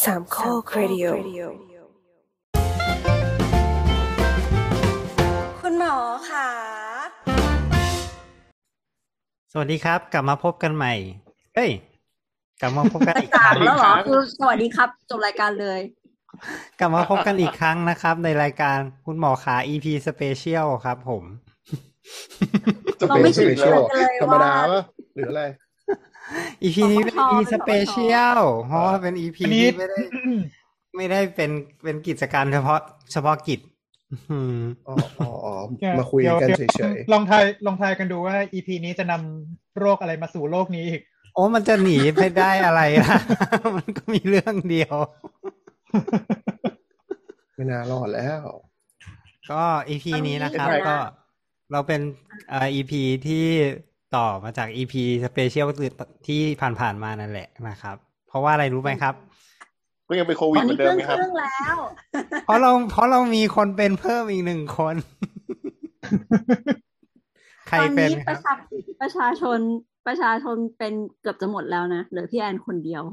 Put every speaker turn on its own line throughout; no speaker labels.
สามข้อครดิโอคุณหมอค่ะ
สวัสดีครับกลับมาพบกันใหม่กลับมาพบกันอีกครั้ง
แล้วเหรอคือสวัสดีครับจบรายการเลย
กลับมาพบกันอีกครั้งนะครับในรายการคุณหมอขา EP Special ครับผม
เราไม่คิดเลย
ธรรมดาป่ะหรืออะไร
EP นี้เป็น EP Special เพราะว่าเป็น EP ที่ไม่ได้เป็นกิจการเฉพาะกิจ
มาคุยกันเฉย
ๆลองทายกันดูว่า EP นี้จะนำโรคอะไรมาสู่โลกนี้อีก
โอ้มันจะหนีไปได้อะไรล่ะ มันก็มีเรื่องเดียว
ไม่น่ารอดแล้ว
ก็ EP นี้นะครับก็เราเป็นEP ที่ต่อมาจาก EP Special ที่ผ่านๆมานั่นแหละนะครับเพราะว่าอะไรรู้ไหมครับ
ก็ยังเป็นโควิดเหมือนเดิมไหมครับ
แล้ว
เพราะเรามีคนเป็นเพิ่มอีก1 คนใครเป็นครับ
ประชาชนเป็นเกือบจะหมดแล้วนะเหลือพี่แอนคนเดียว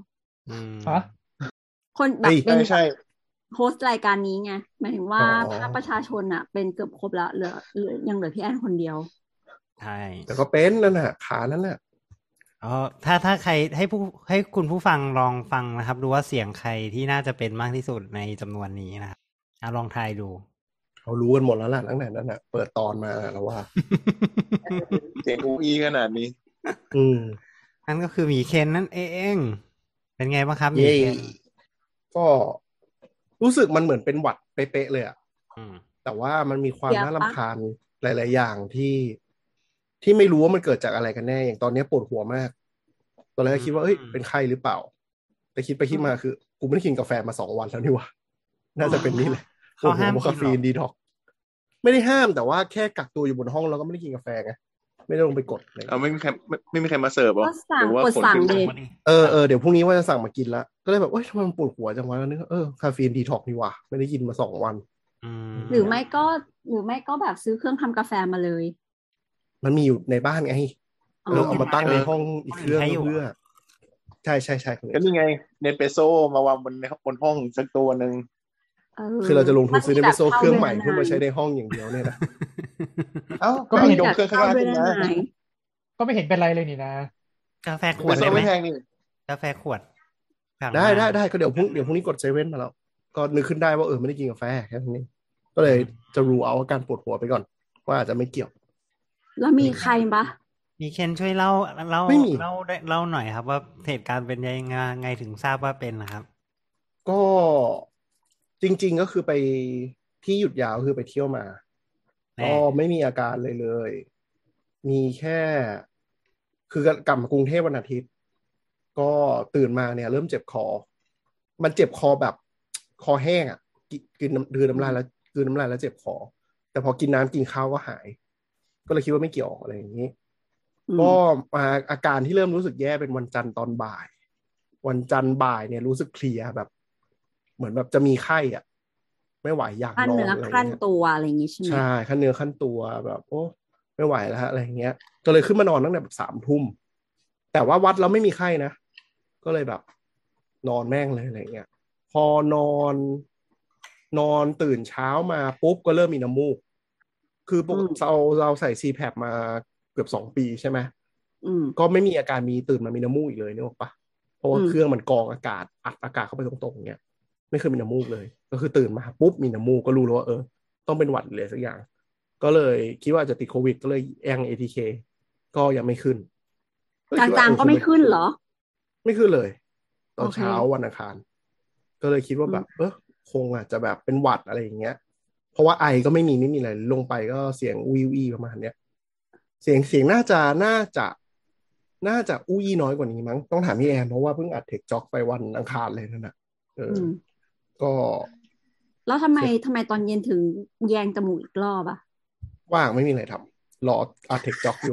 คนแบบเป็นโฮสต์รายการนี้ไงหมายถึงว่าภาคประชาชนอ่ะเป็นเกือบครบแล้วเหลือพี่แอนคนเดียว
ใช่
แต่ก็เป็นนั่นน่ะขานั่นน่ะ
ถ้าใครให้คุณผู้ฟังลองฟังนะครับดูว่าเสียงใครที่น่าจะเป็นมากที่สุดในจำนวนนี้นะครับลองทายดู
เขารู้กันหมดแล้วล่ะตั้งแต่นั้นน่ะเปิดตอนมาแล้วว่า
เสียงอูอีขนาดนี้
นั่นก็คือหมีเคนนั่นเองเป็นไงบ้างครับหมีเคน
ก็รู้สึกมันเหมือนเป็นหวัดเป๊ะๆเลยอ่ะแต่ว่ามันมีความน่ารำคาญหลายๆอย่างที่ไม่รู้ว่ามันเกิดจากอะไรกันแน่อย่างตอนนี้ปวดหัวมากตอนแรกคิดว่าเป็นไข้หรือเปล่าแต่คิดไปคิดมาคือกูไม่ได้กินกาแฟมา2 วันแล้วนี่วะน่าจะเป็นนี่แหละ
เขาห้าม
คาเฟอีนดีท็อกไม่ได้ห้ามแต่ว่าแค่กักตัวอยู่บนห้องแล้วก็ไม่ได้กินกาแฟไงไม่ได้ลงไปกดเลย
ไม่มีใครมาเสิร์ฟหรอ
หรือว่าคน
เดี๋ยวพรุ่งนี้ว่าจะสั่งมากินละก็เลยแบบทำไมมันปวดหัวจังวะแล้วนึกคาเฟอีนดีท็อกนี่วะไม่ได้กินมา2 วัน
หรือไม่ก็แบบซื้อเครื่องทำกาแฟมาเลย
มันมีอยู่ในบ้านไงเราเอามาตั้งในห้องอีกเครื่องเพื่อใช่
ก็นี่ไงเนสเปโซ่มาวางบนห้องสักตัวนึง
คือเราจะลงทุนซื้อเนสเปโซ่เครื่องใหม่เพื่อมาใช้ในห้องอย่างเดียวเนี่ยนะ
ก็ไม่เห็นเครื่องข้างล่างนะ
ก็ไม่เห็นเป็นไรเลยนี่นะ
กาแฟขวดได้ไหมกาแฟขวด
ได้ก็เดี๋ยวพรุ่งนี้กดเซเว่นมาแล้วก็นึกขึ้นได้ว่าไม่ได้กินกาแฟแค่นี้ก็เลยจะรู้เอาอาการปวดหัวไปก่อนว่าอาจจะไม่เกี่ยว
แล้วมีใครปะ
มีเคนช่วยเล่าหน่อยครับว่าเหตุการณ์เป็นยังไงถึงทราบว่าเป็นนะครับ
ก็จริงๆก็คือไปที่หยุดยาวคือไปเที่ยวมาก็ไม่มีอาการเลยมีแค่คือกลับมากรุงเทพวันอาทิตย์ก็ตื่นมาเนี่ยเริ่มเจ็บคอมันเจ็บคอแบบคอแห้งอ่ะกินน้ำลายแล้วเจ็บคอแต่พอกินน้ำกินข้าวก็หายก็เลยคิดว่าไม่เกี่ยวอะไรอย่างนี้ก็มาอาการที่เริ่มรู้สึกแย่เป็นวันจันทร์ตอนบ่ายเนี่ยรู้สึกเพลียแบบเหมือนแบบจะมีไข้อ่ะไม่ไหวอยากนอน
ขั้นเนื้อขั้นตัวอะไรอย่างงี้ใช่ไหม
ใช่ขั้นเนื้อขั้นตัวแบบไม่ไหวแล้วอะไรอย่างเงี้ยก็เลยขึ้นมานอนตั้งแต่แบบ3 ทุ่มแต่ว่าวัดแล้วไม่มีไข้นะก็เลยแบบนอนแม่งเลยอะไรเงี้ยพอนอนตื่นเช้ามาปุ๊บก็เริ่มมีน้ำมูกคือปกติเราใส่ CPAP มาเกือบ2 ปีใช่ไหมก็ไม่มีอาการมีตื่นมามีน้ำมูกอีกเลยนึกออกปะเพราะว่าเครื่องมันกรองอากาศอัดอากาศเข้าไปตรงๆเงี้ยไม่เคยมีน้ำมูกเลยก็คือตื่นมาปุ๊บมีน้ำมูกก็รู้แล้วว่าต้องเป็นหวัดเลยสักอย่างก็เลยคิดว่าจะติดโควิดก็เลยแอง ATK ก็ยังไม่ขึ้น
จางๆก็ไม่ขึ้นเหรอ
ไม่ขึ้นเลยตอนเช้าวันอังคารก็เลยคิดว่าแบบคงอาจจะแบบเป็นหวัดอะไรอย่างเงี้ยเพราะว่าไอก็ไม่มีอะไรลงไปก็เสียงวิวประมาณเนี้ยเสียงน่าจะอู้ยี่น้อยกว่านี้มั้งต้องถามพี่แอนเพราะว่าเพิ่งอัดเทคจ็อกไปวันอังคารเลยนั่นน่ะก็
แล้วทำไมตอนเย็นถึงแยงจมูกอีกรอบอะ
ว่างไม่มีอะไรทำรออัดเทคจ็อกอยู่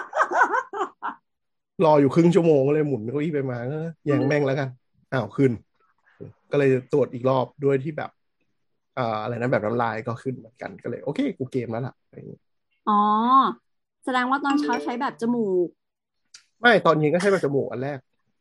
รออยู่ครึ่งชั่วโมงก็เลยหมุนเก้าอี้ไปมาแยงแม่งแล้วกันขึ้นก็เลยตรวจอีกรอบด้วยที่แบบอะไรนะแบบน้ำลายก็ขึ้นเหมือนกันก็เลยโอเคกูเกมแล้วล่ะ
อ๋อแสดงว่าตอนเช้าใช้แบบจมูก
ไม่ตอนเย็นก็ใช้แบบจมูกอันแรก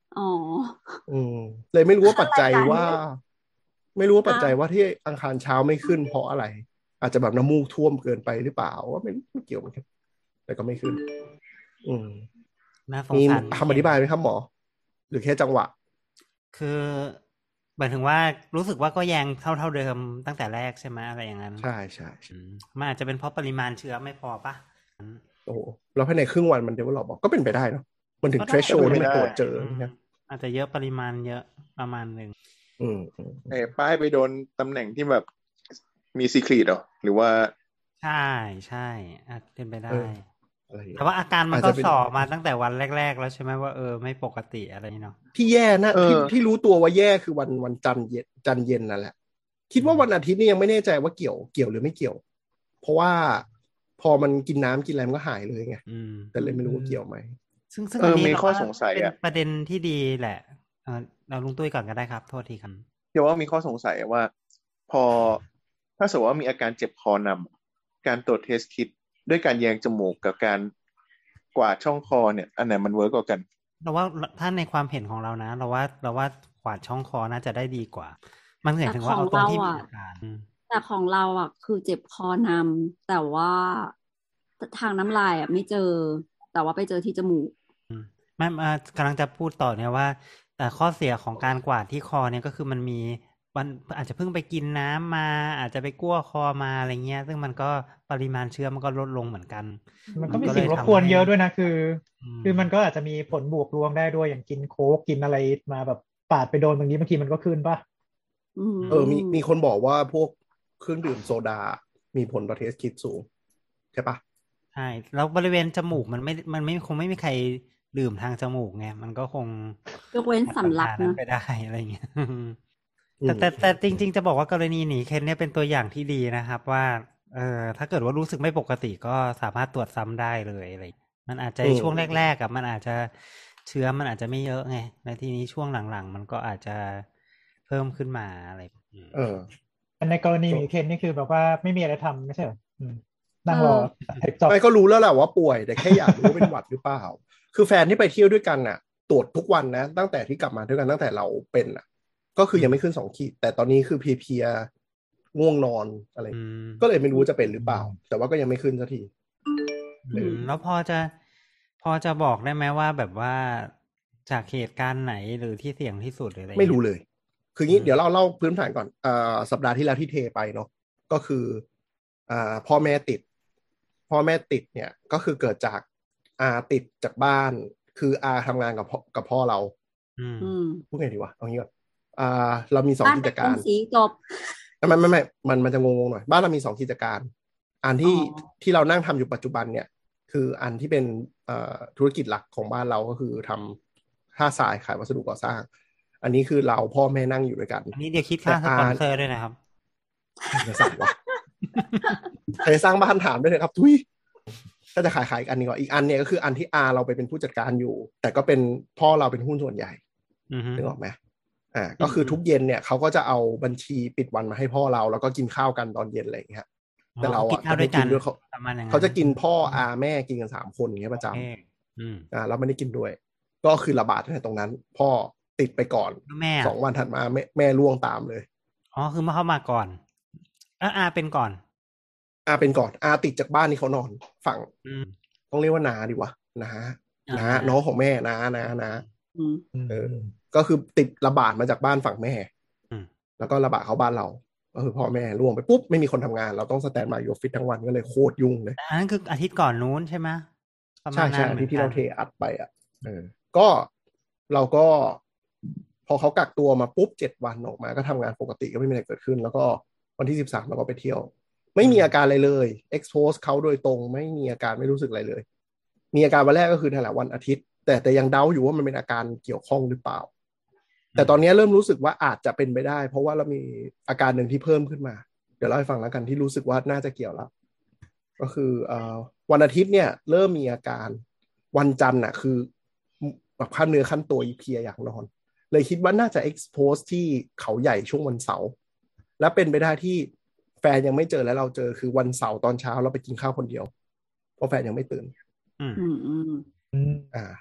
อ๋อ
เลยไม่รู้ว่าปัจจัย
รายการ
ว่า ไม่รู้ว่าปัจจัยว่าที่อังคารเช้าไม่ขึ้นเพราะอะไร อาจจะแบบน้ำมูกท่วมเกินไปหรือเปล่าว่าไม่เกี่ยวกันแต่ก็ไม่ขึ้น
น่าสง
มี
สาร
คำอธิบายไหมครับหมอ หรือแค่จังหวะ
คือหมายถึงว่ารู้สึกว่าก็ยังเท่าเดิมตั้งแต่แรกใช่ไหมอะไรอย่างนั้น
ใช่
มันอาจจะเป็นเพราะปริมาณเชื้อไม่พอปะ
โอ้โหแล้วภายในครึ่งวันมันdevelopบอกก็เป็นไปได้เนาะมันถึง
ก็ได้
threshold ที่มันตรวจเจอนะ
อาจจะเยอะปริมาณเยอะประมาณหนึ่ง
ป้ายไปโดนตำแหน่งที่แบบมีซีครีตเหรอหรือว่า
ใช่อาจเป็นไปได้
อะไรอย่างเงี้ย
แต่ว่าอาการมัน
อาจ
ก็
จะเป็น
ส่อมาตั้งแต่วันแรกๆแล้วใช่ไหมว่าไม่ปกติอะไรเนาะ
ที่แย่นะที่รู้ตัวว่าแย่คือวันจันทร์เย็นนั่นแหละคิดว่าวันอาทิตย์นี่ยังไม่แน่ใจว่าเกี่ยวหรือไม่เกี่ยว เพราะว่าพอมันกินน้ำกินอะไรมันก็หายเลยไงแต่เลยไม่รู้ว่าเกี่ยวไหม
ซึ่งอันนี้
มีข้อสงสัย
เป็น
อ่ะ
ประเด็นที่ดีแหละเราลุงตุ้ยก่อนก็ได้ครับโทษทีครับ
เดี๋ยวว่ามีข้อสงสัยว่า พอถ้าสมมติว่ามีอาการเจ็บคอนำการตรวจเทสคิดด้วยการแยงจมูกกับการกวาดช่องคอเนี่ยอันไหนมันเวิร์กกว่ากัน
เราว่าถ้าในความเห็นของเรานะเราว่ากวาดช่องคอน่าจะได้ดีกว่า มันหมายถึงว่าเอาตรงที่มีอาการ
แต่ของเราอ่ะคือเจ็บคอนำแต่ว่าทางน้ำลายอ่ะไม่เจอแต่ว่าไปเจอที่จมูก
ไม่กำลังจะพูดต่อเนี่ยว่า แต่ข้อเสียของการกวาดที่คอเนี่ยก็คือมันอาจจะเพิ่งไปกินน้ำมาอาจจะไปกั้วคอมาอะไรเงี้ยซึ่งมันก็ปริมาณเชื้อมันก็ลดลงเหมือนกัน
มันก็มีสิ่งรบกวนเยอะด้วยนะคือมันก็อาจจะมีผลบวกลวงได้ด้วยอย่างกินโค้กกินอะไรมาแบบปาดไปโดนบางทีมันก็ขึ้นป่ะ
มีคนบอกว่าพวกเครื่องดื่มโซดามีผลต่อเทสคิดสูงใช่ปะ
ใช่แล้วบริเวณจมูกมันคงไม่มีใครดื่มทางจมูกไงมันก็คง
ยกเว้นสำลักนะ
ไปได้อะไรเงี้ยแต่จริงๆจะบอกว่ากรณีหนีเคนเนี่ยเป็นตัวอย่างที่ดีนะครับว่าถ้าเกิดว่ารู้สึกไม่ปกติก็สามารถตรวจซ้ำได้เลยอะไรมันอาจจะช่วงแรกๆมันอาจจะเชื้อมันอาจจะไม่เยอะไงและทีนี้ช่วงหลังๆมันก็อาจจะเพิ่มขึ้นมาอะไร
ในกรณีหนีเคนนี่คือแบบว่าไม่มีอะไรทำไม่ใช่เหรอนั่งรอ
ไม่ก็รู้แล้วแหละว่าป่วยแต่แค่อยากรู้ว่าเป็นหวัดหรือเปล่าคือแฟนที่ไปเที่ยวด้วยกันน่ะตรวจทุกวันนะตั้งแต่ที่กลับมาด้วยกันตั้งแต่เราเป็นน่ะก็คือยังไม่ขึ้น2 ขีดแต่ตอนนี้คือเพลียง่วงนอนอะไรก็เลยไม่รู้จะเป็นหรือเปล่าแต่ว่าก็ยังไม่ขึ้นสักที
แล้วพอจะบอกได้ไหมว่าแบบว่าจากเหตุการณ์ไหนหรือที่เสี่ยงที่สุดหรืออะไร
ไม่รู้เลยคืองี้เดี๋ยวเราเล่าพื้นฐานก่อนสัปดาห์ที่แล้วที่เทไปเนาะก็คือพ่อแม่ติดเนี่ยก็คือเกิดจากติดจากบ้านคือทำงานกับพ่อเราพูดไงดีวะเอางี้ก่อนเรามี2 กิจการ
จบ
ไม่มันจะงงๆหน่อยบ้านเรามี2 กิจการอันที่เรานั่งทำอยู่ปัจจุบันเนี่ยคืออันที่เป็นธุรกิจหลักของบ้านเราก็คือทำท่าทรายขายวัสดุก่อสร้างอันนี้คือเราพ่อแม่นั่งอยู่ด้วยกัน
อันนี้เดี๋ยวคิดค่าสปอนเซอร์ด้วยนะครับ
จะสั่งวะใครสร้างบ้านถามด้วยนะครับทุยถ้าจะขายอีกอันนึงก่อนอีกอันเนี่ยก็คืออันที่เราไปเป็นผู้จัดการอยู่แต่ก็เป็นพ่อเราเป็นหุ้นส่วนใหญ่นึกออกไหมก็คือทุกเย็นเนี่ยเขาก็จะเอาบัญชีปิดวันมาให้พ่อเราแล้วก็กินข้าวกันตอนเย็นอะไรอย่างเงี้ยแต่เรา
จะไม่กินด้วย
เขาจะกินพ่อแม่กินกัน3 คนอย่างเงี้ยประจำเราไม่ได้กินด้วยก็คือระบาดในตรงนั้นพ่อติดไปก่อน2 วันถัดมาแม่ล่วงตามเลย
คือมาเข้ามาก่อนเป็นก่อน
เป็นก่อนติดจากบ้านที่เขานอนฝั่งต้องเรียกว่านาดีวะนาน้องของแม่นาก็คือติดระบาดมาจากบ้านฝั่งแม่แล้วก็ระบาดเข้าบ้านเราก็คือพ่อแม่ล่วงไปปุ๊บไม่มีคนทำงานเราต้องสแตนด์บายอยู่ออฟฟิศทั้งวันก็เลยโคตรยุ่งเลย
อันนั้นคืออาทิตย์ก่อนนู้นใช่ไหม
ใช่ที่เราเทอัดไปก็เราก็พอเขากักตัวมาปุ๊บ7 วันออกมาก็ทำงานปกติก็ไม่มีอะไรเกิดขึ้นแล้วก็วันที่13เราก็ไปเที่ยวไม่มีอาการอะไรเลย expose เขาโดยตรงไม่มีอาการไม่รู้สึกอะไรเลยมีอาการวันแรกก็คือนั่นแหละวันอาทิตย์แต่ยังเดาอยู่ว่ามันเป็นอาการเกี่ยวข้องหรือเปล่าแต่ตอนนี้เริ่มรู้สึกว่าอาจจะเป็นไปได้เพราะว่าเรามีอาการหนึ่งที่เพิ่มขึ้นมาเดี๋ยวเล่าให้ฟังแล้วกันที่รู้สึกว่าน่าจะเกี่ยวแล้วก็คือวันอาทิตย์เนี่ยเริ่มมีอาการวันจันทร์น่ะคือแบบขั้นเนื้อขั้นตัวเพลียอยากนอนเลยคิดว่าน่าจะ expose ที่เขาใหญ่ช่วงวันเสาร์และเป็นไปได้ที่แฟนยังไม่เจอแล้วเราเจอคือวันเสาร์ตอนเช้าเราไปกินข้าวคนเดียวเพราะแฟนยังไม่ตื่น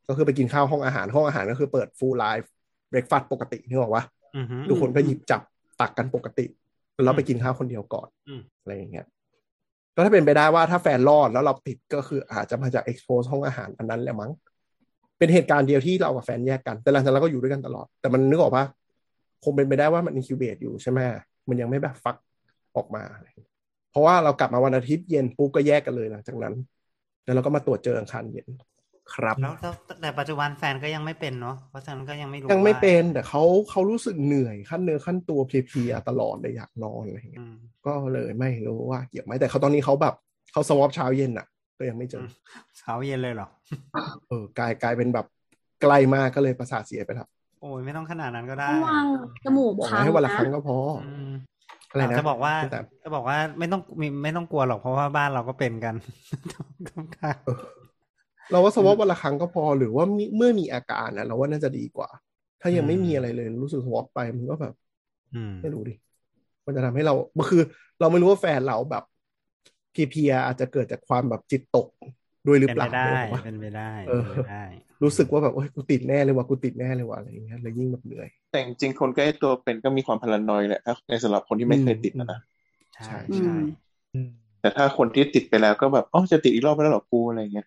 ก็คือไปกินข้าวห้องอาหารก็คือเปิด full live breakfast ปกตินึกออกปะ
อือฮึ
ทุกคนก็หยิบจับตักกันปกติแล้วไปกินข้าวคนเดียวก่อน อะไรอย่างเงี้ยก็ถ้าเป็นไปได้ว่าถ้าแฟนรอดแล้วเราติดก็คืออาจจะมาจาก expose ห้องอาหารอันนั้นแหละมั้งเป็นเหตุการณ์เดียวที่เรากับแฟนแยกกันแต่หลังจากนั้นก็อยู่ด้วยกันตลอดแต่มันนึกออกปะคงเป็นไปได้ว่ามัน incubate อยู่ใช่ไหมมันยังไม่แบบฟักออกมาเพราะว่าเรากลับมาวันอาทิตย์เย็นปุ๊บก็แยกกันเลยหลังจากนั้นแล้วเราก็มาตรวจเจออังคารเย็นครับ
แล้วแต่ปัจจุบันแฟนก็ยังไม่เป็นเนาะเพราะฉะนั้นก็ยังไม่รู้
ยังไม่
ว่า
เป็นแต่เขารู้สึกเหนื่อยขั้นเนื้อขั้นตัวเพลียๆตลอดเลยอยากนอนอะไรอย่างเงี้ยก็เลยไม่รู้ว่าเกี่ยวไหมแต่เขาตอนนี้เขาแบบเขาสวอปเช้าเย็นอ่ะก็ยังไม่เจอ
เช้าเย็นเลยเหรอ
กลายเป็นแบบไกลมากก็เลยประสาทเสียไปแล้ว
โอ้ยไม่ต้องขนาดนั้นก็ได้
ระวังจมูก
บอก
พัง
ให้วันละ
นะ
ครั้งก็พออะไรนะ
จะบอกว่าไม่ต้องกลัวหรอกเพราะว่าบ้านเราก็เป็นกัน
เราว่าสวอปวันละครั้งก็พอหรือว่าเมื่อมีอาการนะเราว่าน่าจะดีกว่า ถ้ายังไม่มีอะไรเลยรู้สึกสวอปไปมันก็แบบไม่รู้ดิมันจะทำให้เราคือเราไม่รู้ว่าแฟนเราแบบเพลียอาจจะเกิดจากความแบบจิตตกด้วยหรือเปล่า
เป็นไปได้
รู้สึกว่าแบบโอ๊ยกูติดแน่เลยว่ะอะไรอย่างเงี้ยเลยยิ่งแบบเหนื่อย
แต่จริงๆคนใกล้ตัวเป็นก็มีความพารานอยด์แหละถ้าในสำหรับคนที่ไม่เคยติดนะ
ใช่
แต่ถ้าคนที่ติดไปแล้วก็แบบอ๋อจะติดอีกรอบแล้วหรอกูอะไรเงี้ย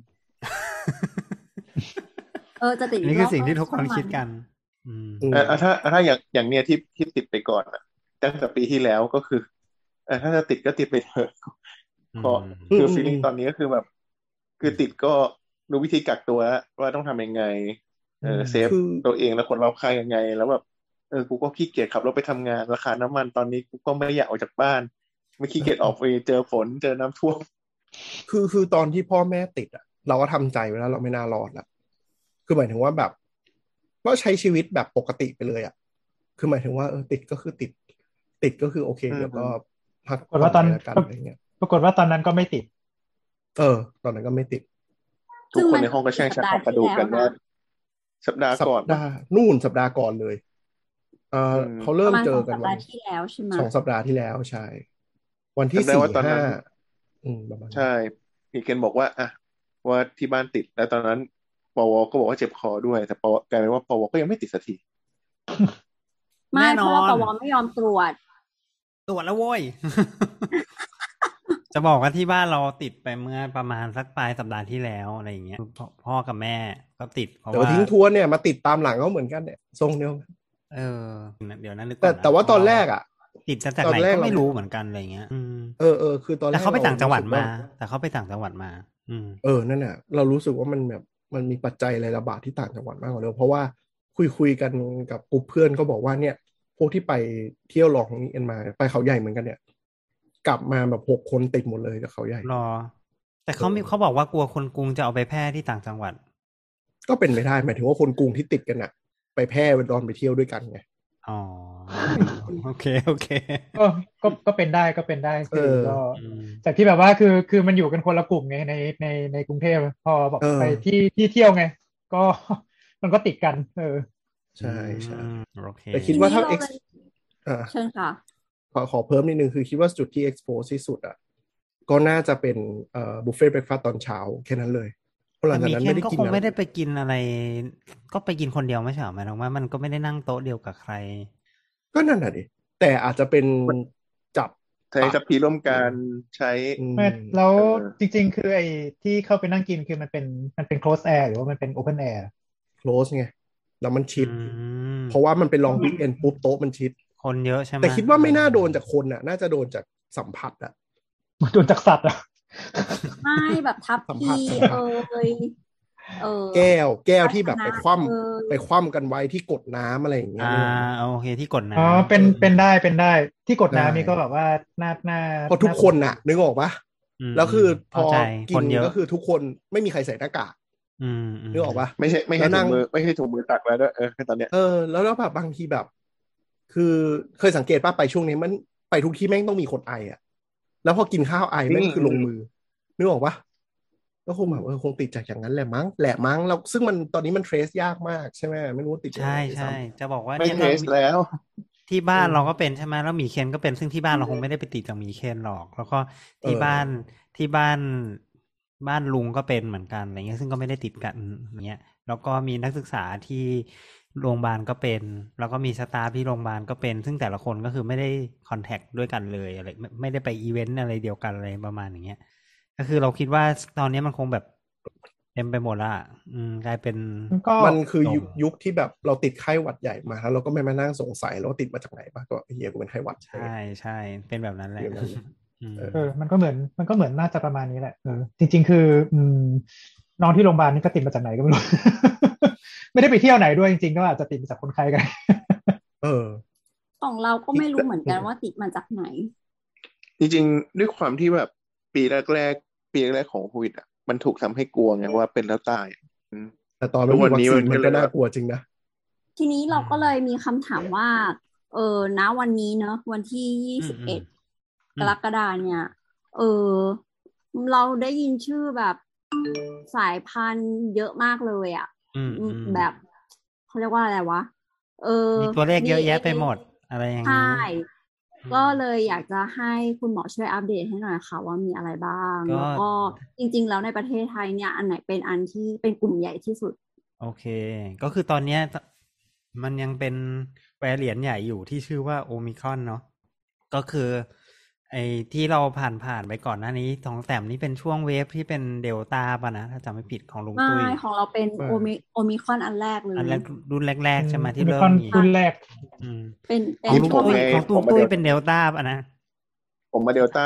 จะติด
นี่คือสิ่งที่ทุกคนคิดกัน
ถ้าอย่างเนี้ยที่ติดไปก่อนตั้งแต่ปีที่แล้วก็คือถ้าจะติดก็ติดไปเถอะก็คือฟีลลิ่งตอนนี้ก็คือแบบคือติดก็รู้วิธีกักตัวว่าต้องทำยังไงเซฟตัวเองและคนรอบข้างยังไงแล้วแบบกูก็ขี้เกียจขับรถไปทำงานราคาน้ำมันตอนนี้กูก็ไม่อยากออกจากบ้านไม่ขี้เกียจออกไปเจอฝนเจอน้ำท่วม
คือตอนที่พ่อแม่ติดเราก็ทำใจไว้แล้วเราไม่น่ารอดแล้วคือหมายถึงว่าแบบก็ใช้ชีวิตแบบปกติไปเลยคือหมายถึงว่าติดก็คือติดก็คือโอเคเดี๋ยวก็พัก
ปรากฏว่าตอนปรากฏว่าตอนนั้นก็ไม่ติด
ตอนนั้นก็ไม่ติด
ทุกคนในห้องก็แช่งชักกระดูกกันว่าสัปดาห์ก่อน
นู่นสัปดาห์ก่อนเลยเขาเริ่มเจอกัน
วันที่แล้วใช่ไหม
2 สัปดาห์ที่แล้วใช่วันที่4-5
ใช่พี่เคนบอกว่าว่าที่บ้านติดแล้วตอนนั้นปวก็บอกว่าเจ็บคอด้วยแต่กลายเป็นว่าปวก็ยังไม่ติดสักที
ไม่เพราะว่าปวไม่ยอมตรวจ
แล้วโว้ย จะบอกว่าที่บ้านเราติดไปเมื่อประมาณสักปลายสัปดาห์ที่แล้วอะไรอย่างเงี้ยพ่อกับแม่ก็ติดเพราะว่า
ทิ้งทวนเนี่ยมาติดตามหลังเขาเหมือนกันเนี่ยทรงเดียว
เดี๋ยวนั้นนึก
แต่ว่าตอนแรก
ติดจากไหนก็ไม่รู้เหมือนกันอะไรเงี้ย
คือตอนแรก
แต่เขาไปต่างจังหวัดมา
นั่นน่ะเรารู้สึกว่ามันแบบมันมีปัจจัยอะไรระบาดที่ต่างจังหวัดมากกว่าเดิมเพราะว่าคุยกันกับกลุ่มเพื่อนก็บอกว่าเนี่ยพวกที่ไปเที่ยวลองนี้กันมาไปเขาใหญ่เหมือนกันเนี่ยกลับมาแบบ6 คนติดหมดเลยจากเขาใหญ่
แต่เขาบอกว่ากลัวคนกรุงจะเอาไปแพร่ที่ต่างจังหวัด
ก็เป็นไปได้หมายถึงว่าคนกรุงที่ติดกันน่ะไปแพร่ตอนไปเที่ยวด้วยกันไง
โอเค
ก็เป็นได้ก็จากที่แบบว่าคือมันอยู่กันคนละกลุ่มไงในกรุงเทพพอบอกไปที่เที่ยวไงก็มันก็ติดกัน
ใช่แต่คิดว่าถ้า
เชิญค่ะ
ขอเพิ่มนิดนึงคือคิดว่าจุดที่ expose ที่สุดก็น่าจะเป็นบุฟเฟ่ต์เบรคฟาสต์ตอนเช้าแค่นั้นเลยเพราะหลังจากนั้นไม่ได้กิน
ไม่ได้ไปกินอะไรก็ไปกินคนเดียวไม่ใช่หรอหมายถึงว่ามันก็ไม่ได้นั่งโต๊ะเดียวกับใคร
ก็นั่นแหละดิแต่อาจจะเป็น
ใช้จับพีร่วมกันใช้
แล้วจริงๆคือไอ้ที่เข้าไปนั่งกินคือมันเป็น close air หรือว่ามันเป็น open air
close ไงแล้วมันชิดเพราะว่ามันเป็นลองวิกเอนปุ๊บโต๊ะมันชิด
คนเยอะใช่ไหม
แต่คิดว่าไม่น่าโดนจากคนน่าจะโดนจากสัมผัส
โดนจากสัตว์
ไม่แบบทับพี่
แก้วที่แบบไปคว่ำกันไว้ที่กดน้ำอะไรอย่างเงี้ย
โอเคที่กดน้
ำเป็นได้ที่กดน้ำนี่ก็แบบว่าหน้า
พอทุกคนน่ะนึกออกปะแล้วคือพอกินก็คือทุกคนไม่มีใครใส่หน้ากากนึกออกปะ
ไม่ใช่ถุงมือตักแล้วด้วยแค่ตอนเนี้ย
แล้วแบบบางทีแบบคือเคยสังเกตป่ะไปช่วงนี้มันไปทุกที่แม่งต้องมีคนไอแล้วพอกินข้าวไอแม่งคือลงมือนึกออกปะก็คงแบบคงติดจากอย่างนั้นแหละมั้งแล้วซึ่งมันตอนนี้มันเทรสยากมากใช่ไหมไม่รู้ว่าติด
ใช่จะบอกว่า
ไม่เทรสแล้ว
ที่บ้านเราก็เป็นใช่ไหมแล้วหมีเคนก็เป็นซึ่งที่บ้านเราคงไม่ได้ไปติดจากหมีเคนหรอกแล้วก็ที่บ้านบ้านลุงก็เป็นเหมือนกันอะไรเงี้ยซึ่งก็ไม่ได้ติดกันอย่างเงี้ยแล้วก็มีนักศึกษาที่โรงพยาบาลก็เป็นแล้วก็มีสตาฟที่โรงพยาบาลก็เป็นซึ่งแต่ละคนก็คือไม่ได้คอนแทคด้วยกันเลยอะไรไม่ได้ไปอีเวนต์อะไรเดียวกันอะไรประมาณอย่างเงี้ยก็คือเราคิดว่าตอนนี้มันคงแบบเต็มไปหมดละกลายเป็น
มันคือยุคที่แบบเราติดไข้หวัดใหญ่มาแล้วเราก็ไม่มานั่งสงสัยแล้วว่าติดมาจากไหนป่ะก็เฮียกูเป็นไข้หวัด
ใช่เป็นแบบนั้นแหละ
มันก็เหมือนน่าจะประมาณนี้แหละจริงๆคือน้องที่โรงพยาบาลนี่ก็ติดมาจากไหนก็ไม่รู้ ไม่ได้ไปเที่ยวไหนด้วยจริงๆก็อาจจะติดมาจากคนไข้กัน
ของเราก็ไม่รู้เหมือนกันว่าติดมาจากไหน
จริงๆด้วยความที่แบบปีแรกของโควิดอ่ะมันถูกทำให้กลัวไงว่าเป็นแล้วตาย
แต่ตอนนี้วัคซีนมันก็น่ากลัวจริงนะ
ทีนี้เราก็เลยมีคำถามว่าณวันนี้เนอะวันที่21กรกฎาคมเนี่ยเราได้ยินชื่อแบบสายพันธุ์เยอะมากเลยอ่ะแบบเขาเรียกว่าอะไรวะ
มีตัวเลขเยอะแยะไปหมดอะไรอย่างนี้
ใช่ก็เลยอยากจะให้คุณหมอช่วยอัปเดตให้หน่อยค่ะว่ามีอะไรบ้างแล้วก็จริงๆแล้วในประเทศไทยเนี่ยอันไหนเป็นอันที่เป็นกลุ่มใหญ่ที่สุด
โอเคก็คือตอนนี้มันยังเป็นแวรเลียนใหญ่อยู่ที่ชื่อว่าโอมิครอนเนาะก็คือไอ้ที่เราผ่านไปก่อนหน้านี้สองแต้มนี้เป็นช่วงเวฟที่เป็นเดลต้าป่ะนะถ้าจำไม่ผิดของลุงตุ้ย
ของเราเป็นโอมิครอนอันแรกเลย
อันแรกรุ่นแรกๆใช่ไหมที่เริ่มมี
รุ่นแรก
เป็น
ของลุงตุ้ยเป็นเดลต้าป่ะนะ
ผมมาเดลต้า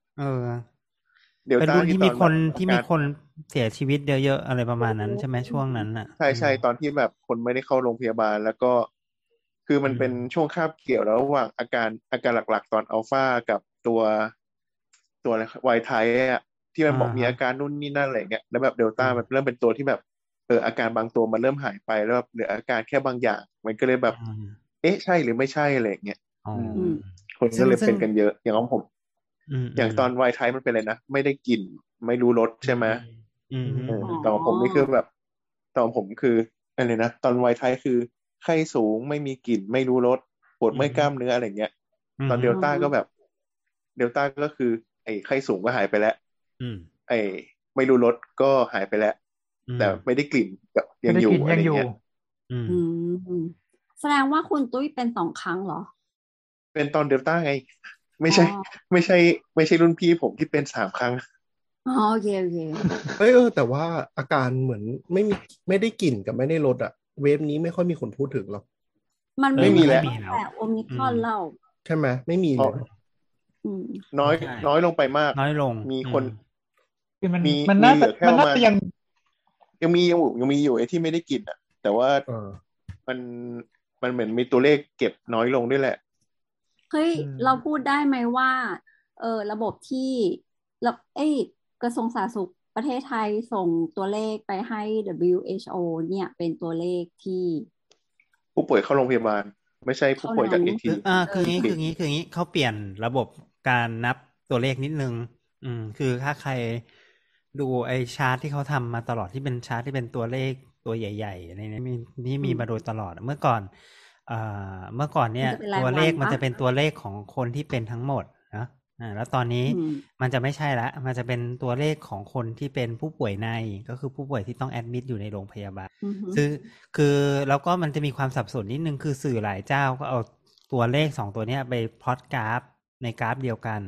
เป็นรุ่นที่มีคนเสียชีวิตเยอะๆอะไรประมาณนั้นใช่ไหมช่วงนั้นน่ะ
ใช่ตอนที่แบบคนไม่ได้เข้าโรงพยาบาลแล้วก็คือมันเป็นช่วงคาบเกี่ยวแล้วระหว่างอาการหลักๆตอนอัลฟากับตัวอะไรไวท์ไทป์อ่ะที่มันบอกมีอาการนู่นนี่นั่นอะไรเงี้ยแล้วแบบเดลต้ามันเริ่มเป็นตัวที่แบบอาการบางตัวมันเริ่มหายไปแล้วแบบเหลืออาการแค่บางอย่างมันก็เลยแบบใช่หรือไม่ใช่อะไรเงี้ยคนก็เลยเป็นกันเยอะอย่างของผมอย่างตอนไวท์ไทป์มันเป็นอะไรนะไม่ได้กลิ่นไม่รู้รสใช่ไหมตอนผมนี่คือแบบตอนผมคืออะไรนะตอนไวท์ไทป์คือไข้สูงไม่มีกลิ่นไม่รู้รสปวดเมื่อยกล้ามเนื้ออะไรเงี้ยตอนเดลต้าก็แบบเดลต้าก็คือไอ้ไข้สูงก็หายไปแล้วไอ้ไม่รู้รสก็หายไปแล้วแต่ไม่ได้กลิ่นยังอยู่อะไรเงี้ย
แสดงว่าคุณตุ้ยเป็น2 ครั้งเหรอ
เป็นตอนเดลต้าไงไม่ใช่รุ่นพี่ผมที่เป็น3 ครั้ง
โอเค
แต่ว่าอาการเหมือนไม่ได้กลิ่นกับไม่ได้รสอะเวฟนี้ไม่ค่อยมีคนพูดถึงหรอก
มันไม่มีแล้วแต่โอมิครอนเล่า
ใช่ไหมไม่มีเลย
น้อยลงไปมาก
น้อยลง
มีคน
คือมันน่าจะ
ยังมีอยู่ไอ้ที่ไม่ได้กลิ่นอะแต่ว่ามันเหมือนมีตัวเลขเก็บน้อยลงด้วยแหละ
เฮ้ยเราพูดได้ไหมว่าระบบที่กระทรวงสาธารณสุขประเทศไทยส่งตัวเลขไปให้ WHO เนี่ยเป็นตัวเลขที่
ผู้ป่วยเข้าโรงพยาบาลไม่ใช่ผู้ป่วยจากAT
คืองี้เขาเปลี่ยนระบบการนับตัวเลขนิดนึงคือถ้าใครดูไอ้ชาร์ตที่เขาทำมาตลอดที่เป็นชาร์ตที่เป็นตัวเลขตัวใหญ่ๆในนี้มีมาโดยตลอดเมื่อก่อนเนี่ยตัวเลขมันจะเป็นตัวเลขของคนที่เป็นทั้งหมดนะแล้วตอนนี้มันจะไม่ใช่ละมันจะเป็นตัวเลขของคนที่เป็นผู้ป่วยในก็คือผู้ป่วยที่ต้องแอดมิดอยู่ในโรงพยาบาลคือแล้วก็มันจะมีความสับสนนิดนึงคือสื่อหลายเจ้าก็เอาตัวเลข2ตัวเนี้ยไปพล็อตกราฟในกราฟเดียวกัน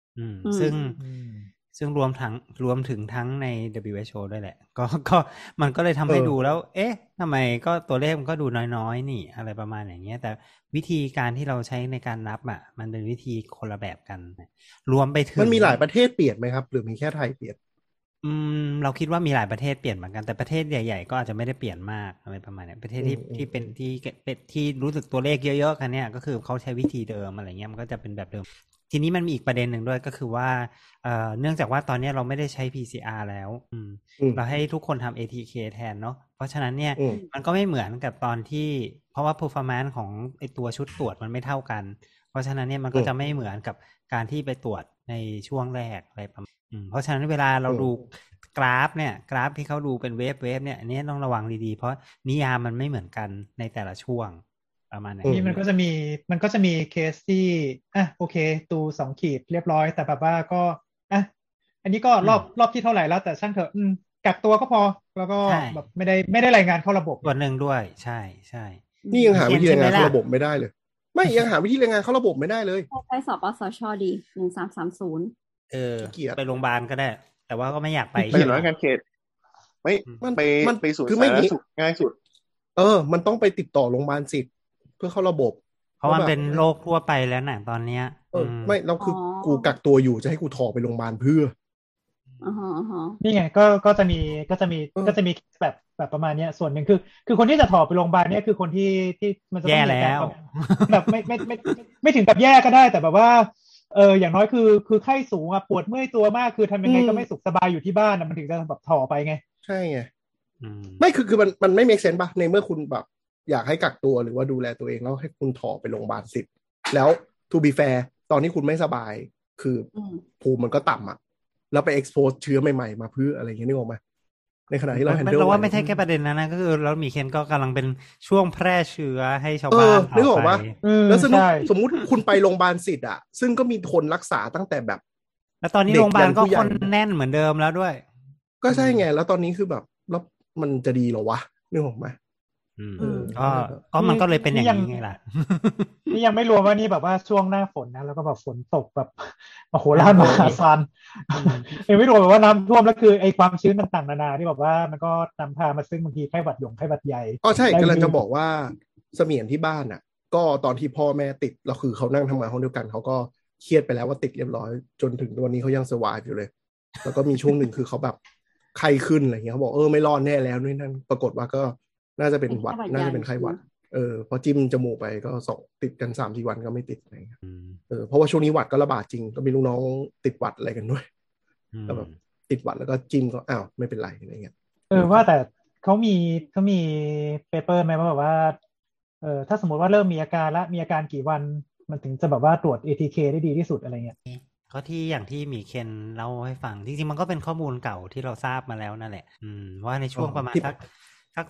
ซึ่งรวมถึงทั้งใน WHO ด้วยแหละก็มันก็เลยทำให้ดูแล้วทำไมก็ตัวเลขมันก็ดูน้อยๆนี่อะไรประมาณอย่างเงี้ยแต่วิธีการที่เราใช้ในการนับอ่ะมันเป็นวิธีคนละแบบกันรวมไปถึง
มันมีหลายประเทศเปลี่ยนไหมครับหรือมีแค่ไทยเปลี่ยน
เราคิดว่ามีหลายประเทศเปลี่ยนเหมือนกันแต่ประเทศใหญ่ๆก็อาจจะไม่ได้เปลี่ยนมากอะไรประมาณนี้ประเทศที่เป็นที่รู้สึกตัวเลขเยอะๆกันเนี่ยก็คือเขาใช้วิธีเดิมอะไรเงี้ยมันก็จะเป็นแบบเดิมทีนี้มันมีอีกประเด็นหนึ่งด้วยก็คือว่าเนื่องจากว่าตอนนี้เราไม่ได้ใช้ PCR แล้วเราให้ทุกคนทำ ATK แทนเนาะเพราะฉะนั้นเนี่ยมันก็ไม่เหมือนกับตอนที่เพราะว่า performance ของไอตัวชุดตรวจมันไม่เท่ากันเพราะฉะนั้นเนี่ยมันก็จะไม่เหมือนกับการที่ไปตรวจในช่วงแรกอะไรประมาณเพราะฉะนั้นเวลาเราดูกราฟที่เขาดูเป็นเวฟเนี่ยอันนี้ต้องระวังดีๆเพราะนิยามมันไม่เหมือนกันในแต่ละช่วงประมาณ
นี้มันก็จะมีเคสที่โอเคตู2 ขีดเรียบร้อยแต่แบบว่าก็อันนี้ก็รอบที่เท่าไหร่แล้วแต่ช่างเถอะกักตัวก็พอแล้วก็แบบไม่ได้รายงานเข้าระบบ
ตัวหนึ่งด้วยใช่ใช่
นี่ยังหาวิธีรายงานเข้าระบบไม่ได้เลยไม่ยังหาวิธีรายงานเข้าระบบไม่ได้เลย
ไปสปสชดี1330
ไปโรงพยาบาลก็ได้แต่ว่าก็ไม่อยากไป
ไปสำนักงานเขตไม่ไปศูนย์สาธารณสุขง่ายสุด
มันต้องไปติดต่อโรงพยาบาลสิทธิ์เพื่อเข้าระบบ
เพราะมันเป็นโรคทั่วไปแล้วน่ะตอนเนี้ย
ไม่แล้วคือกูกักตัวอยู่จะให้กูถอไปโรงพยาบาลเพื่อ
นี่ไงก็จะมีแบบประมาณเนี้ยส่วนหนึ่งคือคนที่จะถอไปโรงพยาบาลเนี่ยคือคนที่มันจะต้องมีการแบบไม่ถึงกับแย่ก็ได้แต่แบบว่าอย่างน้อยคือไข้สูงปวดเมื่อยตัวมากคือทำยังไงก็ไม่สุขสบายอยู่ที่บ้านมันถึงจะแบบถอไปไง
ใช่ไงไม่คือมันไม่ make sense ป่ะในเมื่อคุณแบบอยากให้กักตัวหรือว่าดูแลตัวเองแล้วให้คุณถอไปโรงพยาบาลสิทธิ์แล้ว to be fair ตอนนี้คุณไม่สบายคือภูมิมันก็ต่ำแล้วไป expose เชื้อใหม่ๆมาเพื่ออะไรอย่างเงี้ยนึกออกไหมในขณะที่เรา handle
เราว่าไม่ใช่แค่ประเด็นนั้นนะก็คือแล้วมีเคนก็กำลังเป็นช่วงแพร่เชื้อให้ชาวบ้าน
นึกออกป่ะแล้วสมมุติคุณไปโรงพยาบาลสิทธิ์ซึ่งก็มีคนรักษาตั้งแต่แบบ
แล้วตอนนี้โรงพยาบาลก็คนแน่นเหมือนเดิมแล้วด้วย
ก็ใช่ไงแล้วตอนนี้คือแบบแล้วมันจะดีเหรอวะนึกออกไหม
ก็มันก็เลยเป็นอย่างนี้ไงล่ะ
นี่ยังไม่รวมว่านี่แบบว่าช่วงหน้าฝนนะแล้วก็แบบฝนตกแบบโอ้โหล้านมหาศาลยังไม่รวมแบบว่าน้ำท่วมแล้วคือไอ้ความชื้นต่างๆนานาที่แบบว่ามันก็นำพามาซึ่งบางทีไข้หวัดไข้หวัดใหญ่
ใช่กำลังจะบอกว่าเสมียนที่บ้านก็ตอนที่พ่อแม่ติดแล้วคือเขานั่งทำงานห้องเดียวกันเขาก็เครียดไปแล้วว่าติดเรียบร้อยจนถึงวันนี้เขายังเซอร์ไวฟ์อยู่เลยแล้วก็มีช่วงหนึ่งคือเขาแบบไข้ขึ้นอะไรเงี้ยเขาบอกไม่รอดแน่แล้วนี่นั่นปรากฏว่าก็น่าจะเป็นหวัดน่าจะเป็นไข้หวัดพอจิ้มจมูกไปก็ติดกัน3-4 วันก็ไม่ติดอะไรเงี้ยเพราะว่าช่วงนี้หวัดก็ระบาดจริงก็มีลูกน้องติดหวัดอะไรกันด้วยแล้วแบบติดหวัดแล้วก็จิ้มก็ไม่เป็นไรอะไรเงี้ย
ว่าแต่เขามีเปเปอร์ไหมว่าแบบว่าถ้าสมมติว่าเริ่มมีอาการแล้วมีอาการกี่วันมันถึงจะแบบว่าตรวจ ATK ได้ดีที่สุดอะไรเงี้ย
ก็ที่อย่างที่มีเคนเล่าให้ฟังจริงๆมันก็เป็นข้อมูลเก่าที่เราทราบมาแล้วนั่นแหละว่าในช่วงประมาณสัก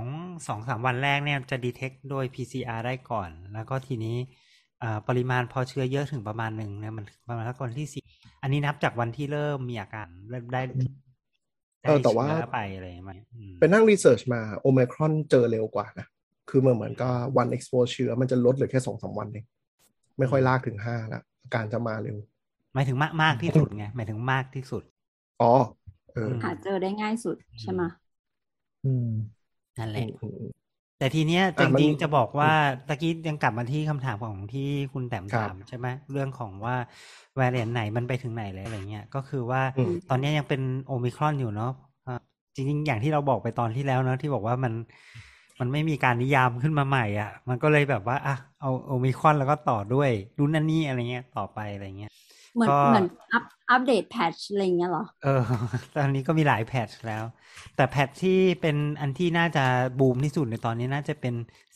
2-3 วันแรกเนี่ยจะดีเทคโดย PCR ได้ก่อนแล้วก็ทีนี้ปริมาณพอเชื้อเยอะถึงประมาณนึงเนี่ยมันประมาณสักวันที่4อันนี้นับจากวันที่เริ่มมีอาการได้
แต่ว่า
ไปอะไรมา
เป็นนั่งรีเสิร์ชมาโอไมครอนเจอเร็วกว่านะคือเหมือนก็วัน expose เชื้อมันจะลดเหลือแค่ 2-3 วันเองไม่ค่อยลากถึง5แล้วอาการจะมาเร็ว
หมายถึงมากที่สุดไงหมายถึงมากที่สุด
หาเจอได้ง่ายสุดใช่ไหม
นั่นแหละแต่ทีเนี้ยจริงๆจะบอกว่าตะกี้ยังกลับมาที่คำถามของที่คุณแต้มถามใช่ไหมเรื่องของว่าแวริแอนต์ไหนมันไปถึงไหนแล้วอะไรเงี้ยก็คือว่าตอนนี้ยังเป็นโอมิครอนอยู่เนาะจริงๆอย่างที่เราบอกไปตอนที่แล้วเนาะที่บอกว่ามันไม่มีการนิยามขึ้นมาใหม่มันก็เลยแบบว่าเอาโอมิครอนแล้วก็ต่อด้วยรุ่นนั่นนี่อะไรเงี้ยต่อไปอะไรเงี้ย
เหมือนอัปเดตแพทช์อะไรเงี้ยเหรอ
ตอนนี้ก็มีหลายแพทช์แล้วแต่แพทช์ที่เป็นอันที่น่าจะบูมที่สุดในตอนนี้น่าจะเป็น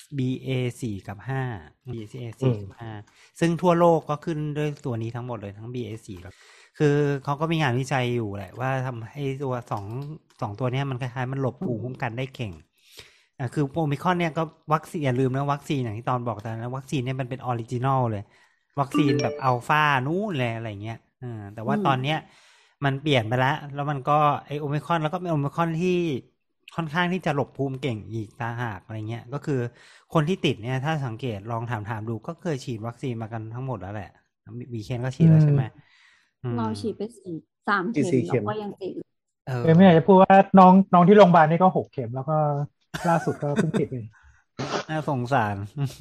BA4 กับ5 BA4 กับ5ซึ่งทั่วโลกก็ขึ้นด้วยตัวนี้ทั้งหมดเลยทั้ง BA4 คือเขาก็มีงานวิจัยอยู่แหละว่าทำให้ตัวสองตัวนี้มันคล้ายๆมันหลบภูมิคุ้มกันได้เก่งคือโอมิครอนเนี่ยก็วัคซีนอย่าลืมนะวัคซีนอย่างที่ตอนบอกแต่นะวัคซีนเนี่ยมันเป็นออริจินอลเลยวัคซีนแบบอัลฟานู้นอะไรเงี้ยแต่ว่าตอนเนี้ยมันเปลี่ยนไปแล้วมันก็ไอโอมิครอนแล้วก็เป็นโอมิครอนที่ค่อนข้างที่จะหลบภูมิเก่งอีกต่างหากอะไรเงี้ยก็คือคนที่ติดเนี่ยถ้าสังเกตลองถามดูก็เคยฉีดวัคซีนมากันทั้งหมดแล้วแหละวีเคนก็ฉีดแล้วใช่ไหม
เราฉีดไป3 เข็มแล้วก็ยังติด
ไม่อยากจะพูดว่าน้องที่โรงพยาบาลนี่ก็6 เข็มแล้วก็ล่าสุดก็เพิ่งติดเลย
น่าสงสาร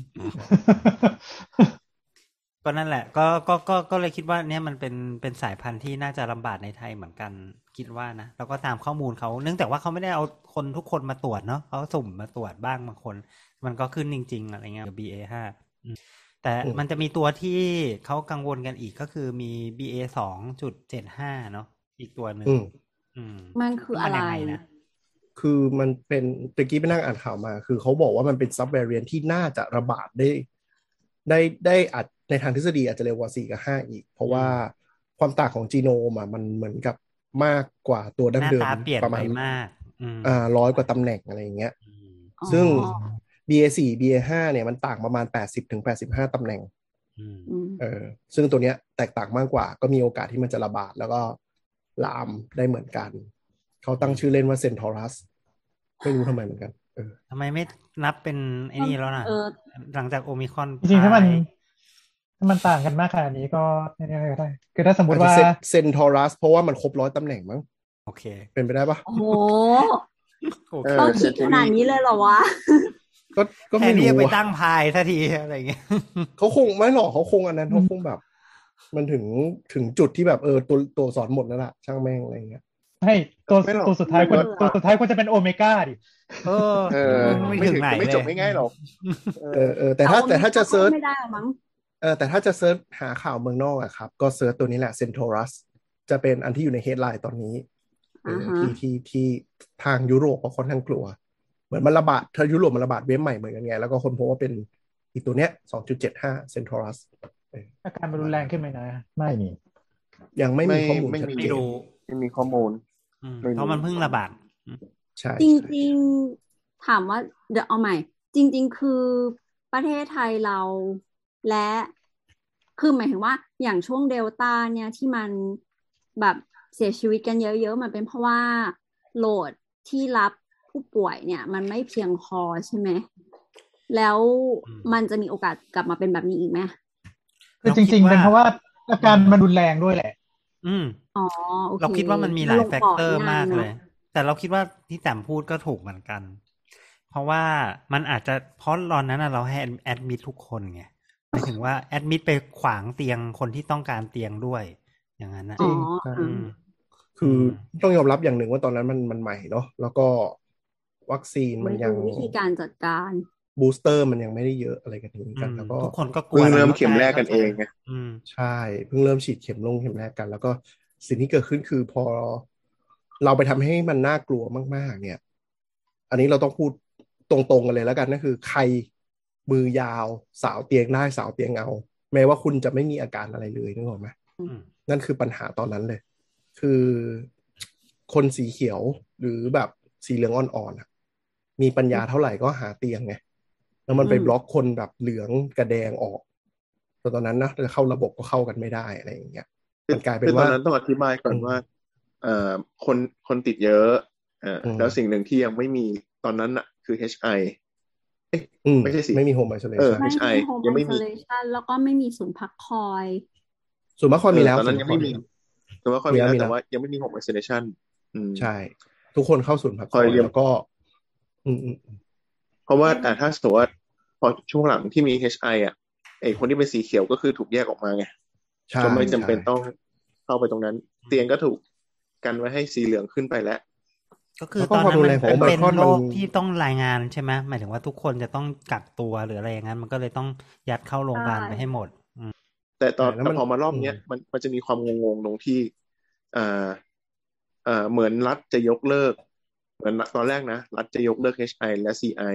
ก็นั่นแหละก็เลยคิดว่าเนี่ยมันเป็นสายพันธุ์ที่น่าจะลำบากในไทยเหมือนกันคิดว่านะแล้วก็ตามข้อมูลเขาเนื่องจากว่าเขาไม่ได้เอาคนทุกคนมาตรวจเนาะเขาสุ่มมาตรวจบ้างบางคนมันก็ขึ้นจริงๆอะไรเงี้ย BA5 แต่มันจะมีตัวที่เขากังวลกันอีกก็คือมี BA2.75 เนาะอีกตัวนึง
มันคืออะไร
นะคือมันเป็นตะกี้ไปนั่งอ่านข่าวมาคือเขาบอกว่ามันเป็นซับแวริเอนท์ที่น่าจะระบาดได้อาจในทางทฤษฎีอาจจะเร็วกว่า4 กับ 5อีกเพราะว่าความต่างของจีโนมมันเหมือนกับมากกว่าตัวดั้งเดิมประมาณ100 กว่าตำแหน่งอะไรอย่างเงี้ยซึ่ง BA4 BA5 เนี่ยมันต่างประมาณ 80-85 ตำแหน่งซึ่งตัวเนี้ยแตกต่างมากกว่าก็มีโอกาสที่มันจะระบาดแล้วก็ลามได้เหมือนกันเขาตั้งชื่อเล่นว่าเซนทอรัสไม่รู้ทำไมเหมือนกัน
ทำไมไม่นับเป็นไอ้นี่แล้วนะหลังจากโอมิครอน
จริงๆถ้ามันต่างกันมากขนาดนี้ก็ไม่ได้ก็ได้คือถ้าสมมติว่า
เซนทอรัสเพราะว่ามันครบ100ตำแหน่งมั้ง
โอเค
เป็นไปได้ปะ
โอ้โหเขาคิดขนาดนี้เลยเหรอวะ
ก็ไม่รู้
ไปตั้งพายทันทีอะไรเงี้ย
เขาคงไม่หรอกเขาคงอันนั้นเขาคงแบบมันถึงจุดที่แบบตัวสอนหมดแล้วล่ะช่างแม่งอะไรเงี้ย
ให้ตัวสุดท้ายควรจะเป็นโอเมก้าดิ
ไม่ถึงไหน
ไม่จบง่ายๆหรอก
แต่ถ้าจะเซิร์ช
ไม่ได้มั้ง
แต่ถ้าจะเซิร์ชหาข่าวเมืองนอกอะครับก็เซิร์ชตัวนี้แหละเซนโทรัสจะเป็นอันที่อยู่ในเฮดไลน์ตอนนี้ที่ทางยุโรปเขาค่อนข้างกลัวเหมือนมันระบาดถ้ายุโรปมันระบาดเว็บใหม่เหมือนกันไงแล้วก็คนพบว่าเป็นอีกตัวเนี้ย 2.75 เซนโทรัส
อาการมันรุนแรงขึ้นไหมนะไม่มี
ยังไม่มีข้อมูลชัดเจน
ไม่มีข้อมูล
เพราะมันเพิ่งระบาด
ใช่
จริงๆถามว่าเดี๋ยวเอาใหม่จริงๆคือประเทศไทยเราและคือหมายถึงว่าอย่างช่วงเดลต้าเนี่ยที่มันแบบเสียชีวิตกันเยอะๆมันเป็นเพราะว่าโหลดที่รับผู้ป่วยเนี่ยมันไม่เพียงพอใช่ไหมแล้วมันจะมีโอกาสกลับมาเป็นแบบนี้อีกไหม
คือจริงๆเป็นเพราะว่าอาการมันรุนแรงด้วยแหละ
อ๋อ
เราคิดว่ามันมีหลายแฟกเตอร์มากเลยแต่เราคิดว่าที่แต้มพูดก็ถูกเหมือนกันเพราะว่ามันอาจจะเพราะตอนนั้นเราให้แอดมิดทุกคนไงหมายถึงว่าแอดมิดไปขวางเตียงคนที่ต้องการเตียงด้วยอย่างนั้นนะ
จริงคือต้องยอมรับอย่างหนึ่งว่าตอนนั้นมันใหม่เนาะแล้วก็วัคซีนมันยัง
วิธีการจัดการ
บูสเตอร์มันยังไม่ได้เยอะอะไรกันนี้กันแล้วก็
ทุกคนก็
เพิ่งเริ่มเข็มแรกกันเองไง
ใช่เพิ่งเริ่มฉีดเข็มแรกกันแล้วก็สิ่งที่เกิดขึ้นคือพอเราไปทำให้มันน่ากลัวมากๆเนี่ยอันนี้เราต้องพูดตรงๆกันเลยแล้วกันนั่นคือใครมือยาวสาวเตียงได้สาวเตียงเอาแม้ว่าคุณจะไม่มีอาการอะไรเลยนึกออกไหมนั่นคือปัญหาตอนนั้นเลยคือคนสีเขียวหรือแบบสีเหลืองอ่อนๆมีปัญญาเท่าไหร่ก็หาเตียงไงแล้วมันไปบล็อกคนแบบเหลืองกระแดงออกตอนนั้นนะจะเข้าระบบก็เข้ากันไม่ได้อะไรอย่างเงี้ยมันกลายเป็นว่า
ตอนนั้นต้องอธิบายก่อนว่าคนติดเยอะแล้วสิ่งหนึ่งที่ยังไม่มีตอนนั้นคือ HI ไม่ใช่สิ
ไม่มี Home Isolation
HI ยังไม่มี
แล้วก็ไม่มีศูนย์พักคอย
ศูนย์พักคอยมีแล้ว
ตอนนั้นยังไม่มีศูนย์พักคอยมีแล้วแต่ว่ายังไม่มี Home Isolation
ใช่ทุกคนเข้าศูนย์พักคอยแล้วก็
เพราะว่าถ้าสมมติว่าพอช่วงหลังที่มี HI ไอคนที่เป็นสีเขียวก็คือถูกแยกออกมาไงจนไม่จำเป็นต้องเข้าไปตรงนั้นเตียงก็ถูกกันไว้ให้สีเหลืองขึ้นไปแล้ว
ก็คือตอนนั้นมันเป็นโรคที่ต้องรายงานใช่ไหมหมายถึงว่าทุกคนจะต้องกักตัวหรืออะไรอย่างนั้นมันก็เลยต้องยัดเข้าโรงพยาบาลไปให้หมด
แต่พอมารอบนี้มันจะมีความงงๆตรงที่เหมือนรัฐจะยกเลิกเหมือนตอนแรกนะรัฐจะยกเลิก HI และ CI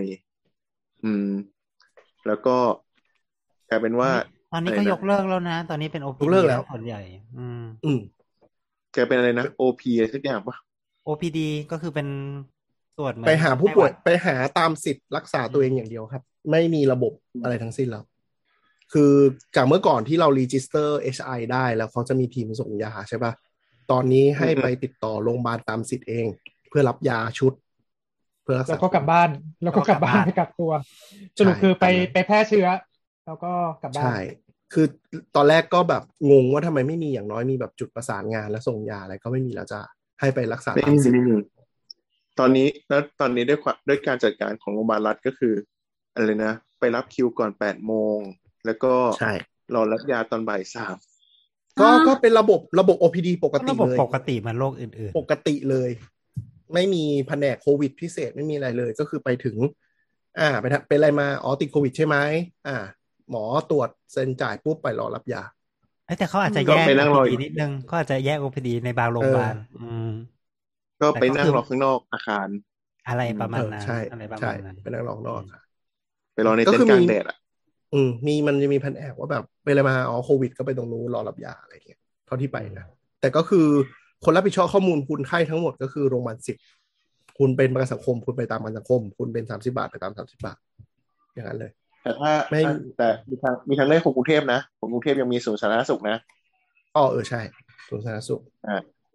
แล้วก็กลายเป็นว่า
ตอนนี้ก็ยกเลิกแล้วนะตอนนี้เป็น OPD แล้วส่วนใหญ่
กลายเป็นอะไรนะ OP อะไรสักอย่างปะ
OPD ก็คือเป็นตรวจ
ไปหาผู้ป่วยไปหาตามสิทธิ์รักษาตัวเองอย่างเดียวครับไม่มีระบบอะไรทั้งสิ้นแล้วคือจากเมื่อก่อนที่เรารีจิสเตอร์ HI ได้แล้วเขาจะมีทีมส่งยาใช่ปะตอนนี้ให้ไปติดต่อโรงพยาบาลตามสิทธิ์เองเพื่อรับยาชุดเพื่อรักษา
แล้วก็กลับบ้านไปกักตัวสรุปคือไปแพร่เชื้อแล้วก็กลับบ้าน
ใช่คือตอนแรกก็แบบงงว่าทำไมไม่มีอย่างน้อยมีแบบจุดประสานงานและส่งยาอะไรก็ไม่มีแล้วจะให้ไปรักษาตามสิทธิ์
ตอนนี้ด้วยการจัดการของโรงพยาบาลรัฐก็คืออะไรนะไปรับคิวก่อน8 โมงแล้วก็รอรับยาตอนบ่าย 3
ก็เป็นระบบ OPD ปกติเลย
ปกติมันโรคอื่น
ๆปกติเลยไม่มีแผนกโควิดพิเศษไม่มีอะไรเลยก็คือไปถึงเป็นอะไรมาติดโควิดใช่ไหมหมอตรวจเซ็นจ่ายปุ๊บไปรอรับยา
แต่เขาอาจจะแยก OPD นิดนึงก็อาจจะแยก OPD ในบางโรงพยาบาล
ก็ไปนั่งรอข้างนอกอาคาร
อะไรประมาณนั้น
ใช่
อะไรประมา
ใช่
ณนั้น
ไปนั่งรอข้างนอกค่ะ
ไปรอในเต็นท์กลางแดด
มันจะมีแผนกว่าแบบไปอะไรมาโควิดก็ไปตรงนู้นรอรับยาอะไรเงี้ยเท่าที่ไปนะแต่ก็คือคนรับผิดชอบข้อมูลคุณไข้ทั้งหมดก็คือโรงพยาบาลสิทธิ์คุณเป็นประกันสังคมคุณไปตามประกันสังคมคุณเป็น30 บาทไปตาม30 บาทอย่างนั้นเลย
แต่ถ้าแต่มีทางเลือกของกรุงเทพนะของกรุงเทพยังมีศูนย์สาธารณสุขนะ
ใช่ศูนย์สาธารณสุข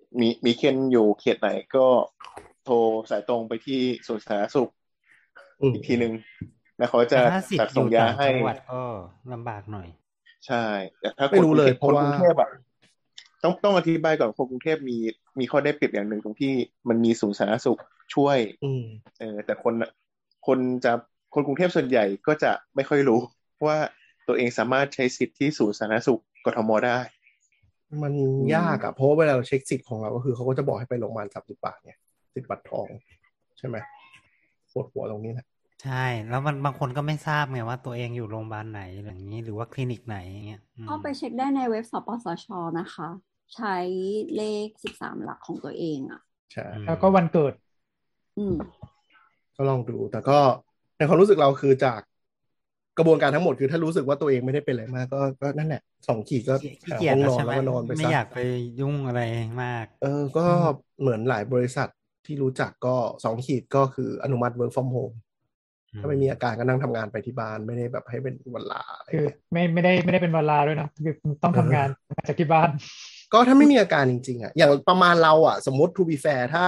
มีเคนอยู่เขตไหนก็โทรสายตรงไปที่ศูนย์สาธารณสุขอีกทีนึงแล้วเขาจะจัดส่งยาให้
จังหวัดก็ลำบากหน่อย
ใช่แต่ถ้าไม่รู้เลยเพราะว่ากรุงเทพอ่ะต้องอธิบายก่อนคนกรุงเทพมีข้อได้เปรียบอย่างหนึ่งตรงที่มันมีศูนย์สาธารณสุขช่วยแต่คนกรุงเทพส่วนใหญ่ก็จะไม่ค่อยรู้ว่าตัวเองสามารถใช้สิทธิ์ที่ศูนย์สาธารณสุขกทมได้
มันยากอ่ะเพราะเวลาเราเช็คสิทธิ์ของเราก็คือเขาก็จะบอกให้ไปโรงพยาบาล30 บาทเนี่ยสิทธิ์บัตรทองใช่ไหมปวดหัวตรงนี้แหละ
ใช่แล้วมันบางคนก็ไม่ทราบไงว่าตัวเองอยู่โรงพยาบาลไหนอย่างนี้หรือว่าคลินิกไหนอย่างเงี้ย
ก็ไปเช็คได้ในเว็บสปสช.นะคะใช้เลข13 หลักของตัวเองอ่ะ
ใช่
แล้วก็วันเกิด
ก็ลองดูแต่ก็ในความรู้สึกเราคือจากกระบวนการทั้งหมดคือถ้ารู้สึกว่าตัวเองไม่ได้เป็นอะไรมากก็นั่นแหละ2 ขีดก็ห้องนอนแล้วก็นอนไปซะ
ไม่อยากไปยุ่งอะไรมาก
ก็เหมือนหลายบริษัทที่รู้จักก็2 ขีดก็คืออนุมัติ work from home ถ้าไม่มีอาการก็นั่งทำงานไปที่บ้านไม่ได้แบบให้เป็นวันลา
คือไม่ได้เป็นวันลาด้วยนะคือต้องทำงานจากที่บ้าน
ก็ถ้าไม่มีอาการจริงๆอ่ะอย่างประมาณเราอ่ะสมมติ to be fair ถ้า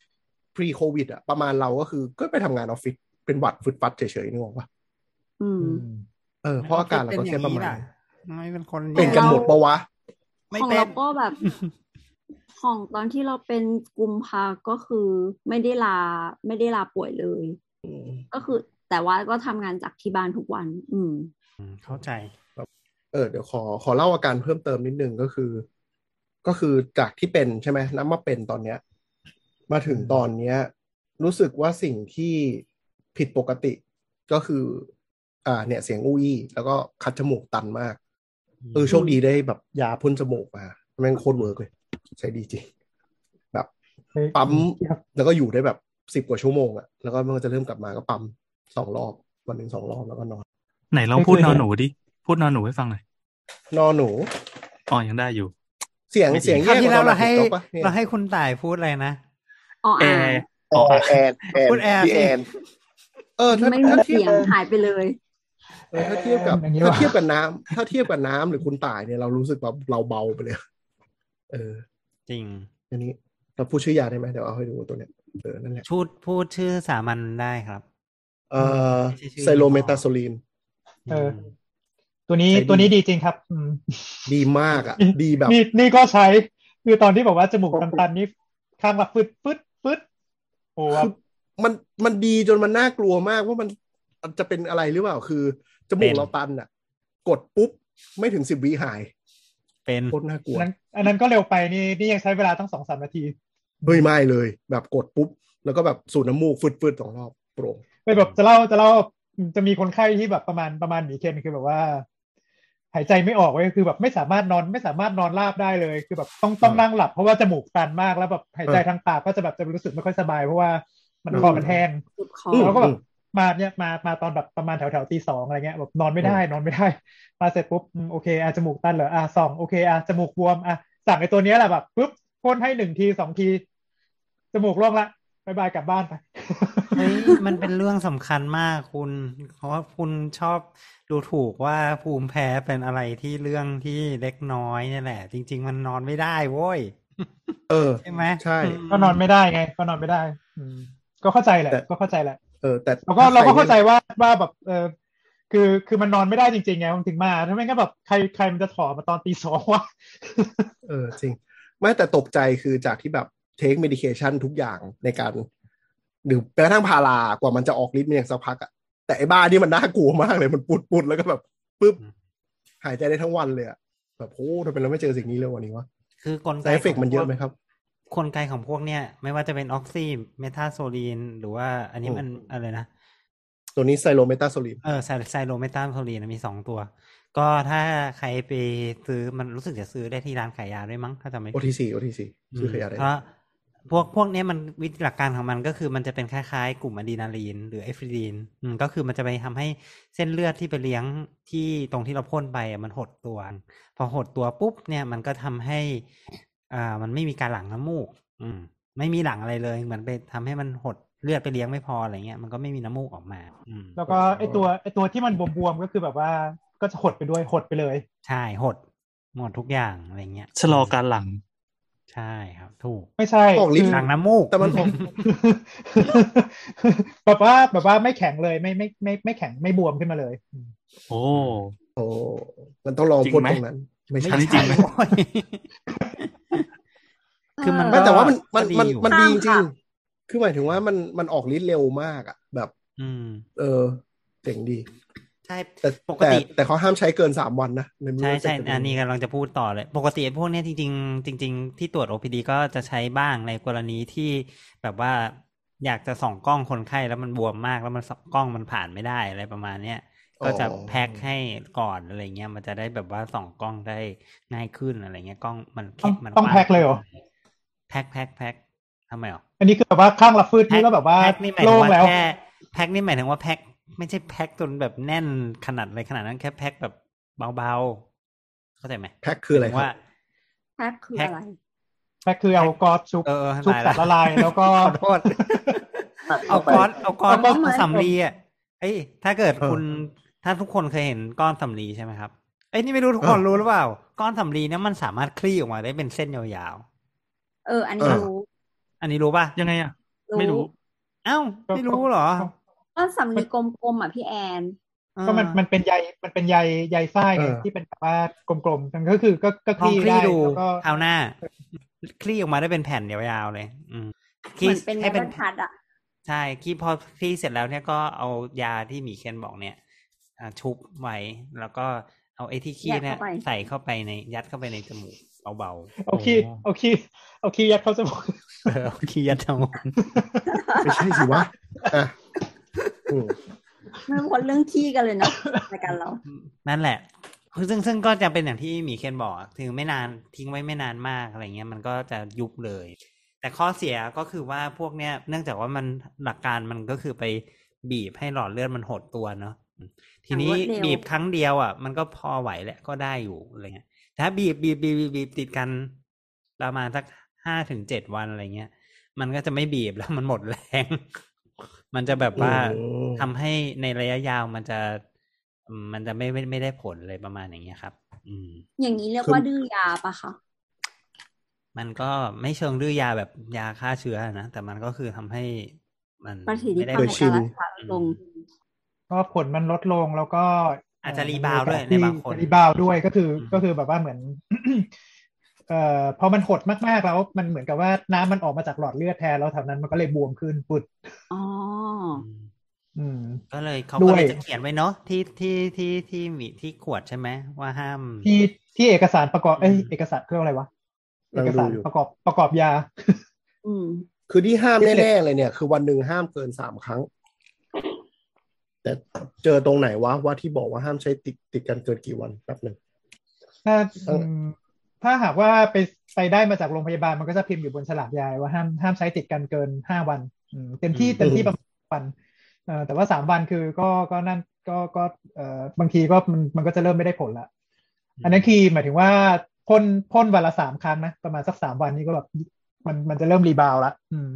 pre covid อ่ะประมาณเราก็คือก็ไปทำงานออฟฟิศเป็นหวัดฟึดฟัดเฉยๆนึกออกปะเพราะอาการเราก็แค่ประมาณ
ไม่เป็นคน
เป็นกันหมดปะวะ
ของเราก็แบบของตอนที่เราเป็นกุมภาก็คือไม่ได้ลาป่วยเลยก็คือแต่ว่าก็ทำงานจากที่บ้านทุกวัน
เข้าใจ
เดี๋ยวขอเล่าอาการเพิ่มเติมนิดนึงก็คือจากที่เป็นใช่ไหมน้ำมาเป็นตอนเนี้ยมาถึงตอนเนี้ยรู้สึกว่าสิ่งที่ผิดปกติก็คือเนี่ยเสียงอู้อี้แล้วก็คัดจมูกตันมากโชคดีได้แบบยาพ่นจมูกมาแม่งโคตรเวิร์กเลยใช้ดีจริงแบบปั๊มแล้วก็อยู่ได้แบบ10 กว่าชั่วโมงอ่ะแล้วก็มันก็จะเริ่มกลับมาก็ปั๊ม2 รอบวันหนึ่ง2 รอบแล้วก็นอน
ไหนลองพูดนอนหนูดิพูดนอนหนูให้ฟังหน่อย
นอนหนู
ยังได้อยู่
เสียงแย่กว่า
เราให้คุณต่ายพูดอะไรนะ
แอน
พูดแอน
ถ้าเทียบหายไปเลย
ถ้าเทียบกับน้ำหรือคุณต่ายเนี่ยเรารู้สึกแบบเราเบาไปเลย
จริง
อันนี้เราพูดชื่อยาได้ไหมเดี๋ยวเอาให้ดูตัวเนี้ยนั่นแหละ
พูดชื่อสามัญได้ครับ
ไซโลเมตาโซลีน
ตัวนี้ดีจริงครับ
ดีมากอ่ะดีแบบ
นี่ก็ใช้คือตอนที่บอกว่าจมูกตันๆนี่ข้างแบบฟึดโอ้
มันดีจนมันน่ากลัวมากว่ามันจะเป็นอะไรหรือเปล่าคือจมูกเราตันอ่ะกดปุ๊บไม่ถึง10 วิหาย
เป็น
โคตรน่ากลัว
อันนั้นก็เร็วไปนี่ยังใช้เวลาตั้ง 2-3 นาที
ไม่เลยแบบกดปุ๊บแล้วก็แบบสูดน้ำมูกฟึด2 รอบโปร่ง
ไปแบบจะเล่าจะมีคนไข้ที่แบบประมาณหมีเคนคือแบบว่าหายใจไม่ออกเลยคือแบบไม่สามารถนอนราบได้เลยคือแบบต้องนั่งหลับเพราะว่าจมูกตันมากแล้วแบบหายใจทางปากก็จะแบบจะรู้สึกไม่ค่อยสบายเพราะว่ามันคอมันแห้งแล้วก็แบบมาตอนแบบประมาณแถวตี 2อะไรเงี้ยแบบนอนไม่ได้มาเสร็จปุ๊บโอเคจมูกตันเหรอส่องโอเคจมูกบวมสั่งไอ้ตัวนี้แหละแบบปุ๊บพ่นให้1 ที 2 ทีจมูกโล่งละบายบายกลับบ้านไป
เฮ้ยมันเป็นเรื่องสำคัญมากคุณเพราะว่าคุณชอบดูถูกว่าภูมิแพ้เป็นอะไรที่เรื่องที่เล็กน้อยนี่แหละจริงๆมันนอนไม่ได้โว้ยใช่ไหม
ใช่
ก็นอนไม่ได้ไงก็นอนไม่ได้ก็เข้าใจแหละ
แต่
เราก็เข้าใจว่าแบบคือมันนอนไม่ได้จริงๆไงถึงมาถ้าไม่งั้นแบบใครมันจะถอมาตอนตี 2วะ
จริงไม่แต่ตกใจคือจากที่แบบtake medication ทุกอย่างในการดื่มแม้กระทั่งพารากว่ามันจะออกฤทธิ์มันอย่างสักพักอะแต่ไอ้บ้านี่มันน่ากลัวมากเลยมันปุดแล้วก็แบบปึ๊บหายใจได้ทั้งวันเลยอะแบบโอ้ทำไมเราไม่เจอสิ่งนี้เลยวันนี้วะ
คือกลไก
เอฟเฟกต์มันเยอะไหมครับ
กลไกของพวกเนี้ยไม่ว่าจะเป็นออกซิเมทาโซลีนหรือว่าอันนี้มันอะไรนะ
ตัวนี้ไซโลเมตาโซลีน
ไซโลเมตาโซลีนมี2 ตัวก็ถ้าใครไปซื้อมันรู้สึกจะซื้อได้ที่ร้านขายยาด้วยมั้งถ้าจำไม่ผิด
OTC ซื้อขายยาได้
พวกนี้มันวิธีหลักการของมันก็คือมันจะเป็นคล้ายๆกลุ่มอะดรีนาลีนหรือเอฟริดีนก็คือมันจะไปทำให้เส้นเลือดที่ไปเลี้ยงที่ตรงที่เราพ่นไปมันหดตัวพอหดตัวปุ๊บเนี่ยมันก็ทำให้มันไม่มีการหลั่งน้ำมูกไม่มีหลั่งอะไรเลยเหมือนไปทำให้มันหดเลือดไปเลี้ยงไม่พออะไรเงี้ยมันก็ไม่มีน้ำมูกออกมา
แล้วก็ไอตัวที่มันบวมๆก็คือแบบว่าก็จะหดไปด้วยหดไปเลย
ใช่หดหมดทุกอย่างอะไรเงี้ย
ชะลอการหลั่ง
ใช่ครับถูก
ไม่ใช่
ออกลิ้น
ทางน้ำมูก
แต่มันออก
แบบว่าไม่แข็งเลยไม่แข็งไม่บวมขึ้นมาเลย
โอ้
โอ้มันต้องลองพ่นตรงนั้นไม่ใช่
จริงไหม
คือมัน
ไม่แต่ว่ามันดีจริง
ๆ
คือหมายถึงว่ามันออกฤทธิ์เร็วมากอ่ะแบบเจ๋งดี
ใช่
ปกติแต่เขาห้ามใช้เกิน3 วันนะ
ใช่อันนี้กำลังจะพูดต่อเลยปกติพวกนี้จริงที่ตรวจ OPD ก็จะใช้บ้างในกรณีที่แบบว่าอยากจะส่องกล้องคนไข้แล้วมันบวมมากแล้วมันส่องกล้องมันผ่านไม่ได้อะไรประมาณเนี้ยก็จะแพ็คให้ก่อนอะไรเงี้ยมันจะได้แบบว่าส่องกล้องได้ง่ายขึ้นอะไรเงี้ยกล้องมัน
ต้องแพ็คเลยเหรอ
แพ็คทำไมหรอ
อันนี้คือแบบว่าข้างละฟืดนี่ก็แบบว่าโล่งแล้ว
แพ็คนี่หมายถึงว่าแพ็คไม่ใช่แพ็คจนแบบแน่นขนาดนั้นแค่แพ็คแบบเบาๆเข้าใจไหม
แพ็คคืออะไรครับ
แพ็คคืออะไร
แพ็คคือเอากอดชุบสัตว์ละลายแล้วก็
ขอโทษเอาก้อนสำลีอ่ะถ้าเกิดคุณถ้าทุกคนเคยเห็นก้อนสำลีใช่ไหมครับนี่ไม่รู้ทุกคนรู้หรือเปล่าก้อนสำลีเนี่ยมันสามารถคลี่ออกมาได้เป็นเส้นยาว
ๆอันนี้
รู้ป่ะ
ยังไงอ่ะไม่รู้
อ้าวไม่รู้เหรอ
ก้อนสำลีกลมๆอ่ะพี่แอน
ก็มันเป็นใยไส้ไงที่เป็นแบบว่ากลมๆมันก็คือก็คลี่ได้
แล้วก็คราวหน้าคลี่ออกมาได้เป็นแผ่นยาวๆเลย
คลี่ให้เป็นทัดอ่ะ
ใช่พอคลี่เสร็จแล้วเนี่ยก็เอายาที่หมีเคนบอกเนี่ยชุบไว้แล้วก็เอาที่ขี้เนี่ยใส่เข้าไปในยัดเข้าไปในจมูกเบา
ๆเอาขี้ยัดเข้าจมูก
เอาขี้ยัดจมูก
ไม่ใช่สิวะ
ไม่พ้นเรื่องขี้กันเลยนะในการเรา
นั่นแหละซึ่งก็จะเป็นอย่างที่หมีเคนบอกถึงไม่นานทิ้งไว้ไม่นานมากอะไรเงี้ยมันก็จะยุบเลยแต่ข้อเสียก็คือว่าพวกเนี้ยเนื่องจากว่ามันหลักการมันก็คือไปบีบให้หลอดเลือดมันหดตัวเนาะทีนี้บีบครั้งเดียวอ่ะมันก็พอไหวแหละก็ได้อยู่อะไรเงี้ยถ้าบีบติดกันประมาณสัก5-7 วันอะไรเงี้ยมันก็จะไม่บีบแล้วมันหมดแรงมันจะแบบว่าทำให้ในระยะยาวมันจะไม่ได้ผลเลยประมาณอย่างเงี้ยครับ
อย่างนี้เรียกว่าดื้อยาปะคะ
มันก็ไม่เชิงดื้อยาแบบยาฆ่าเชื้อนะแต่มันก็คือทำให้มัน
ไม่ได้ผลลง
ก็ผลมันลดลงแล้วก็
อาจจะรีบาวด้วยในบางคน
รีบาวด้วยก็คือแบบว่าเหมือนพอมันหดมากๆแล้วมันเหมือนกับว่าน้ำมันออกมาจากหลอดเลือดแทนแล้วแถวนั้นมันก็เลยบวมขึ้นปุด
ก็เลยเขาก็เลยจะเขียนไว้เนาะที่มีที่ขวดใช่ไหมว่าห้าม
ที่เอกสารประกอบเอกสารเรื่องอะไรวะเอกสารประกอบยา
คือที่ห้ามแน่ๆเลยเนี่ยคือวันหนึ่งห้ามเกิน3 ครั้งแต่เจอตรงไหนว่าที่บอกว่าห้ามใช้ติดกันเกินกี่วันแป๊บนึง
ถ้าหากว่าไปได้มาจากโรงพยาบาลมันก็จะพิมพ์อยู่บนฉลากยาว่าห้ามใช้ติดกันเกิน5 วันเต็มที่ประมาณวันแต่ว่า3 วันคือก็นั่นก็บางทีก็มันก็จะเริ่มไม่ได้ผลละอันนั้นคือหมายถึงว่าพ่นวันละ3 ครั้งนะประมาณสัก3 วันนี้ก็แบบมันจะเริ่มรีบาวละ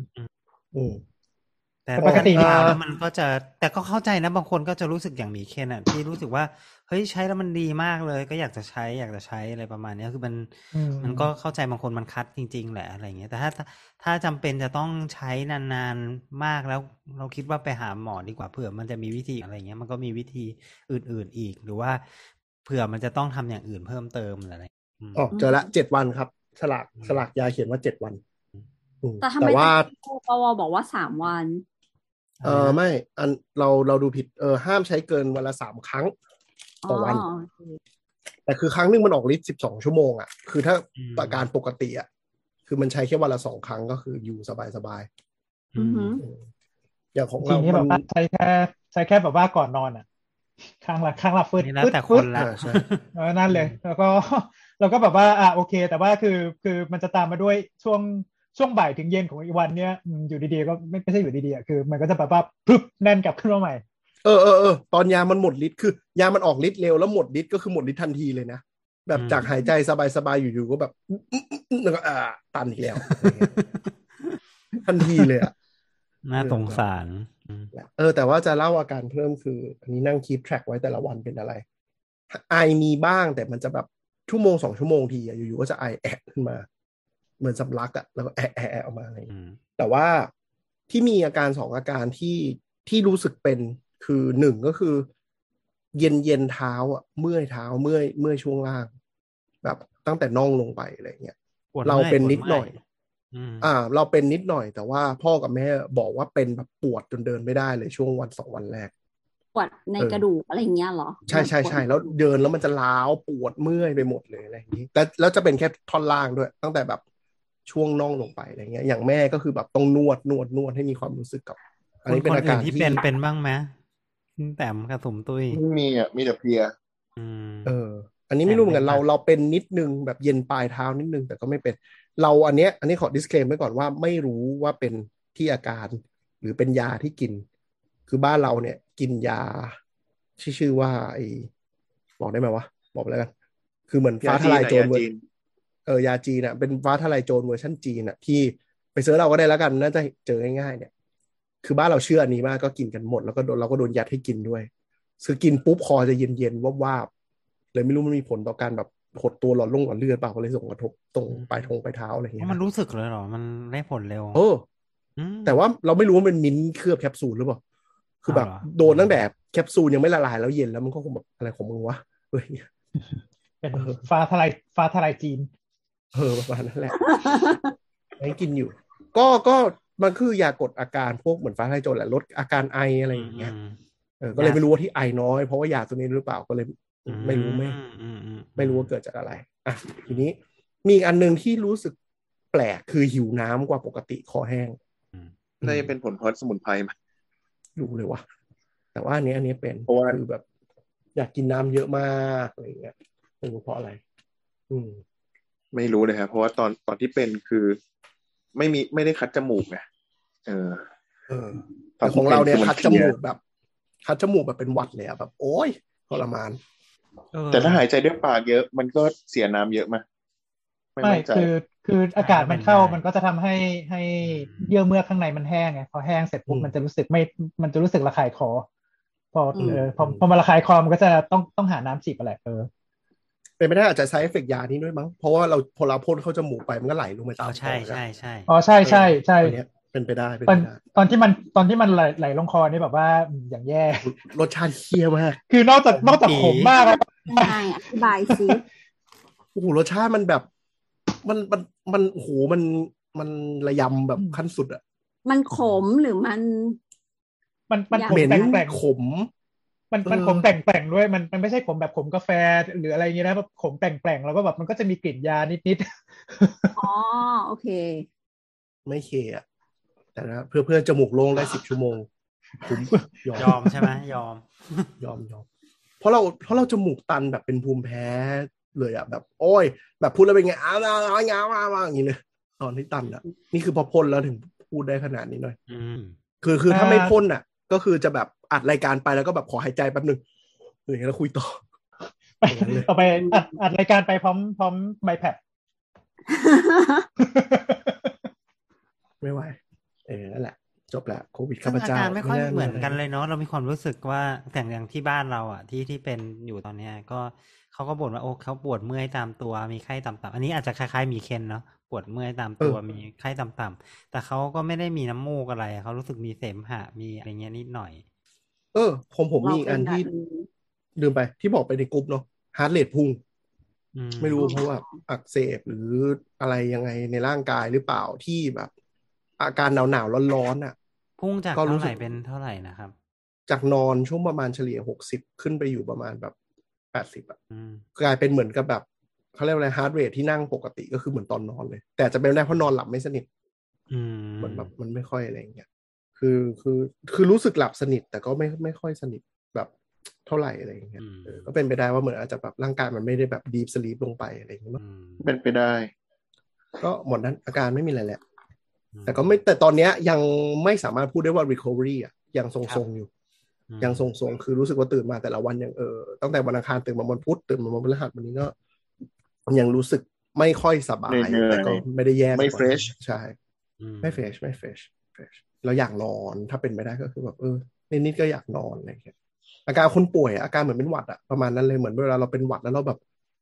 แต่ปกติมันก็จะแต่ก็เข้าใจนะบางคนก็จะรู้สึกอย่างหมีเคนอ่ะที่รู้สึกว่าเฮ้ยใช้แล้วมันดีมากเลยก็อยากจะใช้อะไรประมาณนี้คือมันก็เข้าใจบางคนมันคัดจริงๆแหละอะไรเงี้ยแต่ถ้าจำเป็นจะต้องใช้นานๆมากแล้วเราคิดว่าไปหาหมอดีกว่าเผื่อมันจะมีวิธีอะไรเงี้ยมันก็มีวิธีอื่นๆอีกหรือว่าเผื่อมันจะต้องทำอย่างอื่นเพิ่มเติมอะไร
เจอละ7 วันครับฉลากยาเขียนว่า7 วัน
แต่ว่าปวบอกว่า3 วัน
ไม่เราดูผิดห้ามใช้เกินวันละ3 ครั้งต่อวันแต่คือครั้งนึงมันออกฤทธิ์12 ชั่วโมงอ่ะคือถ้าอาการปกติอ่ะคือมันใช้แค่วันละ2 ครั้งก็คืออยู่สบายอย่างของเรา
มันใช้แค่แบบว่าก่อนนอนอ่ะข้างละฟืด
แต่คนละ
นั่นเลยแล้วก็แบบว่าโอเคแต่ว่าคือมันจะตามมาด้วยช่วงบ่ายถึงเย็นของอีกวันเนี้ยอยู่ดีๆก็ไม่ใช่อยู่ดีๆคือมันก็จะแบบว่าปึ๊บแน่นกลับขึ้นมาใหม่
ตอนยามันหมดฤทธิ์คือยามันออกฤทธิ์เร็วแล้วหมดฤทธิ์ก็คือหมดฤทธิ์ทันทีเลยนะแบบจากหายใจสบายๆอยู่ๆก็แบบแล้วก็ตันอีกแล้วทันทีเลยอ่ะ
น่าสงสาร
แต่ว่าจะเล่าอาการเพิ่มคืออันนี้นั่งคีปแทร็กไว้แต่ละวันเป็นอะไรไอมีบ้างแต่มันจะแบบ1-2 ชั่วโมงทีอยู่ๆก็จะไอแอดขึ้นมาเหมือนสำลักอะแล้วก็แอะออกมาอะไรแต่ว่าที่มีอาการ2อาการที่รู้สึกเป็นคือ1ก็คือเย็นเท้าอ่ะเมื่อยเท้าเมื่อยช่วงล่างแบบตั้งแต่น่องลงไปอะไรเงี้ยเราเป็นนิดหน่อยเราเป็นนิดหน่อยแต่ว่าพ่อกับแม่บอกว่าเป็นแบบปวดจนเดินไม่ได้เลยช่วงวัน2วันแรก
ปวดในกระดูกอะไรเงี้ยเหรอ
ใช่แล้วเดินแล้วมันจะล้าวปวดเมื่อยไปหมดเลยอะไรอย่างนี้แล้วจะเป็นแค่ท่อนล่างด้วยตั้งแต่แบบช่วงน่องลงไปอะไรเงี้ยอย่างแม่ก็คือแบบต้องนวดให้มีความรู้สึกกับอันนี้เป็นอาการ
ที่เป็นบ้างไหมแต่กระสมตุ้ย
ไม่มีอ่ะมีแต่เพลีย
อันนี้ไม่รู้เหมือนกันเราเป็นนิดนึงแบบเย็นปลายเท้านิดนึงแต่ก็ไม่เป็นเราอันนี้ขอ disclaim ไว้ก่อนว่าไม่รู้ว่าเป็นที่อาการหรือเป็นยาที่กินคือบ้านเราเนี่ยกินยาชื่อว่าบอกได้ไหมวะบอกไปแล้วกันคือเหมือนฟ้าทลายโจรยาจีนอ่ะเป็นฟ้าทลายโจรเวอร์ชันจีนอ่ะที่ไปเสิร์ชเราก็ได้แล้วกันน่าจะเจอง่ายๆเนี่ยคือบ้านเราเชื่ออันนี้มากก็กินกันหมดแล้วก็เราก็โดนยัดให้กินด้วยคือกินปุ๊บคอจะเย็นๆวาบๆเลยไม่รู้มันมีผลต่อการแบบหดตัวหลอดเลือดเปล่าก็เลยส่งกระทบตรงปลายเท้าอะไรอย่างเงี้ย
มันรู้สึกเลยเหรอมันได้ผลเร็ว
แต่ว่าเราไม่รู้ว่ามันมิ้นเคลือบแคปซูลหรือเปล่าคือแบบโดนตั้งแต่แคปซูลยังไม่ละลายแล้วเย็นแล้วมันก็คงแบบอะไรของมึงวะ
เป็นฟ้าทลายจีน
ประมาณนั้นแหละให้กินอยู่ก็มันคือยากดอาการพวกเหมือนฟ้าทลายโจรแหละลดอาการไออะไรอย่างเงี้ยก็เลยไม่รู้ว่าที่ไอน้อยเพราะว่ายาตัวนี้หรือเปล่าก็เลยไม่รู้ไม่รู้ว่าเกิดจากอะไรอ่ะทีนี้มีอีกอันนึงที่รู้สึกแปลกคือหิวน้ำกว่าปกติคอแห้ง
น่าจะเป็นผลเพราะสมุนไพรมั้ย
รู้เลยวะแต่ว่าอันนี้เป็นคือแบบอยากกินน้ำเยอะมากอะไรอย่างเงี้ยไม่รู้เพราะอะไร
ไม่รู้เลยครับเพราะว่าตอนที่เป็นคือไม่ได้คัดจมูกไง
แต่ของเราเนี่ยคัดจมูกแบบเป็นหวัดเลยอะแบบโอ๊ยทรมาน
แต่ถ้าหายใจด้วยปากเยอะมันก็เสียน้ำเยอะมั้ย
ไม่คืออากาศมันเข้ามันก็จะทำให้เยื่อเมือกข้างในมันแห้งไงพอแห้งเสร็จปุ๊บมันจะรู้สึกระคายคอพอมาระคายคอมันก็จะต้องหาน้ำฉีดไปแหละ
เป็นไม่ได้อาจจะใช้เอฟเฟกต์ยานี้ด้วยมั้งเพราะว่าพอเราพ่นเข้าจมูกไปมันก็ไหลลงไปตาม
ใช่
อ๋อใช่
เป็นไปได้
ตอนที่มันไหลลงคอนี่แบบว่าอย่างแย่
รสชาติเคี้ยวมาก
คือนอกจากขมมากแล้ว
ใช่อธิบายสิ
โอ้โหรสชาติมันแบบมันโอ้โหมันระยำแบบขั้นสุดอ่ะ
มันขมหรือมัน
เหม็นขม
มันขมแปลงๆด้วยมันไม่ใช่ขมแบบขมกาแฟหรืออะไรอย่างเงี้ยนะแบบขมแปลงๆแล้วก็แบบมันก็จะมีกลิ่นยานิด
ๆอ๋อโอเค
ไม่เคอ่ะแต่นะเพื่อจมูกโล่งได้10 ชั่วโมงคุ้ม
ยอมใช่ไหมยอม
เพราะเราจมูกตันแบบเป็นภูมิแพ้เลยอ่ะแบบโอ้ยแบบพูดแล้วเป็นไงอย่างนี้เลยตอนที่ตันอ่ะนี่คือพอพ่นแล้วถึงพูดได้ขนาดนี้หน่อยคือถ้าไม่พ่นอ่ะก็คือจะแบบอัดรายการไปแล้วก็แบบขอหายใจแป๊บนึงอย่างเงี้ยแล้วคุยต่อ
ไปอัดรายการไปพร้อมไมค์แพด
ไม่ไหวนั่นแหละจบละโควิดข้า
พ
เจ้า
อาการไม่ค่อยเหมือนกันเลยเนาะเรามีความรู้สึกว่าแต่อย่างที่บ้านเราอ่ะที่เป็นอยู่ตอนเนี้ยก็เขาก็บ่นว่าโอ้เขาปวดเมื่อยตามตัวมีไข้ต่ำๆอันนี้อาจจะคล้ายๆมีเคนเนาะปวดเมื่อยตามตัวมีไข้ต่ำๆแต่เขาก็ไม่ได้มีน้ำมูกอะไรเขารู้สึกมีเสมหะมีอะไรเงี้ยนิดหน่อย
ผมมีอันที่ลืมไปที่บอกไปในกลุ่มเนาะฮาร์ทเรทพุ่งไม่รู้เพราะว่าอักเสบหรืออะไรยังไงในร่างกายหรือเปล่าที่แบบอาการหนาวร้อนๆอ่ะ
พุ่งจากเท่าไหร่เป็นเท่าไหร่นะครับ
จากนอนช่วงประมาณเฉลี่ย60ขึ้นไปอยู่ประมาณแบบ80อ่ะกลายเป็นเหมือนกับแบบเขาเรียกอะไรฮาร์ทเรทที่นั่งปกติก็คือเหมือนตอนนอนเลยแต่จะเป็นได้เพราะนอนหลับไม่สนิทเหมือนแบบมันไม่ค่อยอะไรอย่างเงี้ยคือรู้สึกหลับสนิทแต่ก็ไม่ค่อยสนิทแบบเท่าไหร่อะไรอย่างเงี้ยก็เป็นไปได้ว่าเหมือนอาจจะแบบร่างกายมันไม่ได้แบบดีฟสลีปลงไปอะไรอย่างเงี้ย
เป็นไปได้
ก็หมดนั้นอาการไม่มีอะไรแหละแต่ตอนเนี้ยยังไม่สามารถพูดได้ว่า recovery อ่ะยังทรงๆอยู่ยังทรงๆคือรู้สึกว่าตื่นมาแต่ละวันยังตั้งแต่วันอังคารตื่นมาวันพุธตื่นมาวันพฤหัสวันนี้ก็ยังรู้สึกไม่ค่อยสบายแต่ก็ไม่ได้แย่
ไม่ fresh
ใช่ไม่ fresh แล้วอยากนอนถ้าเป็นไม่ได้ก็คือแบบนิดๆก็อยากนอนอะไรอย่างเงี้ยอาการคนป่วยอาการเหมือนเป็นหวัดอะประมาณนั้นเลยเหมือนเวลาเราเป็นหวัดแล้วเราแบบ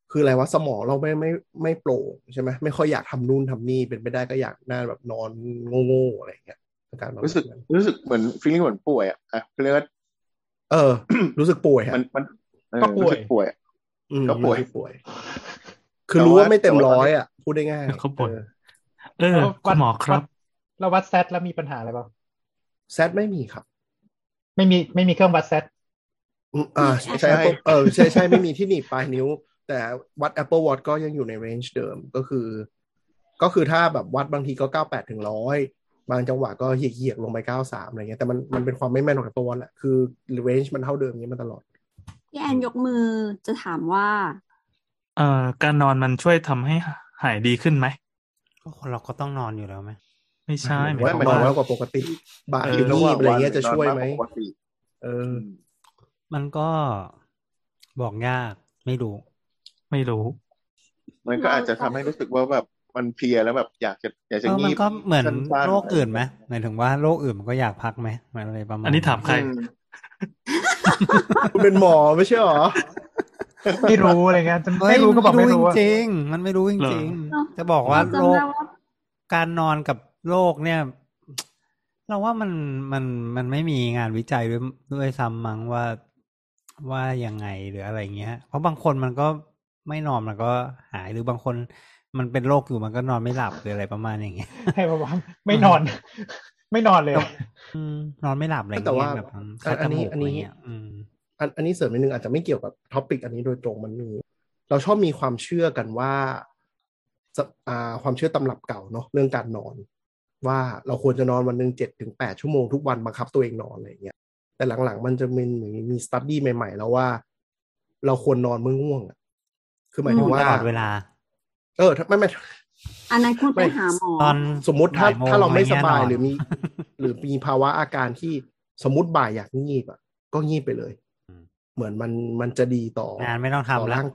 คืออะไรวะสมองเราไม่โปร่งใช่ไหมไม่ค่อยอยากทำนู่นทำนี่เป็นไปได้ก็อยากน่าแบบนอนโง่ๆอะไรอย่างเงี้ยอาการ
รู้สึกเหมือนฟีลลิ่งเหมือนป่วยอ่ะเรียกว่า
รู้สึกป่วยฮะ
มัน
ก็ป่วย
ก็ป่วย
คือรู้ว่าไม่เต็มร้อยอ่ะพูดได้ง่าย
เขาป่วยคุณหมอครับ
เราวัดแซดแล้วมีปัญหาอะไรบ้าง
แซดไม่มีครับ
ไม่มีเครื่องวัดแซด
ใช่ใช่ไม่มีที่หนีบปลายนิ้วแต่วัด Apple Watch ก็ยังอยู่ในเรนจ์เดิมก็คือถ้าแบบวัดบางทีก็98ถึง100บางจังหวะก็เหี่ยๆลงไป93อะไรเงี้ยแต่มันเป็นความไม่แม่นของ Apple Watch แหละคือเรนจ์มันเท่าเดิมนี้มาตลอด
พี่แอนยกมือจะถามว่า
การนอนมันช่วยทำให้หายดีขึ้นไหม
เราก็ต้องนอนอยู่แล้วไหม
ไม่ใช่
ว่านอนมากกว่าปกติบ่ายหรืองีบอะไรเงี้ยจะช่วยไหม
มันก็บอกยากไม่รู้
มันก็อาจจะทำให้รู้สึกว่าแบบมันเพลียแล้วแบบอยากจะงีบ
มันก็เหมือนโรคอื่นไหมหมายถึงว่าโรคอื่นมันก็อยากพักไหมอะไรประมาณ
อันนี้ถามใคร
คุณเป็นหมอไม่ใช่หรอ
ไม่รู้อะไรเงี้ยไม่รู้ก็บอกไม่รู้
จริงมันไม่รู้จริงจะบอกว่าโรคการนอนกับโรคเนี่ยเราว่ามันไม่มีงานวิจัยด้วยซ้ำมั้งว่ายังไงหรืออะไรเงี้ยเพราะบางคนมันก็ไม่นอนมันก็หายหรือบางคนมันเป็นโรคอยู่มันก็นอนไม่หลับหรืออะไรประมาณอย่างเงี้ย
ให้บอกว่าไม่นอนเลย
นอนไม่หลับอะไรเงี้ยแบบ
อันนี้เสริมนิดนึงอาจจะไม่เกี่ยวกับท็อปิกอันนี้โดยตรงมันมีเราชอบมีความเชื่อกันว่าความเชื่อตำรับเก่าเนาะเรื่องการนอนว่าเราควรจะนอนวันนึง7-8 ชั่วโมงทุกวันบังคับตัวเองนอนอะไรเงี้ยแต่หลังๆมันจะมีสตั๊ดดี้ใหม่ๆแล้วว่าเราควรนอนเมื่อง่วงคือหมายถึงว่า
ตลอดเวลา
ไม่
อันนั้นคุณไปหาหมอ
ตอน
สมมุติถ้าเราไม่สบายหรือมีภาวะอาการที่สมมุติบ่ายอยากงีบก็งีบไปเลยเหมือนมันจะดีต่อง
านไม่ต้องทำแล้ว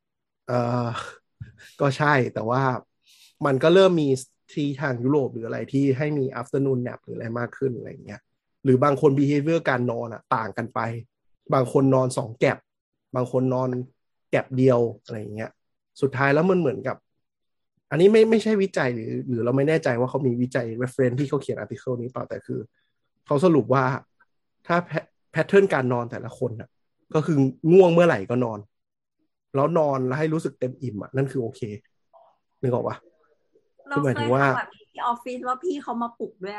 ก็ใช่แต่ว่ามันก็เริ่มมีที่ทางยุโรปหรืออะไรที่ให้มี afternoon nap หรืออะไรมากขึ้นอะไรเงี้ยหรือบางคน behavior การนอนต่างกันไปบางคนนอน2แก็บบางคนนอนแก็บเดียวอะไรเงี้ยสุดท้ายแล้วมันเหมือนกับอันนี้ไม่ใช่วิจัยหรือเราไม่แน่ใจว่าเขามีวิจัย reference ที่เขาเขียน article นี้เปล่าแต่คือเขาสรุปว่าถ้าแพทเทิร์นการนอนแต่ละคนก็คือง่วงเมื่อไหร่ก็นอนแล้วนอนแล้วให้รู้สึกเต็มอิ่มนั่นคือโอเคนึกออกปะ
คือหมายถึงว่าแบบที่ออฟฟิศว่าพี่เขามาปลุกด้วย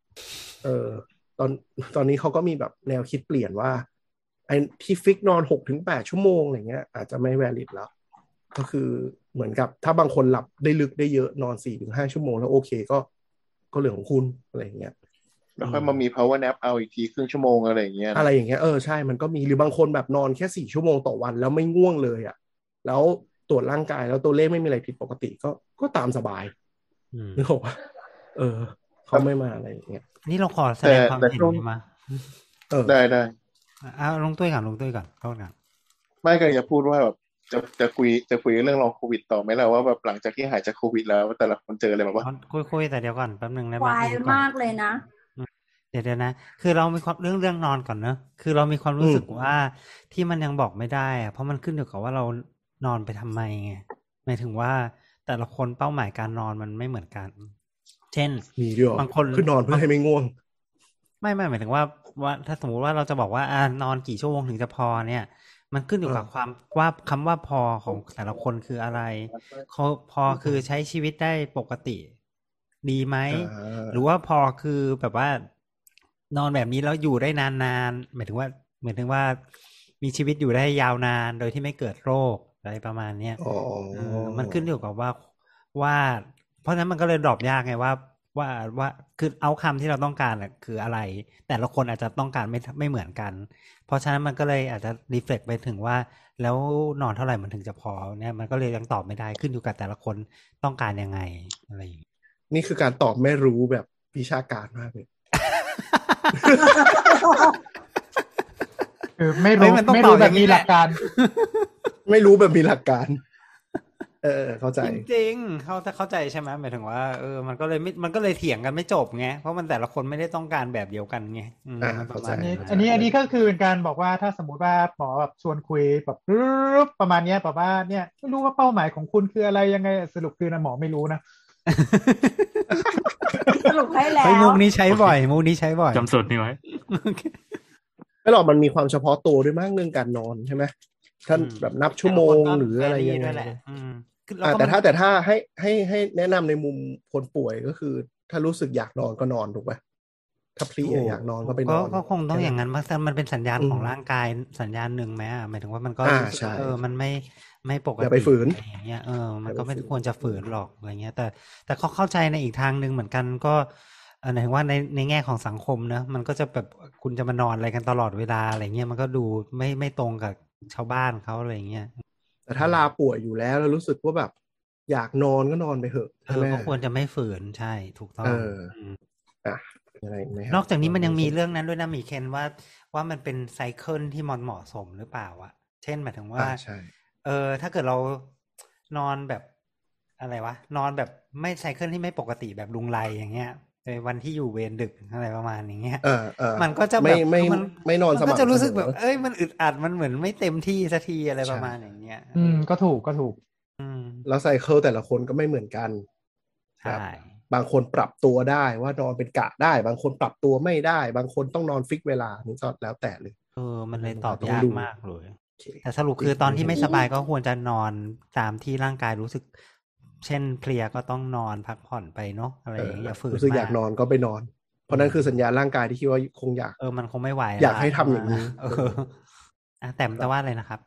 ตอนนี้เขาก็มีแบบแนวคิดเปลี่ยนว่าไอ้ที่ฟิกนอน 6-8 ชั่วโมงอะไรเงี้ยอาจจะไม่ valid แล้วก็คือเหมือนกับถ้าบางคนหลับได้ลึกได้เยอะนอน 4-5 ชั่วโมงแล้วโอเคก็เรื่องของคุณอะไรเงี้ย
แล้วค่อยมามี power nap เอาอีกทีครึ่งชั่วโมงอะไรอย่างเงี้ย
ใช่มันก็มีหรือบางคนแบบนอนแค่4 ชั่วโมงต่อวันแล้วไม่ง่วงเลยแล้วตรวจร่างกายแล้วตัวเลขไม่มีอะไรผิดปกติก็ตามสบายนึกออกป่ะเขาไม่มาอะไรอย่างเงี้ย
นี่เราขอแสดงความเห็นมา
ได้
ลงด้วยก่อนเข้ากัน
ไม่ก็จะพูดว่าแบบจะคุยเรื่องรองโควิดต่อไหมล่ะว่าแบบหลังจากที่หายจากโควิดแล้วแต่ละคนเจออะไรมาบ้าง
คุยแต่เดี๋ยวก่อนแป๊บนึงได้ไหม
ไวมากเลยนะ
เดี๋ยวนะคือเรามีความเรื่องนอนก่อนเนอะคือเรามีความรู้สึกว่าที่มันยังบอกไม่ได้เพราะมันขึ้นอยู่กับว่าเรานอนไปทำไมไงหมายถึงว่าแต่ละคนเป้าหมายการนอนมันไม่เหมือนกันเช่นบางคน
คือนอนเพื่อให้ไม่ง่วง
ไม่หมายถึงว่าถ้าสมมุติว่าเราจะบอกว่านอนกี่ชั่วโมงถึงจะพอเนี่ยมันขึ้นอยู่กับความว่าคำว่าพอของแต่ละคนคืออะไรเขาพอคือใช้ชีวิตได้ปกติดีไหมหรือว่าพอคือแบบว่านอนแบบนี้แล้วอยู่ได้นานๆหมายถึงว่ามีชีวิตอยู่ได้ยาวนานโดยที่ไม่เกิดโรคอะไรประมาณเนี้ยมันขึ้นอยู่กับว่าเพราะฉะนั้นมันก็เลยดรอปยากไงว่าคือเอาคำที่เราต้องการคืออะไรแต่ละคนอาจจะต้องการไม่เหมือนกันเพราะฉะนั้นมันก็เลยอาจจะรีเฟล็กไปถึงว่าแล้วนอนเท่าไหร่มันถึงจะพอเนี่ยมันก็เลยยังตอบไม่ได้ขึ้นอยู่กับแต่ละคนต้องการยังไงอะไรอย่างนี้
นี่คือการตอบไม่รู้แบบวิชาการมากเลย
ไม่รู้แบบมีหลักการ
ไม่รู้แบบมีหลักการเข้าใจ
จริงๆเข้าใจใช่ไหมหมายถึงว่ามันก็เลยเถียงกันไม่จบไงเพราะมันแต่ละคนไม่ได้ต้องการแบบเดียวกันไง
เข้าใจ
อันนี้ก็คือเป็นการบอกว่าถ้าสมมุติว่าหมอแบบชวนคุยแบบประมาณนี้แบบว่าเนี่ยไม่รู้ว่าเป้าหมายของคุณคืออะไรยังไงสรุปคือนะหมอไม่รู้นะ
สรุปให้แล้ว
มุกนี้ใช้บ่อย
จำสูตรนี้ไว้
ไม่หรอกมันมีความเฉพาะตัวด้วยมากเรื่องการนอนใช่ไหมท่านแบบนับชั่วโมงหรืออะไรยังไงแต่ถ้าให้แนะนำในมุมคนป่วยก็คือถ้ารู้สึกอยากนอนก็นอนถูกไหมถ้าเพลียอยากนอนก็ไปนอน
ก็คงต้องอย่างนั้นเพราะมันเป็นสัญญาณของร่างกายสัญญาณหนึ่งไหมหมายถึงว่ามันก็มันไม่ปกติ
อย่าไปฝืน
อย่างเงี้ยมันก็ไม่ควรจะฝืนหรอกอะไรเงี้ยแต่เขาเข้าใจในอีกทางนึงเหมือนกันก็หมายถึงว่าในแง่ของสังคมนะมันก็จะแบบคุณจะมานอนอะไรกันตลอดเวลาอะไรเงี้ยมันก็ดูไม่ตรงกับชาวบ้านเขาอะไรเงี้ย
แต่ถ้าลาป่วยอยู่แล้วรู้สึกว่าแบบอยากนอนก็นอนไปเถอะ
ก็ควรจะไม่ฝืนใช่ถูกต้อง
อะไร
นอกจากนี้มันยังมีเรื่องนั้นด้วยนะมีเคนว่ามันเป็นไซเคิลที่เหมาะสมหรือเปล่าเช่นหมายถึงว่าถ้าเกิดเรานอนแบบอะไรวะนอนแบบไม่ไซเคิลที่ไม่ปกติแบบลุงไรอย่างเงี้ยในวันที่อยู่เวรดึกอะไรประมาณอย่างเงี้ยมันก็จะแบบ
ไม่นอนสม่ำเสมอ
ก็จะรู้สึกแบบมันอึดอัดมันเหมือนไม่เต็มที่สักทีอะไรประมาณอย่างเงี้ย
ก็ถูก
แล้วไซเคิลแต่ละคนก็ไม่เหมือนกัน
ใช่
บางคนปรับตัวได้ว่านอนเป็นกะได้บางคนปรับตัวไม่ได้บางคนต้องนอนฟิกเวลานี่ก็แล้วแต่เลย
มันเลยตอบยากมากเลยแต่สรุปคือตอนที่ไม่สบายก็ควรจะนอนตามที่ร่างกายรู้สึกเช่นเพลียก็ต้องนอนพักผ่อนไปเนาะอะไรอย่างเงี้ยอย่าฝืน
รู้สึกอยากนอนก็ไปนอนเพราะนั้นคือสัญญาณร่างกายที่คิดว่าคงอยาก
มันคงไม่ไหว
อยากให้ทำอย่างนี้
แต่ว่าอะไรนะครับ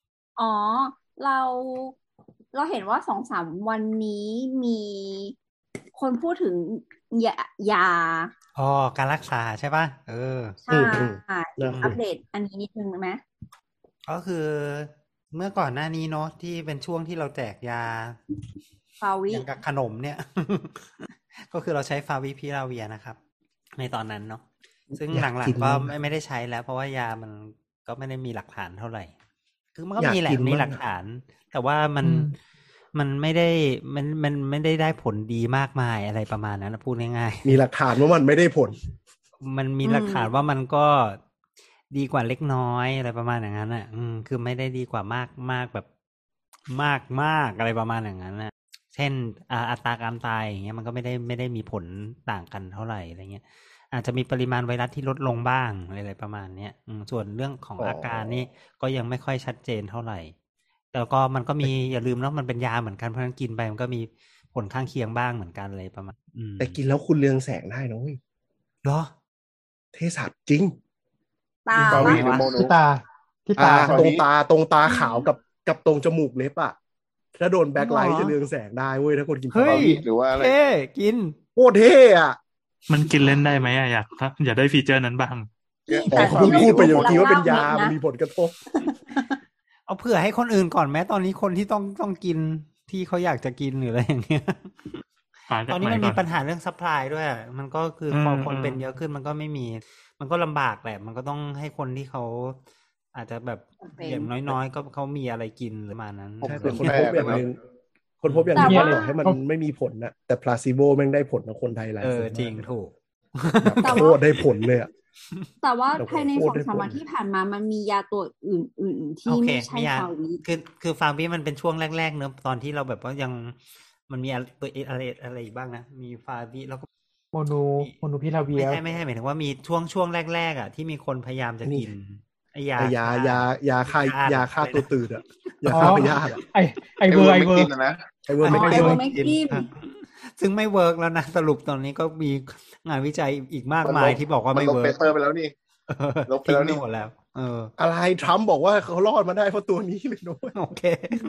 เราเห็นว่า2-3 วันนี้มีคนพูดถึงยา
การรักษาใช่ป่ะ
ใช่อัปเดตอันนี้นิดนึงไหม
ก็คือเมื่อก่อนหน้านี้เนาะที่เป็นช่วงที่เราแจกยา
ฟาวิ
อย่างกับขนมเนี่ย ก็คือเราใช้ฟาวิพิราเวียนะครับในตอนนั้นเนาะซึ่งหลังๆก็ไม่ได้ใช้แล้วเพราะว่ายามันก็ไม่ได้มีหลักฐานเท่าไหร่คือมันก็มีแหละมีหลักฐานแต่ว่ามันไม่ได้ผลดีมากมายอะไรประมาณนั้นพูดง่าย
ๆมีหลักฐานว่ามันไม่ได้ผล
มันมีหลักฐานว่ามันก็ดีกว่าเล็กน้อยอะไรประมาณอย่างนั้นอ่ะคือไม่ได้ดีกว่ามากแบบมากอะไรประมาณอย่างนั้นนะเช่นอัตราการตายอย่างเงี้ยมันก็ไม่ได้มีผลต่างกันเท่าไหร่อะไรเงี้ยอาจจะมีปริมาณไวรัสที่ลดลงบ้างอะไรประมาณเนี้ยส่วนเรื่องของอาการนี่ก็ยังไม่ค่อยชัดเจนเท่าไหร่แต่ก็มันก็มีอย่าลืมเนาะมันเป็นยาเหมือนกันเพราะฉะนั้นกินไปมันก็มีผลข้างเคียงบ้างเหมือนกันเลยประมาณ
แต่กินแล้วคุณเรืองแสงได้นะเว้ย
เหรอ
เทสัตจริง
ตา
ที่ตา
ตรงตาขาวกับตรงจมูกเล็บอ่ะถ้าโดนแบ็คไลท์จะเรืองแสงได้เว้ยถ้าคนกิน
ฟาวิหรือว่าอะไรกิน
โคตรเท่อะ
มันกินเล่นได้ไหมอยากได้ฟีเจอร์นั้นบ้าง
คุณพูดไปอยู่ทีว่าเป็นยามันมีผลกระทบ
เอาเผื่อให้คนอื่นก่อนแม้ตอนนี้คนที่ต้องกินที่เขาอยากจะกินหรืออะไรอย่างเงี้ยตอนนี้มันมีปัญหาเรื่องซัพพลายด้วยมันก็คือพอคนเป็นเยอะขึ้นมันก็ไม่มีมันก็ลำบากแหละมันก็ต้องให้คนที่เขาอาจจะแบบอย่างน้อยๆก็เขามีอะไรกินหรือมานั้น
แต่คนพบอย่างนึงต่อให้มันไม่มีผลนะแต่พลาซิโบแม่งได้ผลกับคนไทยหลายคน
จริงถูก
โคตรได้ผลเลยอ่ะ
แต่ว่าภายใน2-3 วันที่ผ่านมามันมียาตัวอื่นที่ไม่ใช่ฟาวิ
คือฟาวิมันเป็นช่วงแรกๆเนอะตอนที่เราแบบว่ายังมันมีตัวอะไรอีกบ้างนะมีฟาวิแล้วก็
โมนูพิลาเวีย
ไม่ให้หมายถึงว่ามีช่วงแรกๆอ่ะที่มีคนพยายามจะกิน
ยาฆ่าตัวตื่นอ่ะยาฆ่าพยาธิ
ไอเวอร์
ไม่
กิน
ซึ่งไม่เวิร์กแล้วนะสรุปตอนนี้ก็มีงานวิจัยอีกมากมายที่บอกว่าไม่เวิร์ก
ลบเปเปอร์ไปแล้วนี่
ลบไปแล้วนี่หมดแล้ว
อะไรทรัมป์บอกว่าเขารอดมาได้เพราะตัวนี้เลยนะ
โอเค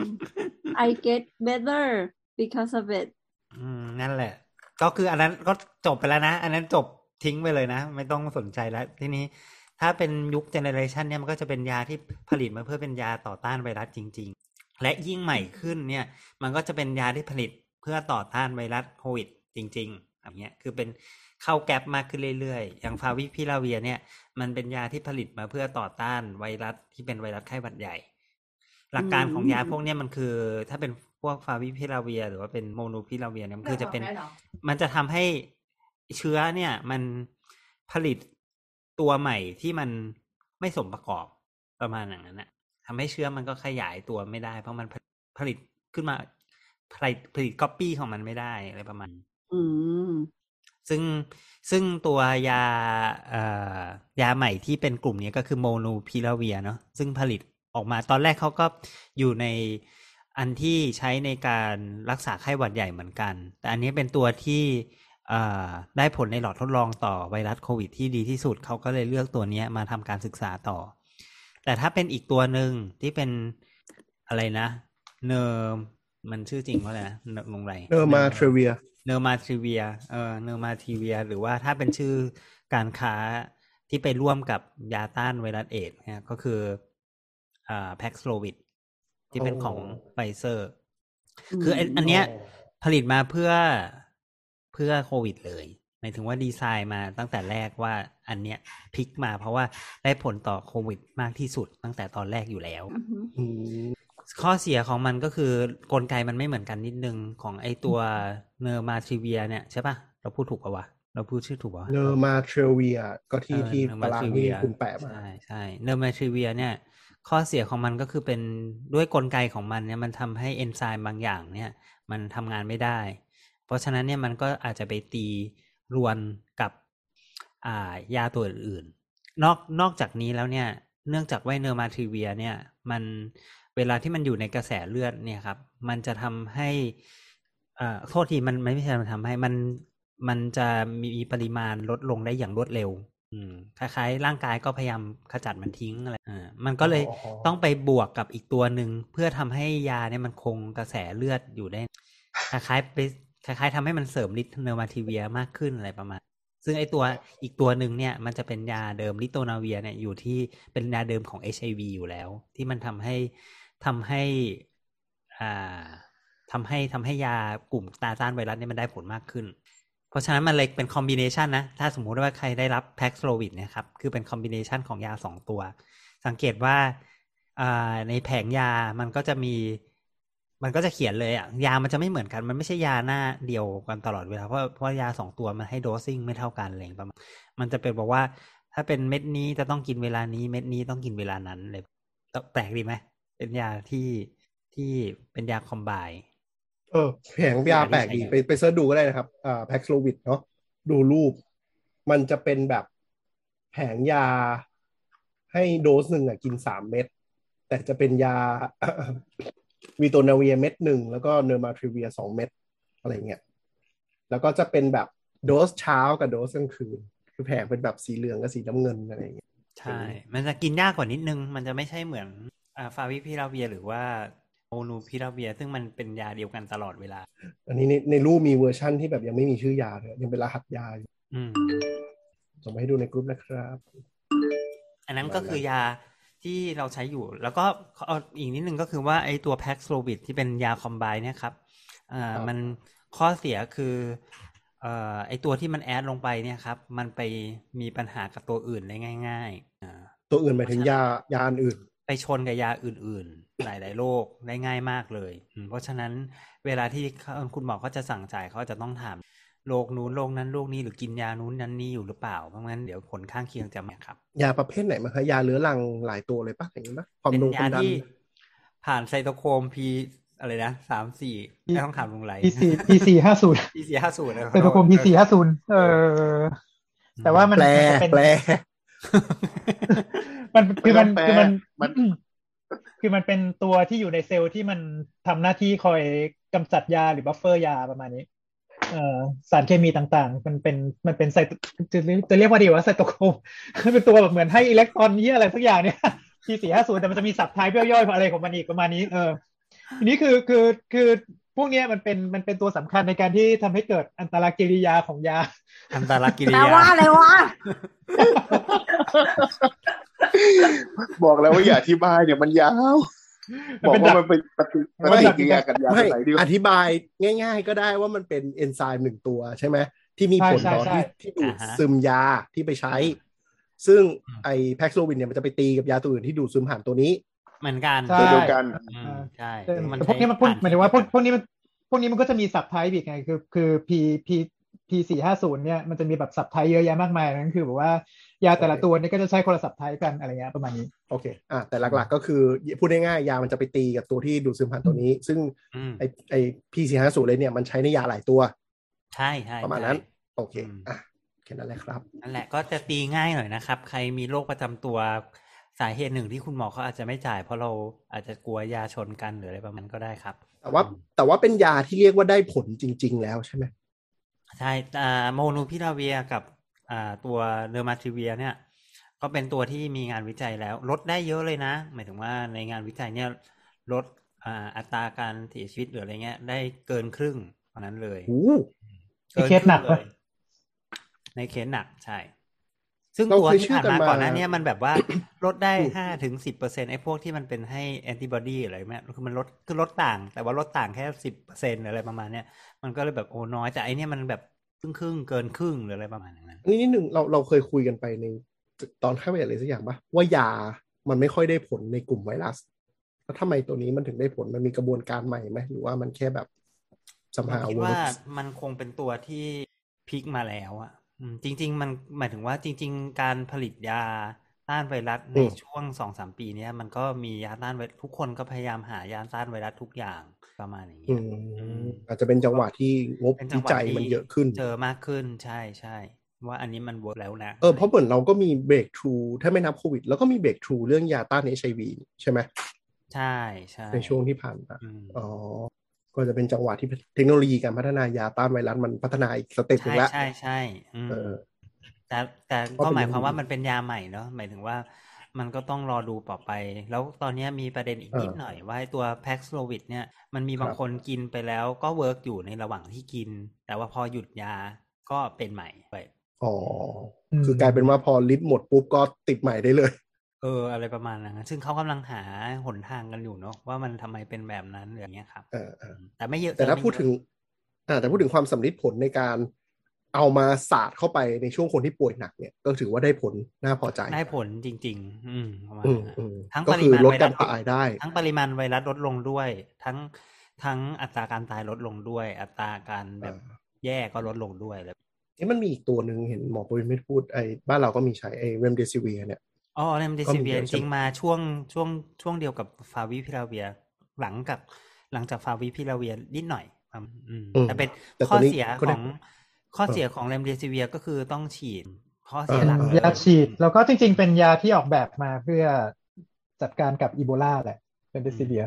I get better because of it
นั่นแหละก็คืออันนั้นก็จบไปแล้วนะอันนั้นจบทิ้งไปเลยนะไม่ต้องสนใจแล้วทีนี้ถ้าเป็นยุคเจเนอเรชันเนี่ยมันก็จะเป็นยาที่ผลิตมาเพื่อเป็นยาต่อต้านไวรัสจริงๆและยิ่งใหม่ขึ้นเนี่ยมันก็จะเป็นยาที่ผลิตเพื่อต่อต้านไวรัสโควิดจริงๆแบบนี้คือเป็นเข้าแก๊ปมากขึ้นเรื่อยๆอย่างฟาวิพิลาเวียเนี่ยมันเป็นยาที่ผลิตมาเพื่อต่อต้านไวรัสที่เป็นไวรัสไข้หวัดใหญ่หลักการของยาพวกเนี้ยมันคือถ้าเป็นพวกฟาวิพิลาเวียหรือว่าเป็นโมโนพิลาเวียเนี่ยมันคือจะเป็นมันจะทำให้เชื้อเนี่ยมันผลิตตัวใหม่ที่มันไม่สมประกอบประมาณอย่างนั้นนะทำให้เชื้อมันก็ขยายตัวไม่ได้เพราะมันผลิตขึ้นมาผลิตก๊อปปี้ของมันไม่ได้อะไรประมาณซึ่งตัวยายาใหม่ที่เป็นกลุ่มนี้ก็คือโมโนพิลาเวียเนาะซึ่งผลิตออกมาตอนแรกเขาก็อยู่ในอันที่ใช้ในการรักษาไข้หวัดใหญ่เหมือนกันแต่อันนี้เป็นตัวที่ได้ผลในหลอดทดลองต่อไวรัสโควิดที่ดีที่สุดเขาก็เลยเลือกตัวนี้มาทำการศึกษาต่อแต่ถ้าเป็นอีกตัวหนึ่งที่เป็นอะไรนะมันชื่อจริงว่าอะไรนะลงไร
เนอร์มาทริเวีย
เนอร์มาทริเวียหรือว่าถ้าเป็นชื่อการค้าที่ไปร่วมกับยาต้านไวรัสเอดส์เนี่ยก็คือแพ็กสโลวิดที่เป็นของไฟเซอร์คืออันเนี้ยผลิตมาเพื่อโควิดเลยหมายถึงว่าดีไซน์มาตั้งแต่แรกว่าอันเนี้ยพลิกมาเพราะว่าได้ผลต่อโควิดมากที่สุดตั้งแต่ตอนแรกอยู่แล้วข้อเสียของมันก็คือกลไกมันไม่เหมือนกันนิดนึงของไอตัวเนอร์มาทริเวียเนี่ยใช่ป่ะเราพูดถูกป่ะวะเราพูดชื่อถูกป่ะ
เนอร์มาทริเวียก็ที่ตารางที่คุณแปะมา
ใช่เนอร์มาทริเวียเนี่ยข้อเสียของมันก็คือเป็นด้วยกลไกของมันเนี่ยมันทำให้เอนไซม์บางอย่างเนี่ยมันทำงานไม่ได้เพราะฉะนั้นเนี่ยมันก็อาจจะไปตีรวนกับยาตัวอื่นนอกจากนี้แล้วเนี่ยเนื่องจากว่าเนอร์มาทริเวียเนี่ยมันเวลาที่มันอยู่ในกระแสเลือดเนี่ยครับมันจะทำให้โทษทีมันไม่ใช่มันทำให้มันจะมีปริมาณลดลงได้อย่างรวดเร็วคล้ายๆร่างกายก็พยายามขจัดมันทิ้งอะไรมันก็เลยต้องไปบวกกับอีกตัวหนึ่งเพื่อทำให้ยาเนี่ยมันคงกระแสเลือดอยู่ได้คล้ายๆทำให้มันเสริมฤทธิ์เนอร์มาทริเวียมากขึ้นอะไรประมาณซึ่งไอตัวอีกตัวหนึ่งเนี่ยมันจะเป็นยาเดิมลิโตนาเวียเนี่ยอยู่ที่เป็นยาเดิมของ HIV อยู่แล้วที่มันทำให้ยากลุ่มต้านไวรัสเนี่ยมันได้ผลมากขึ้นเพราะฉะนั้นมันเลยเป็นคอมบิเนชันนะถ้าสมมุติว่าใครได้รับแพ็กสโลวิดเนี่ยครับคือเป็นคอมบิเนชันของยา2ตัวสังเกตว่าในแผงยามันก็จะเขียนเลยยามันจะไม่เหมือนกันมันไม่ใช่ยาหน้าเดียวกันตลอดเวลาเพราะยา2ตัวมันให้โดสซิ่งไม่เท่ากันอะไรประมาณมันจะเป็นบอกว่าถ้าเป็นเม็ดนี้จะต้องกินเวลานี้เม็ดนี้ต้องกินเวลานั้นเลยแปลกดีไหมเป็นยาที่เป็นยาคอมไบน์
แผงยาแปลกดีไปเสิร์ชดูก็ได้นะครับแพ็กสโลวิดเนาะดูรูปมันจะเป็นแบบแผงยาให้โดสหนึ่งกิน3เม็ดแต่จะเป็นยาวิโตนาเวียเม็ด1แล้วก็เนอร์มาทริเวีย2เม็ดอะไรเงี้ยแล้วก็จะเป็นแบบโดสเช้ากับโดสกลางคืนคือแผงเป็นแบบสีเหลืองกับสีน้ำเงินอะไรเงี้ย
ใช่มันจะกินยากกว่านิดนึงมันจะไม่ใช่เหมือนฟาวิพิลาเวียหรือว่าโมนูพิลาเวียซึ่งมันเป็นยาเดียวกันตลอดเวลา
อันนี้ในรูปมีเวอร์ชั่นที่แบบยังไม่มีชื่อยาเลยยังเป็นรหัสยาอยู่ส่งมาให้ดูในกลุ่มนะครับ
อันนั้นก็คือยาที่เราใช้อยู่แล้วก็อีกนิดนึงก็คือว่าไอ้ตัวแพ็กสโลวิดที่เป็นยาคอมไบน์เนี่ยครับมันข้อเสียคือไอ้ตัวที่มันแอดลงไปเนี่ยครับมันไปมีปัญหากับตัวอื่นได้ง่าย
ๆตัวอื่นหมายถึงยาอื่น
ไปชนกับยาอื่นๆหลายๆโรคได้ง่ายมากเลยเพราะฉะนั้นเวลาที่คุณหมอเขาจะสั่งจ่ายเขาจะต้องถามโรคนู้นโรคนั้นโรคนี้หรือกินยานู้นนั้นนี้อยู่หรือเปล่าเพราะงั้นเดี๋ยวผลข้างเคียงจะมาครับ
ยาประเภทไหนมั้งคะยาเรื้อรังหลายตัวเลยป่ะอย่างนี้ป่ะความดัน
เป็นยาที่ผ่านไซโตโครมอะไรนะ3-4ไม่ต้องถามลงไหล
P450ไซโตโครม P450แต่ว่ามันจะเป็นมันเป็นตัวที่อยู่ในเซลล์ที่มันทำหน้าที่คอยกำจัดยาหรือบัฟเฟอร์ยาประมาณนี้สารเคมีต่างๆมันเป็นจะเรียกว่าดีว่าไซโตโครมเป็นตัวแบบเหมือนให้อิเล็กตรอนนี้อะไรสักอย่างเนี่ย P450แต่มันจะมีสับไทป์ย่อยๆอะไรของมันอีกประมาณนี้ทีนี้คือพวกนี้มันเป็นตัวสำคัญในการที่ทำให้เกิดอันตรกิริยาของยา
อันตรกิริยา
แปลว่าอะไรวะ
บอกแล้วว่าอย่าอธิบายเดี๋ยวมันยาวบอกว่ามันเป็นปฏิกิริยากันยาไหนดี
อธิบายง่ายๆก็ได้ว่ามันเป็นเอนไซม์1ตัวใช่ไหมที่มีผลต่อที่ดูดซึมยาที่ไปใช้ซึ่งไอ้แพ็กโซวินเนี่ยมันจะไปตีกับยาตัวอื่นที่ดูดซึมผ่านตัวนี้
เหมือนกัน
ใช่
ตัวเดียวกัน
ใช่
แต่พวกนี้มันพูดหมายถึงว่าพวกนี้มันก็จะมีซับไทป์อีกไงคือ P450 เนี่ยมันจะมีแบบซับไทป์เยอะแยะมากมายนั่นคือแบบว่ายาแต่ละตัวเนี่ยก็จะใช้คนละซับไทป์กันอะไรเงี้ยประมาณนี้
โอเคแต่หลักๆก็คือพูดง่ายๆยามันจะไปตีกับตัวที่ดูดซึมผ่านตัวนี้ซึ่งไอ P450 เลยเนี่ยมันใช้ในยาหลายตัว
ใช่ใช่
ประมาณนั้นโอเคแค่นั้นแหละครับ
นั่นแหละก็จะตีง่ายหน่อยนะครับใครมีโรคประจำตัวสาเหตุหนึ่งที่คุณหมอเขาอาจจะไม่จ่ายเพราะเราอาจจะกลัวยาชนกันหรืออะไรประมาณก็ได้ครับ
แต่ว่าเป็นยาที่เรียกว่าได้ผลจริงๆแล้วใช่ไหม
ใช่โมนูพิราเวียกับตัวเนอร์มาทริเวียเนี่ยก็เป็นตัวที่มีงานวิจัยแล้วลดได้เยอะเลยนะหมายถึงว่าในงานวิจัยเนี่ยลดอัตราการเสียชีวิตหรืออะไรเงี้ยได้เกินครึ่งเท่านั้นเลย
ในเคสหนักเลย
ในเคสหนักใช่ซึ่งตัวที่ผ่านมาก่อนหน้านี้มันแบบว่าลดได้5-10%ไอ้พวกที่มันเป็นให้แอนติบอดีอะไรแบบคือมันลดต่างแต่ว่าลดต่างแค่ 10% อะไรประมาณเนี้ยมันก็เลยแบบโอ้น้อยแต่ไอ้นี่มันแบบครึ่งเกินครึ่งหรืออะไรประมาณนั้น
นี่นิดนึงเราเคยคุยกันไปในตอนข้ามอะไรสักอย่างปะว่ายามันไม่ค่อยได้ผลในกลุ่มไวรัสแล้วทำไมตัวนี้มันถึงได้ผลมันมีกระบวนการใหม่ไหมหรือว่ามันแค่แบบสัมผัส
คิดว่ามันคงเป็นตัวที่พลิกมาแล้วอะจริงๆมันหมายถึงว่าจริงๆการผลิตยาต้านไวรัสในช่วง 2-3 ปีนี้มันก็มียาต้านไวรัสทุกคนก็พยายามหายาต้านไวรัสทุกอย่างประมาณอย่างนี้
อาจจะเป็นจังหวะที่งบวิจัยมันเยอะขึ้น
เจอมากขึ้นใช่ว่าอันนี้มันเวิร์กแล้วนะ
เพราะเหมือนเราก็มีเบรกทรูถ้าไม่นับโควิดแล้วก็มีเบรกทรูเรื่องยาต้าน HIV ใช่ไหม
ใช่
ในช่วงที่ผ่านมาก็จะเป็นจังหวะที่เทคโนโลยีการพัฒนายาต้านไวรัสมันพัฒนาอีกสเต็ปนึงแล้ว
ใช่แต่ก็หมายความว่ามันเป็นยาใหม่เนาะหมายถึงว่ามันก็ต้องรอดูต่อไปแล้วตอนนี้มีประเด็นอีกนิดหน่อยว่าตัวแพ็กสโลวิดเนี่ยมันมีบางคนกินไปแล้วก็เวิร์กอยู่ในระหว่างที่กินแต่ว่าพอหยุดยาก็เป็นใหม่ไป
คือกลายเป็นว่าพอลิตรหมดปุ๊บก็ติดใหม่ได้เลย
อะไรประมาณนั้นซึ่งเขากำลังหาหนทางกันอยู่เนาะว่ามันทำไมเป็นแบบนั้นอย่างเงี้ยครับแต่ไม่เยอะ
แต่ถ้าพูดถึงความสำลิดผลในการเอามาศาสตร์เข้าไปในช่วงคนที่ป่วยหนักเนี่ยก็ถือว่าได้ผลน่าพอใจ
ได้ผลจริงๆ
ทั้งปริมาณลดการตายได้
ทั้งปริมาณไวรัสลดลงด้วยทั้งอัตราการตายลดลงด้วยอัตราการแบบแย่ก็ลดลงด้วยแล้ว
นี่มันมีอีกตัวหนึ่งเห็นหมอปุ้ยไม่พูดไอ้บ้านเราก็มีใช้ไอ้เรมเดซิเวียเนี่ย
เรมเดซิเวียจริงมาช่วงเดียวกับฟาวิพิลาเวียหลังจากฟาวิพิลาเวียนิดหน่อยแต่เป็นข้อเสียของเรมเดซิเวียก็คือต้องฉีดข้อเสียหลัก
ยาฉีดแล้วก็จริงๆเป็นยาที่ออกแบบมาเพื่อจัดการกับอีโบลาแหละเรมเดซิเวีย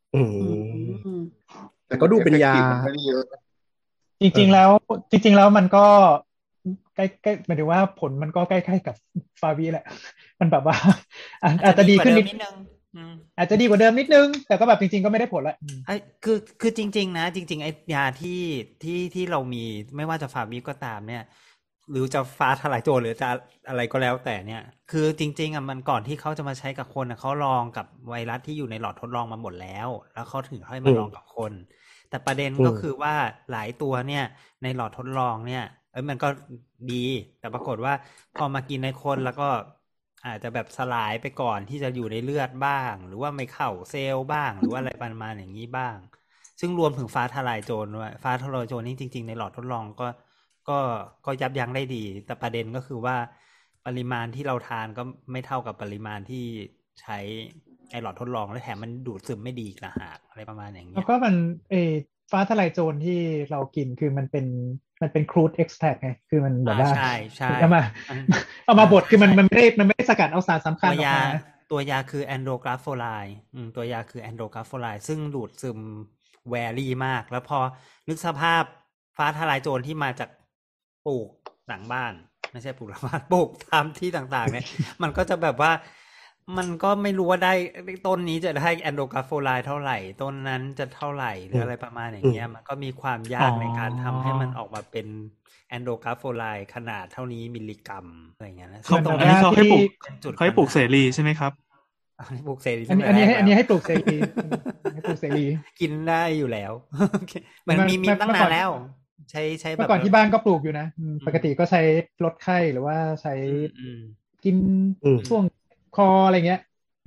แต่ก็ดูเป็นยา
จริงๆแล้วมันก็ใกล้ๆหมายถึงว่าผลมันก็ใกล้ๆกับฟาวิแหละมันแบบว่าอาจจะดีขึ้นนิดนึงอาจจะดีกว่าเดิมนิดนึงแต่ก็แบบจริงๆก็ไม่ได้ผลละ
คือจริงๆนะจริงๆไอ้ยาที่เรามีไม่ว่าจะฟาวิก็ตามเนี่ยหรือจะฟ้าทลายโจรหรือจะอะไรก็แล้วแต่เนี่ยคือจริงๆมันก่อนที่เขาจะมาใช้กับคนเขาลองกับไวรัสที่อยู่ในหลอดทดลองมาหมดแล้วเขาถึงค่อยมาลองกับคนแต่ประเด็นก็คือว่าหลายตัวเนี่ยในหลอดทดลองเนี่ยมันก็ดีแต่ปรากฏว่าพอมากินในคนแล้วก็อาจจะแบบสลายไปก่อนที่จะอยู่ในเลือดบ้างหรือว่าไม่เข้าเซลล์บ้างหรือว่าอะไรประมาณอย่างนี้บ้างซึ่งรวมถึงฟ้าทลายโจรด้วยฟ้าทลายโจรนี่จริงๆในหลอดทดลองก็ยับยั้งได้ดีแต่ประเด็นก็คือว่าปริมาณที่เราทานก็ไม่เท่ากับปริมาณที่ใช้ไอหลอดทดลองและแถมมันดูดซึมไม่ดีละหากอะไรประมาณอย่างนี้
แล้วก็มันฟ้าทลายโจรที่เรากินคือมันเป็นครูดเอ็กซ์แทรกไงคือมันแบบว่า
ใช่
เอามาบดคือมันไม่ได้สกัดเอาสารสำคัญออกมา
ตัวยาคือแอนโดรกราโฟไลด์ตัวยาคือแอนโดรกราโฟไลด์ซึ่งดูดซึมแวรี่มากแล้วพอนึกสภาพฟ้าทลายโจรที่มาจากปลูกหลังบ้านไม่ใช่ปลูกหลังบ้านปลูกตามที่ต่างๆเนี่ยมันก็จะแบบว่ามันก็ไม่รู้ว่าได้ต้นนี้จะได้แอนโดรกราโฟไลด์เท่าไหร่ต้นนั้นจะเท่าไหร่หรืออะไรประมาณอย่างเงี้ยมันก็มีความยากในการทำให้มันออกมาเป็นแอนโดรกราโฟไลด์ขนาดเท่านี้มิลลิกรัมอะไรอย่างเงี้ยนะ
ตรงนี้เขาให้ปลูกเสรีใช่ไหมครับ
ปลูกเสรี
อันนี้ให้ปลูกเสรีให้ปลูกเสรี
กินได้อยู่แล้วมันมีตั้งนานแล้วใช้แบบ
ก่อนที่บ้านก็ปลูกอยู่นะปกติก็ใช้ลดไข้หรือว่าใช้กินช่วงคออะไรเงี้ย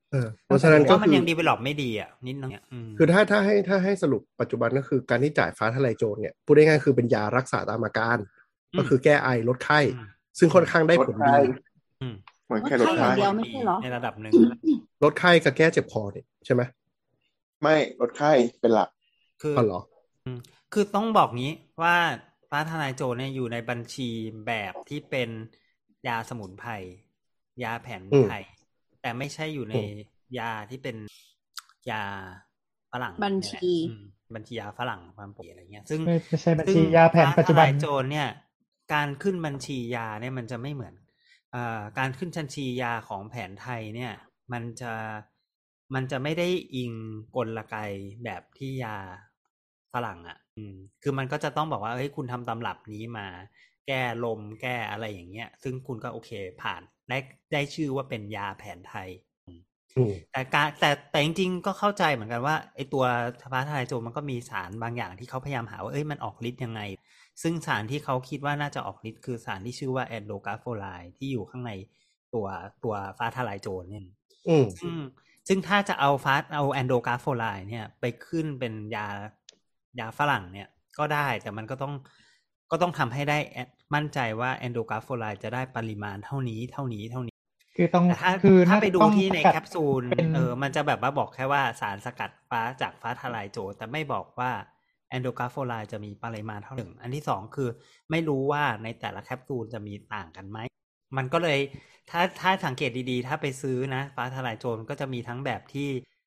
เพราะฉะนั้นก็
มันยัง develop ไม่ดีอ่ะนิดนึง
คือถ้าให้สรุปปัจจุบันก็คือการที่จ่ายฟ้าทะลายโจรเนี่ยพูดง่ายๆคือเป็นยารักษาตามอาการก็คือแก้ไอลดไข้ซึ่งค่อนข้างได้ผลดี
เหมือนแค่ลดไข้
เดียวไม่ใช่หรอ
ในระดับหนึ่ง
ลดไข้กับแก้เจ็บคอเนี่ยใช่ไหม
ไม่ลดไข้เป็นหลัก
คือ
เหรอ
คือต้องบอกงี้ว่าฟ้าทลายโจรเนี่ยอยู่ในบัญชีแบบที่เป็นยาสมุนไพรยาแผนไทยแต่ไม่ใช่อยู่ในยาที่เป็นยาฝรั่ง
บัญชี
ยาฝรั่งความปกติอะไรเงี้ยซึ่ง
ไม่ใช่บัญชียาแผนปัจจุบัน
โจรเนี่ยการขึ้นบัญชียาเนี่ยมันจะไม่เหมือนการขึ้นบัญชียาของแผนไทยเนี่ยมันจะไม่ได้อิงกลไกแบบที่ยาฝรั่งอ่ะคือมันก็จะต้องบอกว่าเฮ้ยคุณทำตำรับนี้มาแก้ลมแก้อะไรอย่างเงี้ยซึ่งคุณก็โอเคผ่านได้ชื่อว่าเป็นยาแผนไทยแต่จริงๆก็เข้าใจเหมือนกันว่าไอตัวฟ้าทลายโจรมันก็มีสารบางอย่างที่เขาพยายามหาว่ามันออกฤทธิ์ยังไงซึ่งสารที่เขาคิดว่าน่าจะออกฤทธิ์คือสารที่ชื่อว่าแอนโดกาโฟไลน์ที่อยู่ข้างในตัวฟ้าทลายโจรเนี่ยซึ่งถ้าจะเอาแอนโดกาโฟไลน์เนี่ยไปขึ้นเป็นยาฝรั่งเนี่ยก็ได้แต่มันก็ต้องทำให้ได้มั่นใจว่าแอนโดกาโฟไลน์จะได้ปริมาณเท่านี้
คือต้อง
ถ้าไปดูที่ในแคปซูลมันจะแบบว่าบอกแค่ว่าสารสกัดจากฟ้าทลายโจรแต่ไม่บอกว่าแอนโดกาโฟไลน์จะมีปริมาณเท่าไหร่อันที่สองคือไม่รู้ว่าในแต่ละแคปซูลจะมีต่างกันไหมมันก็เลยถ้าสังเกตดีๆถ้าไปซื้อนะฟ้าทลายโจรก็จะมีทั้งแบบที่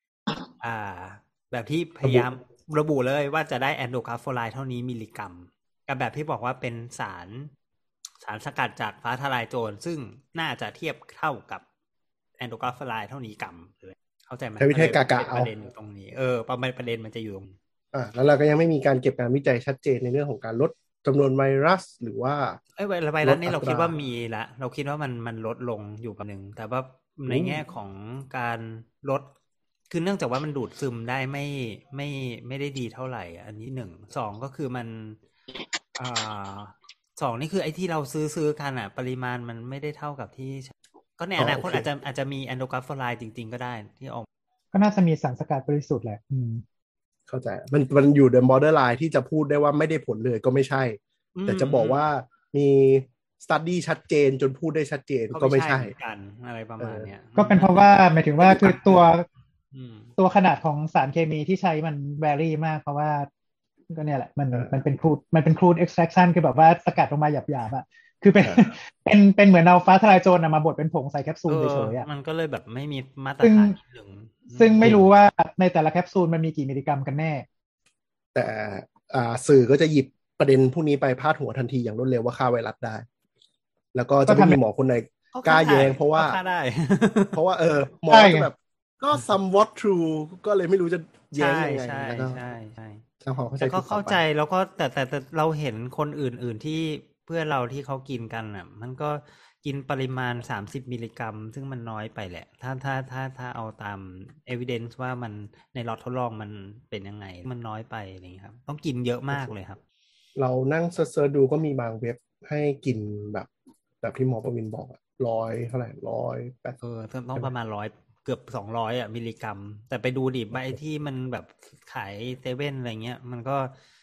แบบที่พยายามระบุเลยว่าจะได้แอนโดกาโฟไลน์เท่านี้มิลลิกรัมกับแบบที่บอกว่าเป็นสารสกัดจากฟ้าทลายโจรซึ่งน่าจะเทียบเท่ากับแอนโดกาโฟไลน์เท่านี้กรัมเลยเข้าใจไหม
ใช้วิธีกะเอา
ประเด็นอยู่ตรงนี้ประเด็นมันจะอยู่ตรง
แล้วเราก็ยังไม่มีการเก็บการวิจัยชัดเจนในเรื่องของการลดจำนวนไวรัสหรือว่า
ไวรัสนี่เราคิดว่ามีละเราคิดว่ามันลดลงอยู่กับหนึ่งแต่ว่าในแง่ของการลดคือเนื่องจากว่ามันดูดซึมได้ไม่ได้ดีเท่าไหร่อันนี้หนึ่งสองก็คือมันสองนี่คือไอ้ที่เราซื้อกันปริมาณมันไม่ได้เท่ากับที่ก็ในอนาคตอาจจะมีแอนโดกาโฟไลน์จริงๆก็ได้ที่ออก
ก็น่าจะมีสารสกัดบริสุทธิ์แหละ
เข้าใจมันอยู่ใน borderline ที่จะพูดได้ว่าไม่ได้ผลเลยก็ไม่ใช่แต่จะบอกว่ามีสตั๊ดดี้ชัดเจนจนพูดได้ชัดเจนก็ไม่ใช่
กันอะไรประมาณเนี้ย
ก็เป็นเพราะว่าหมายถึงว่าคือตัวขนาดของสารเคมีที่ใช้มันแวรี่มากเพราะว่าก็เนี่ยแหละมันเป็นครูด extraction คือแบบว่าสกัดลงมาหยาบๆอ่ะคือเป็นเหมือนเอาฟ้าทลายโจรมาบดเป็นผงใส่แคปซูลเฉยๆอ่ะ
มันก็เลยแบบไม่มีมาตรฐาน
ซึ่งไม่รู้ว่าในแต่ละแคปซูลมันมีกี่มิลลิกรัมกันแน่
แต่สื่อก็จะหยิบประเด็นพวกนี้ไปพาดหัวทันทีอย่างรวดเร็วว่าฆ่าไวรัสได้แล้วก็จะไม่มีหมอคนไหนกล้าแย้งเพราะว่าหมอจะแบบก็ somewhat true ก็เลยไม่รู้จะแย้งยังไงแล้วก็
แต่ก็เข้าใจแล้วก็แต่เราเห็นคนอื่นๆที่เพื่อนเราที่เขากินกันอ่ะมันก็กินปริมาณ30มิลลิกรัมซึ่งมันน้อยไปแหละถ้าเอาตาม evidence ว่ามันในล็อตทดลองมันเป็นยังไงมันน้อยไปอะไรอย่างนี้ครับต้องกินเยอะมากเลยครับ
เรานั่งเซิร์ชดูก็มีบางเว็บให้กินแบบที่หมอประวินบอก100เท่าไหร่180
ต้องประมาณ100เกือบ200มิลลิกรัมแต่ไปดูดิใบที่มันแบบขายเซเว่นอะไรเงี้ยมันก็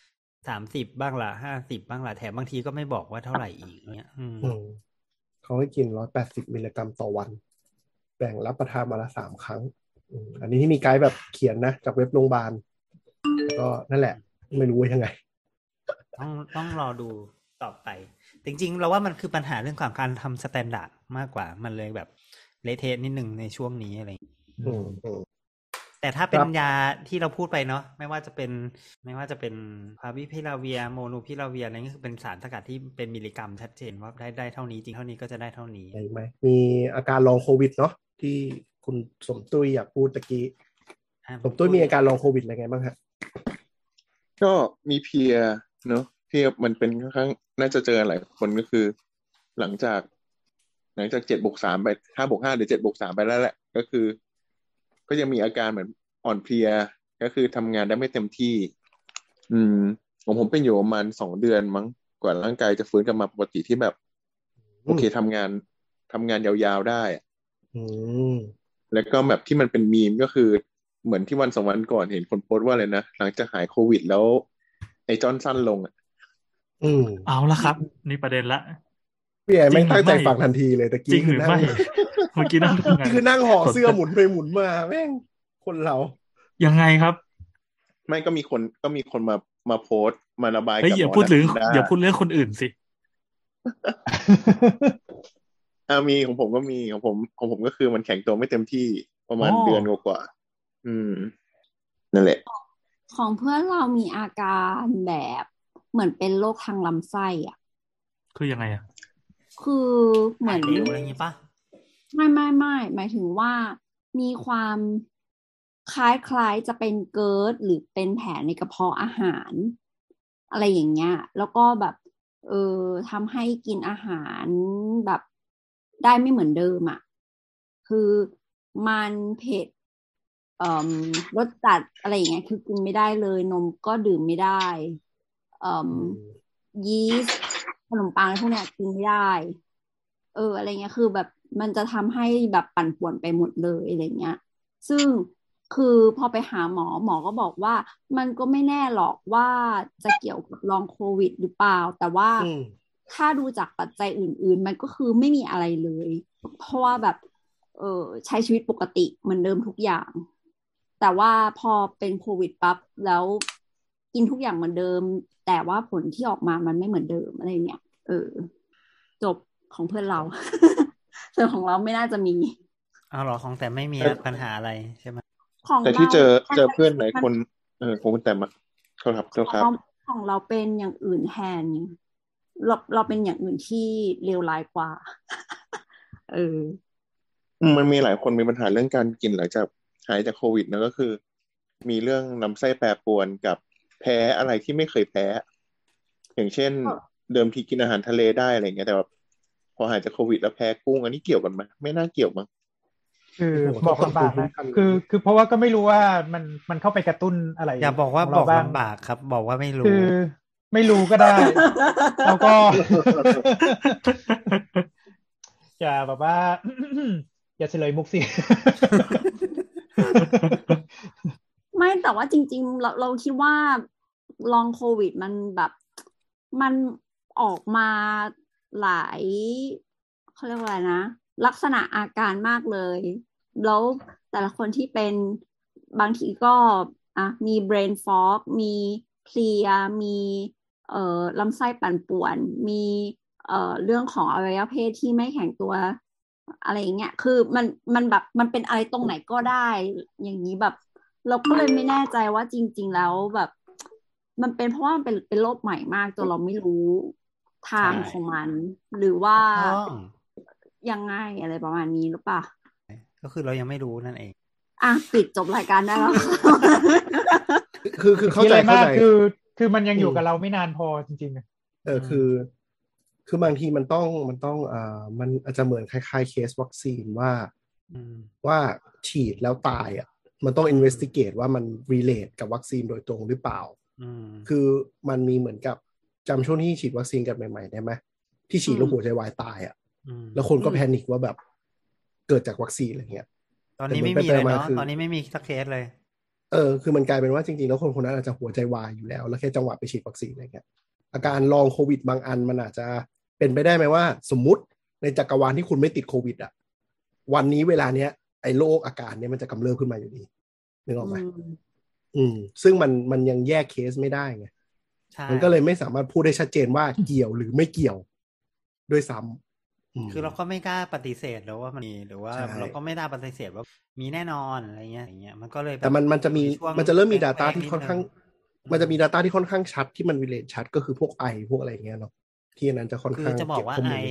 30บ้างละ50บ้างละแถมบางทีก็ไม่บอกว่าเท่าไหร่อีกเงี้ย
เขาให้กิน180มิลลิกรัมต่อวันแบ่งรับประทานมาละ3ครั้งอันนี้ที่มีไกด์แบบเขียนนะจากเว็บโรงพยาบาลก็นั่นแหละไม่รู้ว่ายังไง
ต้องรอดูต่อไปจริงๆเราว่ามันคือปัญหาเรื่องของการทำสแตนดาร์ดมากกว่ามันเลยแบบเละเทะนิดนึงในช่วงนี้อะไรแต่ถ้าเป็นยาที่เราพูดไปเนาะไม่ว่าจะเป็นพาวิพิลาเวียโมนูพิลาเวียอะไรนี่คือเป็นสารสกัดที่เป็นมิลลิกรัมชัดเจนว่าได้เท่านี้จริงเท่านี้ก็จะได้เท่านี้
ใช่ไหมมีอาการลองโควิดเนาะที่คุณสมตุ้ยอยากพูดตะกี้สมตุ้ยมีอาการลองโควิดอะไรไงบ้างฮะ
ก็มีเพลียเนาะที่มันเป็นค่อนข้างน่าจะเจอหลายคนก็คือหลังจาก7+3ไป5+5หรือ7+3ไปแล้วแหละก็คือก็ยังมีอาการเหมือนอ่อนเพลียก็คือทำงานได้ไม่เต็มที่ของผมเป็นอยู่ประมาณ2 เดือนมั้งกว่าร่างกายจะฟื้นกลับมาปกติที่แบบโอเคทำงานยาวๆได้แล้วก็แบบที่มันเป็นมีมก็คือเหมือนที่วัน2 วันก่อนเห็นคนโพสต์ว่าอะไรนะหลังจากหายโควิดแล้วไอ้จอห์นสันลง
เอาละครับนี่ประเด็นละ
พี่ใหญ่ไม่ตั้งใจฟังทันทีเลยตะกี้
จริงหรือไม่เมื่อกี้นั่งทำงาน
คือนั่งห่อเสื้อหมุนไปหมุนมาแม่งคนเรา
ยังไงครับ
ไม่ก็มีคนมาโพสต์มาระบายกับ
อย่าพูดเรื่องคนอื่นสิ
มีของผมก็มีของผมก็คือมันแข็งตัวไม่เต็มที่ประมาณเดือนกว่านั่นแหละ
ของเพื่อนเรามีอาการแบบเหมือนเป็นโรคทางลำไส้อ่ะ
คือยังไงอ่ะ
คือเหมือน
อะไรอย่างงี้ปะ
ไม่หมายถึงว่ามีความคล้ายจะเป็นเกิร์ดหรือเป็นแผลในกระเพาะอาหารอะไรอย่างเงี้ยแล้วก็แบบทำให้กินอาหารแบบได้ไม่เหมือนเดิมอ่ะคือมันเผ็ดรสจัดอะไรอย่างเงี้ยคือกินไม่ได้เลยนมก็ดื่มไม่ได้ยีสต์ขนมปังพวกเนี้ยกินไม่ได้อะไรเงี้ยคือแบบมันจะทำให้แบบปั่นป่วนไปหมดเลยอะไรเงี้ยซึ่งคือพอไปหาหมอก็บอกว่ามันก็ไม่แน่หรอกว่าจะเกี่ยวกับลองโควิดหรือเปล่าแต่ว่าถ้าดูจากปัจจัยอื่นๆมันก็คือไม่มีอะไรเลยเพราะว่าแบบใช้ชีวิตปกติเหมือนเดิมทุกอย่างแต่ว่าพอเป็นโควิดปั๊บแล้วกินทุกอย่างเหมือนเดิมแต่ว่าผลที่ออกมามันไม่เหมือนเดิมอะไรเงี้ยจบของเพื่อนเรา ส่วนของเราไม่น่าจะมี
หรอของแต่ไม่มีปัญหาอะไรใช่ไหม
แต่ที่เจอเพื่อนหลายคนของคุณแต่มาครับ
ของเราเป็นอย่างอื่นแทนเราเป็นอย่างอื่นที่เลวร้ายกว่า
มันมีหลายคนมีปัญหาเรื่องการกินหลังจากหายจากโควิดนะก็คือมีเรื่องลำไส้แปรปรวนกับแพ้อะไรที่ไม่เคยแพ้อย่างเช่นเดิมทีกินอาหารทะเลได้อะไรเงี้ยแต่ว่าพอหายจากโควิดแล้วแพ้กุ้งอันนี้เกี่ยวกันไหมไม่น่าเกี่ยวมั้ง
คือบอกลำบากนะคือเพราะว่าก็ไม่รู้ว่ามันเข้าไปกระตุ้นอะไร
อย่าบอกว่าบอกลำบากครับบอกว่าไม่รู้
คือไม่รู้ก็ได้ แล้วก็ อย่าแบบว่า อย่าเฉลยมุกสิ
ไม่แต่ว่าจริงๆเราคิดว่าลองโควิดมันแบบมันออกมาหลายเขาเรียกว่าอะไรนะลักษณะอาการมากเลยแล้วแต่ละคนที่เป็นบางทีก็มี brain fog มีเพลียมีลำไส้ปั่นป่วนมีเรื่องของอวัยวะเพศที่ไม่แข็งตัวอะไรอย่างเงี้ยคือมันแบบมันเป็นอะไรตรงไหนก็ได้อย่างนี้แบบเราก็เลยไม่แน่ใจว่าจริงๆแล้วแบบมันเป็นเพราะว่ามันเป็นโรคใหม่มากจนเราไม่รู้ทางของมันหรือว่ายังไงอะไรประมาณนี้หรือเปล่า
ก็คือเรายังไม่รู้นั่นเอง
ปิดจบรายการได้แล้ว
คือเข้าใจ
คือมันยังอยู่กับเราไม่นานพอจริง
ๆคือบางทีมันต้องมันอาจจะเหมือนคล้ายๆเคสวัคซีนว่าฉีดแล้วตายมันต้อง investigate ว่ามัน relate กับวัคซีนโดยตรงหรือเปล่าคือมันมีเหมือนกับจำช่วงที่ฉีดวัคซีนกันใหม่ๆได้ไหมที่ฉีดแล้วหัวใจวายตายแล้วคนก็แพนิคว่าแบบเกิดจากวัคซีนอะไรเงี้ย
ตอนนี้ไม่มีเลยเนาะตอนนี้ไม่มีสักเคสเลย
คือมันกลายเป็นว่าจริงๆแล้วคนนั้นอาจจะหัวใจวายอยู่แล้วแค่จังหวะไปฉีดวัคซีนอะไรเงี้ยอาการลองโควิดบางอันมันอาจจะเป็นไปได้ไหมว่าสมมุติในจักรวาลที่คุณไม่ติดโควิดวันนี้เวลาเนี้ยไอ้โรคอาการเนี้ยมันจะกำเริบขึ้นมาอยู่ดีนึกออกไหมซึ่งมันยังแยกเคสไม่ได้ไงมันก็เลยไม่สามารถพูดได้ชัดเจนว่าเกี่ยวหรือไม่เกี่ยวด้วยซ้ำ
คือเราก็ไม่กล้าปฏิเสธแล้วว่ามันมีหรือว่าเราก็ไม่ได้ปฏิเสธว่ามีแน่นอนอะไรเงี้ยมันก็เลย
แต่มันจะเริ่มมี data ที่ค่อนข้างมันจะมี data ที่ค่อนข้างชัดที่มัน relate ชัดก็คือพวกไอพวกอะไรเงี้ยเนาะที่นั้นจะค่อนข้าง
จะบอกว่าไอ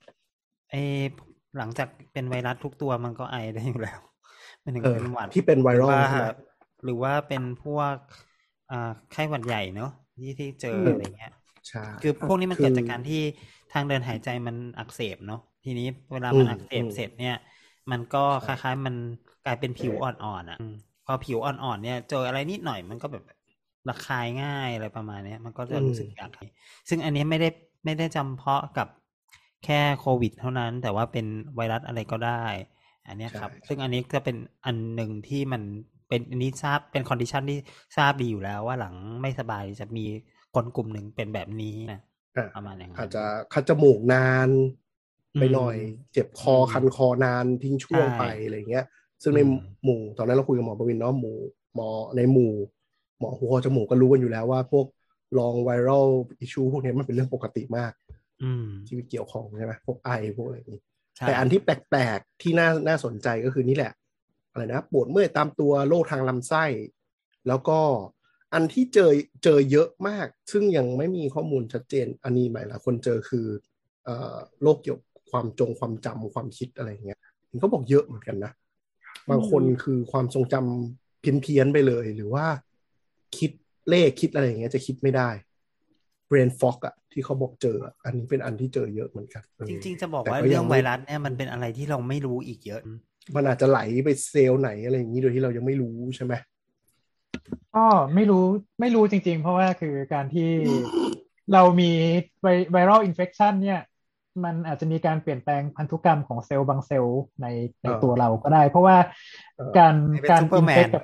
หลังจากเป็นไวรัสทุกตัวมันก็ไอได้อยู่แล้วมันถึงเป็นหวัด
ที่เป็นไวรัล
หรือว่าเป็นพวกไข้หวัดใหญ่เนาะที่เจออะไรเงี้ยคือพวกนี้มันเกิดจากการที่ทางเดินหายใจมันอักเสบเนาะทีนี้เวลามันอักเสบเสร็จเนี่ยมันก็คล้ายๆมันกลายเป็นผิวอ่อนๆพอผิวอ่อนๆเนี่ยเจออะไรนิดหน่อยมันก็แบบระคายง่ายอะไรประมาณนี้มันก็จะรู้สึกอยากซึ่งอันนี้ไม่ได้จำเพาะกับแค่โควิดเท่านั้นแต่ว่าเป็นไวรัสอะไรก็ได้อันนี้ครับซึ่งอันนี้ก็เป็นอันหนึ่งที่มันเป็นอันนี้ทราบเป็นคอนดิชันที่ทราบดีอยู่แล้วว่าหลังไม่สบายจะมีคนกลุ่มหนึ่งเป็นแบบนี้นะประมาณอย่างนั้น
อาจจะคัดจมูกนานไปหน่อยเจ็บคอคันคอนานทิ้งช่วงไปอะไรเงี้ยซึ่งในหมู่ตอนนั้นเราคุยกับหมอประวินเนาะหมอในหมู่หมอหูคอจมูกก็รู้กันอยู่แล้วว่าพวกลองไวรัลอิชชูพวกนี้มันเป็นเรื่องปกติมากที่เกี่ยวข้องใช่ไหมพวกไอพวกอะไรนี้แต่อันที่แปลกๆที่น่าสนใจก็คือนี่แหละอะไรนะปวดเมื่อยตามตัวโรคทางลำไส้แล้วก็อันที่เจอเยอะมากซึ่งยังไม่มีข้อมูลชัดเจนอันนี้หมายละคนเจอคือโรคเกี่ยวกับความจำความคิดอะไรเงี้ยเขาบอกเยอะเหมือนกันนะบางคนคือความทรงจำเพี้ยนไปเลยหรือว่าคิดเลขคิดอะไรอย่างเงี้ยจะคิดไม่ได้ brain fog อ่ะที่เขาบอกเจออันนี้เป็นอันที่เจอเยอะเหมือนกัน
จริงๆจะบอกว่าเรื่องไวรัสเนี่ยมันเป็นอะไรที่เราไม่รู้อีกเยอะ
มันอาจจะไหลไปเซลล์ไหนอะไรอย่างนี้โดยที่เรายังไม่รู้ใช่ไหม
ก็ไม่รู้จริงๆเพราะว่าคือการที่เรามีไวรัลอินเฟคชันเนี่ยมันอาจจะมีการเปลี่ยนแปลงพันธุกรรมของเซลล์บางเซลล์ในตัวเราก็ได้เพราะว่าการอินเฟคกับ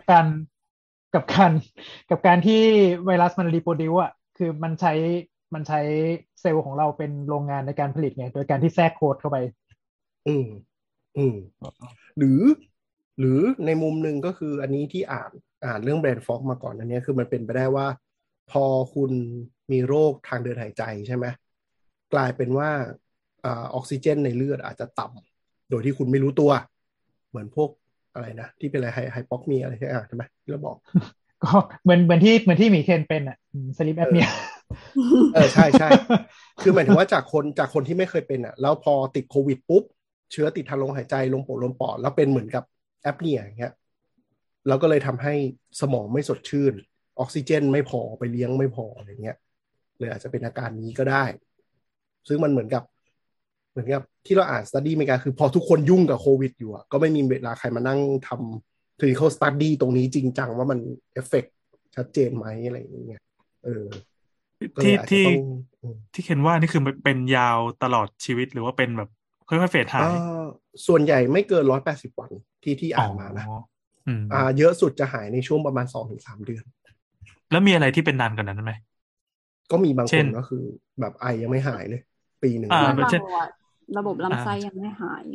การที่ไวรัสมันรีโปรดิวอ่ะคือมันใช้เซลล์ของเราเป็นโรงงานในการผลิตไงโดยการที่แทรกโค้ดเข้าไป
หรือในมุมหนึ่งก็คืออันนี้ที่อ่านเรื่องแบรนด์ฟอกมาก่อนอันนี้คือมันเป็นไปได้ว่าพอคุณมีโรคทางเดินหายใจใช่ไหมกลายเป็นว่าออกซิเจนในเลือดอาจจะต่ำโดยที่คุณไม่รู้ตัวเหมือนพวกอะไรนะที่เป็นอะไรไฮปอกเมียอะไรใช่ไหมที่เราบอก
ก็เหมือนที่หมีเคนเป็นอ่ะสลิปแอปเมีย
ใช่คือหมายถึงว่าจากคนที่ไม่เคยเป็นอ่ะแล้วพอติดโควิดปุ๊บเชื้อติดทางลมหายใจลมปอดแล้วเป็นเหมือนกับแอปเนียอย่างเงี้ยแล้วก็เลยทำให้สมองไม่สดชื่นออกซิเจนไม่พอไปเลี้ยงไม่พออะไรเงี้ยเลยอาจจะเป็นอาการนี้ก็ได้ซึ่งมันเหมือนกับที่เราอ่านสตั๊ดดี้อเมริกาคือพอทุกคนยุ่งกับโควิดอยู่ก็ไม่มีเวลาใครมานั่งทำ clinical study ตรงนี้จริงจังว่ามันเอฟเฟกต์ชัดเจนไหมอะไรอย่างเงี้ย
ที่เคนว่านี่คือเป็นยาวตลอดชีวิตหรือว่าเป็นแบบค่อยๆเฟดหาย
ส่วนใหญ่ไม่เกิน180 วันที่อ่านมานะเยอะสุดจะหายในช่วงประมาณ 2-3 เดือน
แล้วมีอะไรที่เป็นนานกว่านั้นไหม
ก็มีบางคนก็คือแบบไอยังไม่หายเลยปีหนึ่ง
ระบบลำไส้ยังไม่หาย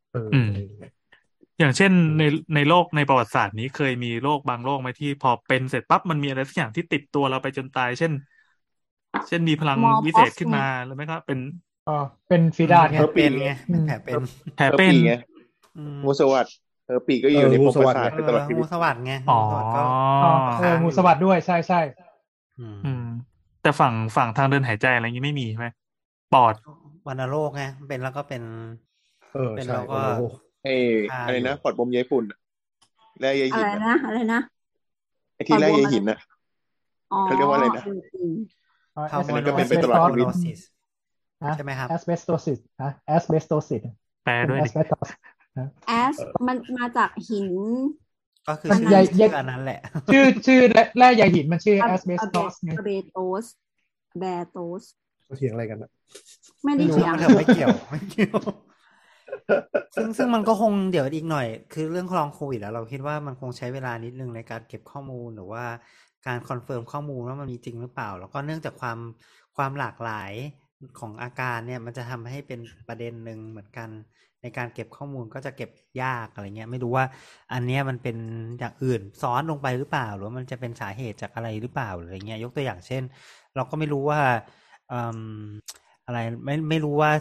อย่างเช่นในโลกในประวัติศาสตร์นี้เคยมีโรคบางโรคไหมที่พอเป็นเสร็จปั๊บมันมีอะไรสักอย่างที่ติดตัวเราไปจนตายเช่นมีพลังวิเศษขึ้นมาหรือไม่ก็
เป็นฟีดาดไง
เป็นไงแผล
เป็น
ไงงูสวัสด์ปีก็อยู่ในประวัติศาสตร์ตลอดชีวิต
งูสวัสด์ไง
งูสวัสด์ด้วยใช่
แต่ฝั่งทางเดินหายใจอะไรอย่างนี้ไม่มีใช่ไหมปอด
วัณโรคไงเป็นแล้วก็เป็นแล้วก็
อะไรนะปอดบวมใยฝุ่นแร่ใยหิน
อะไรนะ
ไอ้ที่แร่ใยหินน่ะเขาเรียกว่าอะไรนะ
อันนี้ก็เป็นตลอดชีวิตใช่ไหมครับ
asbestosis asbestosis
แปลด้วย
มันมาจากหิน
ก็คือชื่ออันนั้นแหละ
ชื่อแร่ใยหินมันชื่อ asbestos ไง
asbestos
เขาเถียงอะไรกันนะ
ไม่ได้เถียง
ไม่เกี่ยวซึ่งมันก็คงเดี๋ยวอีกหน่อยคือเรื่องลองโควิดแล้วเราคิดว่ามันคงใช้เวลานิดนึงในการเก็บข้อมูลหรือว่าการคอนเฟิร์มข้อมูลว่ามันมีจริงหรือเปล่าแล้วก็เนื่องจากความหลากหลายของอาการเนี่ยมันจะทำให้เป็นประเด็นหนึ่งเหมือนกันในการเก็บข้อมูลก็จะเก็บยากอะไรเงี้ยไม่รู้ว่าอันเนี้ยมันเป็นอย่างอื่นซ้อนลงไปหรือเปล่าหรือว่ามันจะเป็นสาเหตุจากอะไรหรือเปล่าอะไรเงี้ยยกตัวอย่างเช่นเราก็ไม่รู้ว่าอะไรไม่รู้ว่า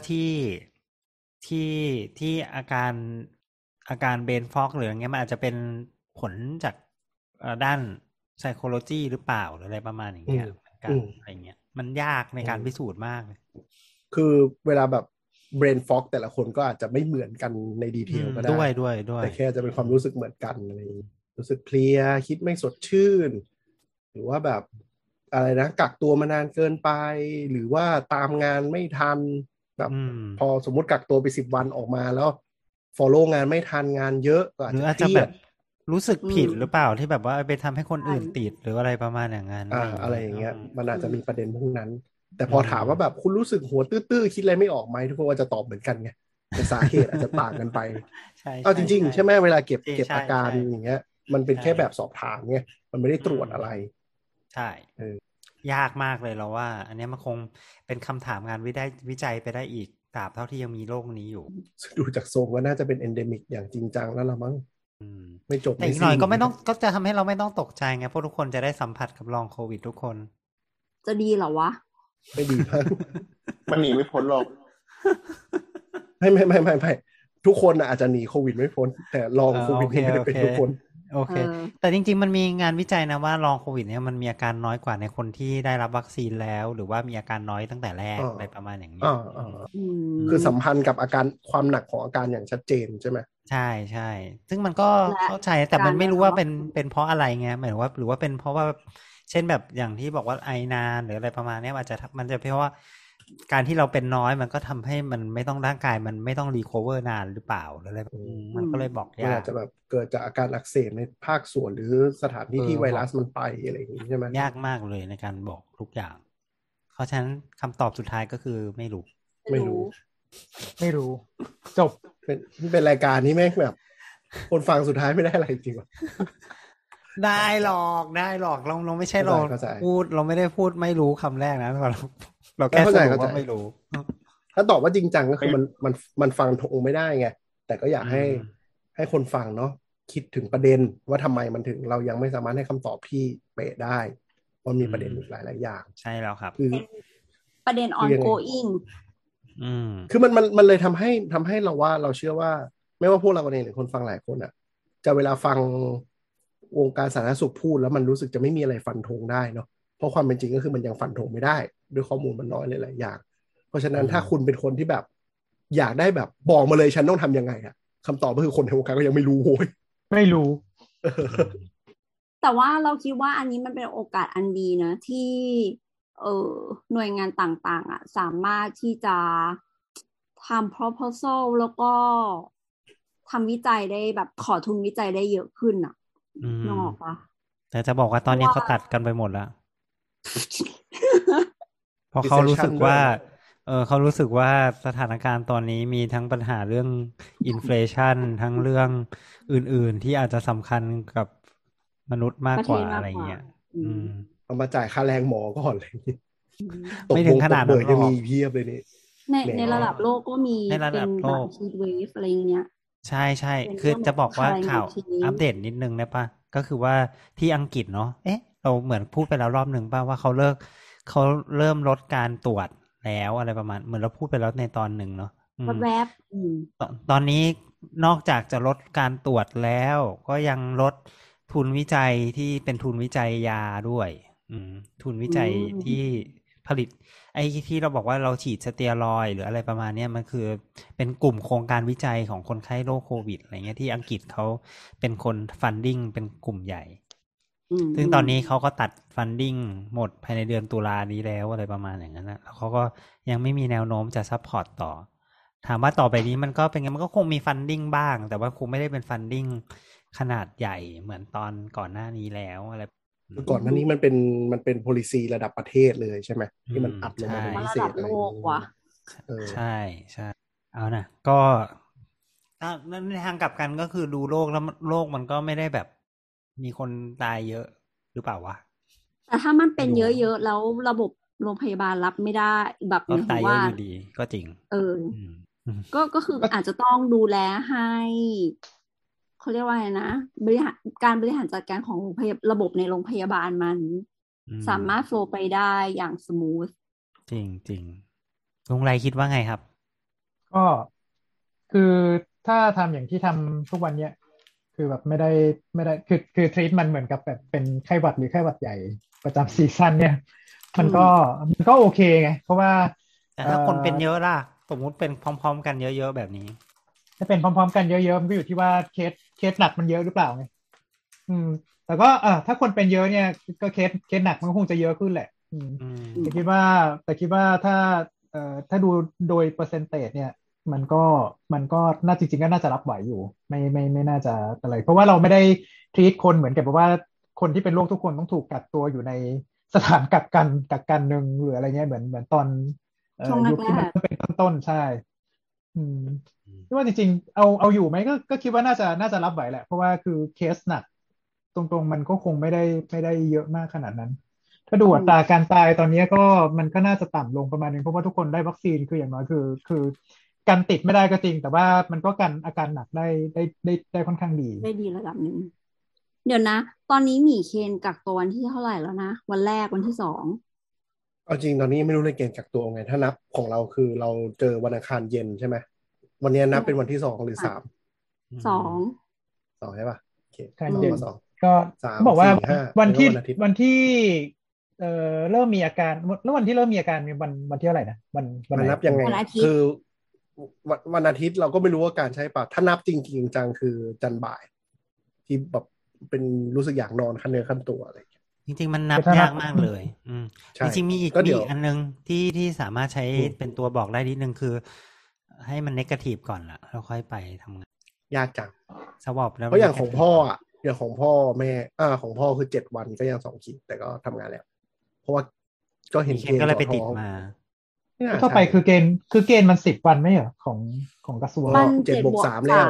ที่อาการเบรนฟอกหรืออย่างเงี้ยมันอาจจะเป็นผลจากด้าน psychology หรือเปล่าหรืออะไรประมาณอย่างเงี้ยเหมือนกันอะไรเงี้ยมันยากในการพิสูจน์มากเลย
คือเวลาแบบเบรนฟอกแต่ละคนก็อาจจะไม่เหมือนกันในดีเทลก็ได้
ด้วย
แต่แค่จะเป็นความรู้สึกเหมือนกันอะไรรู้สึกเพลียคิดไม่สดชื่นหรือว่าแบบอะไรนะกักตัวมานานเกินไปหรือว่าตามงานไม่ทันแบบพอสมมุติกักตัวไป10 วันออกมาแล้ว follow งานไม่ทันงานเยอะก็อาจจะ
แบบรู้สึกผิดหรือเปล่าที่แบบว่าไปทำให้คนอื่นติดหรืออะไรประมาณอย่างนั้น
อะไรอย่างเงี้ยมันอาจจะมีประเด็นพวกนั้นแต่พอถามว่าแบบคุณรู้สึกหัวตื้อๆคิดอะไรไม่ออกไหมทุกคนว่าจะตอบเหมือนกันไงแต่สาเหตุอาจจะต่างกันไป
ใช่
เอาจริงๆใช่ไหมเวลาเก็บ
ใช่
อาการ
ใช่
อย่างเงี้ย มันเป็นแค่แบบสอบถามไงมันไม่ได้ตรวจอะไร
ใช่ยากมากเลยเราว่า อันนี้มันคงเป็นคำถามงานวิจัยไปได้อีกตราบเท่าที่ยังมีโรคนี้อยู่
ดูจากทรงว่าน่าจะเป็น endemic อย่างจริงจังแล้วละมั้งไม่จบ
แต่อีกหน่อยก็ไม่ต้องก็จะทำให้เราไม่ต้องตกใจไงเพราะทุกคนจะได้สัมผัสกับลองโควิดทุกคน
จะดีเหรอวะ
ไม่ดีมาก
มันหนีไม่พ้นหรอก
ไม่ทุกคนอาจจะหนีโควิดไม่พ้นแต่ลองโควิดไม่ได้เป็นทุกคน
โอเคแต่จริงๆมันมีงานวิจัยนะว่าลองโควิดเนี่ยมันมีอาการน้อยกว่าในคนที่ได้รับวัคซีนแล้วหรือว่ามีอาการน้อยตั้งแต่แรกอะไรประมาณอย่างนี้
คือสัมพันธ์กับอาการความหนักของอาการอย่างชัดเจนใช่ไหม
ใช่ซึ่งมันก็เข้าใจแต่มันไม่รู้ว่าเป็นเพราะอะไรไงหมายถึงว่าหรือว่าเป็นเพราะว่าเช่นแบบอย่างที่บอกว่าไอนานหรืออะไรประมาณนี้มันจะเพราะว่าการที่เราเป็นน้อยมันก็ทำให้มันไม่ต้องร่างกายมันไม่ต้องรีคอเวอร์นานหรือเปล่าหรืออะไรมันก็เลยบอกยาก
อาจจะแบบเกิดจากอาการอักเสบในภาคส่วนหรือสถานที่ที่ไวรัสมันไปอะไรอย่างนี้ใช่ไหม
ยากมากเลยในการบอกทุกอย่างเพราะฉะนั้นคำตอบสุดท้ายก็คือไม่รู้
จบ
เป็นรายการนี้แม่งแบบคนฟังสุดท้ายไม่ได้อะไรจริงๆ
ได้หรอกเราไม่ใช่เราพูดเราไม่ได้พูดไม่รู้คำแรกนะเราแค่สรุปว่าไม่รู้
ถ้าตอบว่าจริงจังก็คือมันฟังตรงไม่ได้ไงแต่ก็อยากให้คนฟังเนาะคิดถึงประเด็นว่าทำไมมันถึงเรายังไม่สามารถให้คำตอบที่เป๊ะได้เพราะมีประเด็นอีกหลายอย่าง
ใช่แล้วครับ
คือ
ประเด็น ongoing
คือมันเลยทำให้เราว่าเราเชื่อว่าไม่ว่าพวกเราเองหรือคนฟังหลายคนจะเวลาฟังวงการสาธารณสุขพูดแล้วมันรู้สึกจะไม่มีอะไรฟันธงได้เนาะเพราะความเป็นจริงก็คือมันยังฟันธงไม่ได้ด้วยข้อมูลมันน้อยหลายอย่างเพราะฉะนั้นถ้าคุณเป็นคนที่แบบอยากได้แบบบอกมาเลยฉันต้องทำยังไงคำตอบก็คือคนในวงการก็ยังไม่รู้โว้ย
ไม่รู้
แต่ว่าเราคิดว่าอันนี้มันเป็นโอกาสอันดีนะที่หน่วยงานต่างๆสามารถที่จะทำ proposal แล้วก็ทำวิจัยได้แบบขอทุนวิจัยได้เยอะขึ้นนึกออกปะ
แต่จะบอกว่าตอนนี้เขาตัดกันไปหมดแล้วเพราะเขารู้สึกว่าเขารู้สึกว่าสถานการณ์ตอนนี้มีทั้งปัญหาเรื่องอินเฟลชันทั้งเรื่องอื่นๆที่อาจจะสำคัญกับมนุษย์มากกว่าอะไรเงี้ย
เอามาจ่ายค่าแรงหมอก่อนเลย
ไม่ถึงขนาดนั้น
จะมีเพียบเลยนี่
ในระดับโลกก็มีเป็นแบบฮีทเวฟอะไรเงี้ย
ใช่คือจะบอกว่าข่าวอัปเดตนิดนึงได้ปะก็คือว่าที่อังกฤษเนาะเราเหมือนพูดไปแล้วรอบหนึ่งป่ะว่าเขาเริ่มลดการตรวจแล้วอะไรประมาณเหมือนเราพูดไปแล้วในตอนหนึ่งเนาะ
แวบ
ตอนนี้นอกจากจะลดการตรวจแล้วก็ยังลดทุนวิจัยที่เป็นทุนวิจัยยาด้วยทุนวิจัยที่ผลิตไอ้ที่เราบอกว่าเราฉีดสเตียรอยด์หรืออะไรประมาณนี้มันคือเป็นกลุ่มโครงการวิจัยของคนไข้โรคโควิดอะไรเงี้ยที่อังกฤษเขาเป็นคนฟันดิ้งเป็นกลุ่มใหญ่ซึ่งตอนนี้เขาก็ตัดฟันดิ้งหมดภายในเดือนตุลานี้แล้วอะไรประมาณอย่างนั้นนะแล้วเขาก็ยังไม่มีแนวโน้มจะซัพพอร์ตต่อถามว่าต่อไปนี้มันก็เป็นไงมันก็คงมีฟันดิ้งบ้างแต่ว่าคงไม่ได้เป็นฟันดิ้งขนาดใหญ่เหมือนตอนก่อนหน้านี้แล้วอะไร
ก่อนหน้านี้มันเป็น policy ระดับประเทศเลยใช่ไหมที่มันอัดลงมาเป็นพิเศษอะไร
ใช่เอานะก็ในทางกลับกันก็คือดูโรคแล้วโรคมันก็ไม่ได้แบบมีคนตายเยอะหรือเปล่าวะ
แต่ถ้ามันเป็นเยอะๆแล้วระบบโรงพยาบาลรับไม่ได้แบบ
ก็ตายเยอะอยู่ดีก็จริง
ก็คืออาจจะต้องดูแลให้เขาเรียกว่าไงนะการบริหารจัดการของระบบในโรงพยาบาลมันสามารถโฟลว์ไปได้อย่างสมูท
จริงลุงไรคิดว่าไงครับ
ก็คือถ้าทำอย่างที่ทำทุกวันเนี้ยคือแบบไม่ได้คือทรีตมันเหมือนกับแบบเป็นไข้หวัดหรือไข้หวัดใหญ่ประจำซีซั่นเนี่ยมันก็โอเคไงเพราะว่า
แต่ถ้าคนเป็นเยอะล่ะสมมุติเป็นพร้อมๆกันเยอะๆแบบนี้
ถ้าเป็นพร้อมๆกันเยอะๆมันก็อยู่ที่ว่าเคสหนักมันเยอะหรือเปล่าไงแต่ก็ถ้าคนเป็นเยอะเนี่ยก็เคสหนักมันคงจะเยอะขึ้นแหละแต่คิดว่าถ้าดูโดยเปอร์เซนเทจเนี่ยมันก็น่าจริงๆก็น่าจะรับไหวอยู่ไม่น่าจะอะไรเพราะว่าเราไม่ได้ทรีตคนเหมือนกับว่าคนที่เป็นโรคทุกคนต้องถูกกักตัวอยู่ในสถานกักกันหนึ่งหรืออะไรเงี้ยเหมือนตอนยุคที่มันเป็นต้นใช่ว่าจริงๆเอาอยู่ไหมก็คิดว่าน่าจะรับไหวแหละเพราะว่าคือเคสหนักตรงๆมันก็คงไม่ได้เยอะมากขนาดนั้นถ้าดูอัตราการตายตอนนี้ก็มันก็น่าจะต่ำลงประมาณนึงเพราะว่าทุกคนได้วัคซีนคืออย่างน้อยคือกันติดไม่ได้ก็จริงแต่ว่ามันก็กันอาการหนักได้ค่อนข้างดี
ได้ดีระดับหนึ่งเดี๋ยวนะตอนนี้หมีเคนกักตัววันที่เท่าไหร่แล้วนะวันแรกวันที่2
เอาจริงตอนนี้ไม่รู้เลยเกณฑ์กักตัวไงถ้านับของเราคือเราเจอวันอังคารเย็นใช่ไหมวันนี้นับเป็นวันที่2หรือ3 2ใช่ป่ะโอเค
การเย็น
สอง
ก็บอกว่าวันที่
วัน
ที่เริ่มมีอาการแล้ววันที่เริ่มมีอาการมีวันที่เท่าไหร่นะวัน
มันนับยังไงคือวันอาทิตย์เราก็ไม่รู้ว่าการใช้ป่ะถ้านับจริงๆจังคือจันทร์บ่ายที่แบบเป็นรู้สึกอยากนอนคันเนื้อคันตัวอะไร
จริงๆมันนับยากมากเลยจริงๆมีอีกอันนึงที่สามารถใช้เป็นตัวบอกได้นิดนึงคือให้มันเนกาทีฟก่อนล่ะแล้วค่อยไปทำงาน
ยากจัง
สวอปแล้ว
เพราะอย่างของพ่ออย่างของพ่อแม่ของพ่อคือ7 วันก็ยัง2 ขีดแต่ก็ทำงานแล้วเพราะว่าก็เห็นเกณฑ์
ก็เลยไปติดมา
เข้าไปคือเกณฑ์มัน10 วันไม่เหรอของกระทรวง
มัน
7+3แล้ว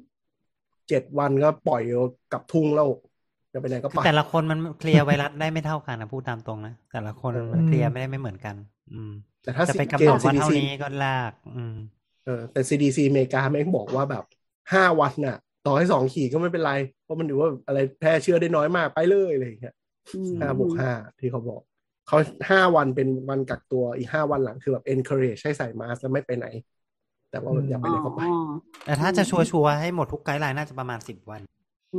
7 วันก็ปล่อยกับทุ่งแล้วจะไปไหนก็ไป
แต่ละคนมันเคลียร์ไวรัสได้ไม่เท่ากันนะพูดตามตรงนะแต่ละคนมันเคลียร์ไม่เหมือนกัน
แต่ถ้า
จะไปกำหนดว่าเท่านี้ก็ลาก
แต่ CDC อเมริกาแม่งบอกว่าแบบ5 วันน่ะต่อให้2 ขีดก็ไม่เป็นไรเพราะมันถือว่าอะไรแพร่เชื้อได้น้อยมากไปเลยอะไรอย่างเงี้ย5+5ที่เขาบอกเขา5 วันเป็นวันกักตัวอีก5 วันหลังคือแบบ encourage ให้ใส่มาสก์แล้วไม่ไปไหนแต่ว่าอยากไปไหนก็ไป
แต่ถ้าจะชัวร์ให้หมดทุกไกด์ไลน์น่าจะประมาณ10 วัน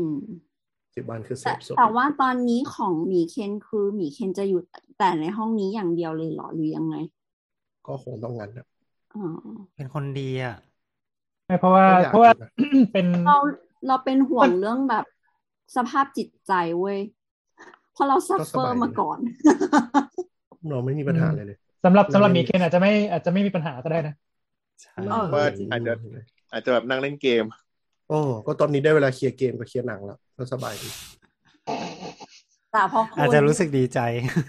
10 วันคือเซฟสุด
แต่ว่าตอนนี้ของหมีเคนคือหมีเคนจะอยู่แต่ในห้องนี้อย่างเดียวเลยเหรอหรือยังไง
ก็คงต้องงั้นนะ
เป็นคนดีอ่ะ
ไม่เพราะว่าเป็น
เราเป็นห่วงเรื่องแบบสภาพจิตใจเว้ยเพราะเราซัฟเฟอร์มาก่อน
เราไม่มีปัญหาเลย
สำหรับหมีเคนอาจจะไม่มีปัญหาก็ได้นะ
ว่าอาจจะแบบนั่งเล่นเกม
ก็ตอนนี้ได้เวลาเคลียร์เกมกับเคลียร์หนังแล้วก็สบายดี
แต่พอ
อาจจะรู้สึกดีใจ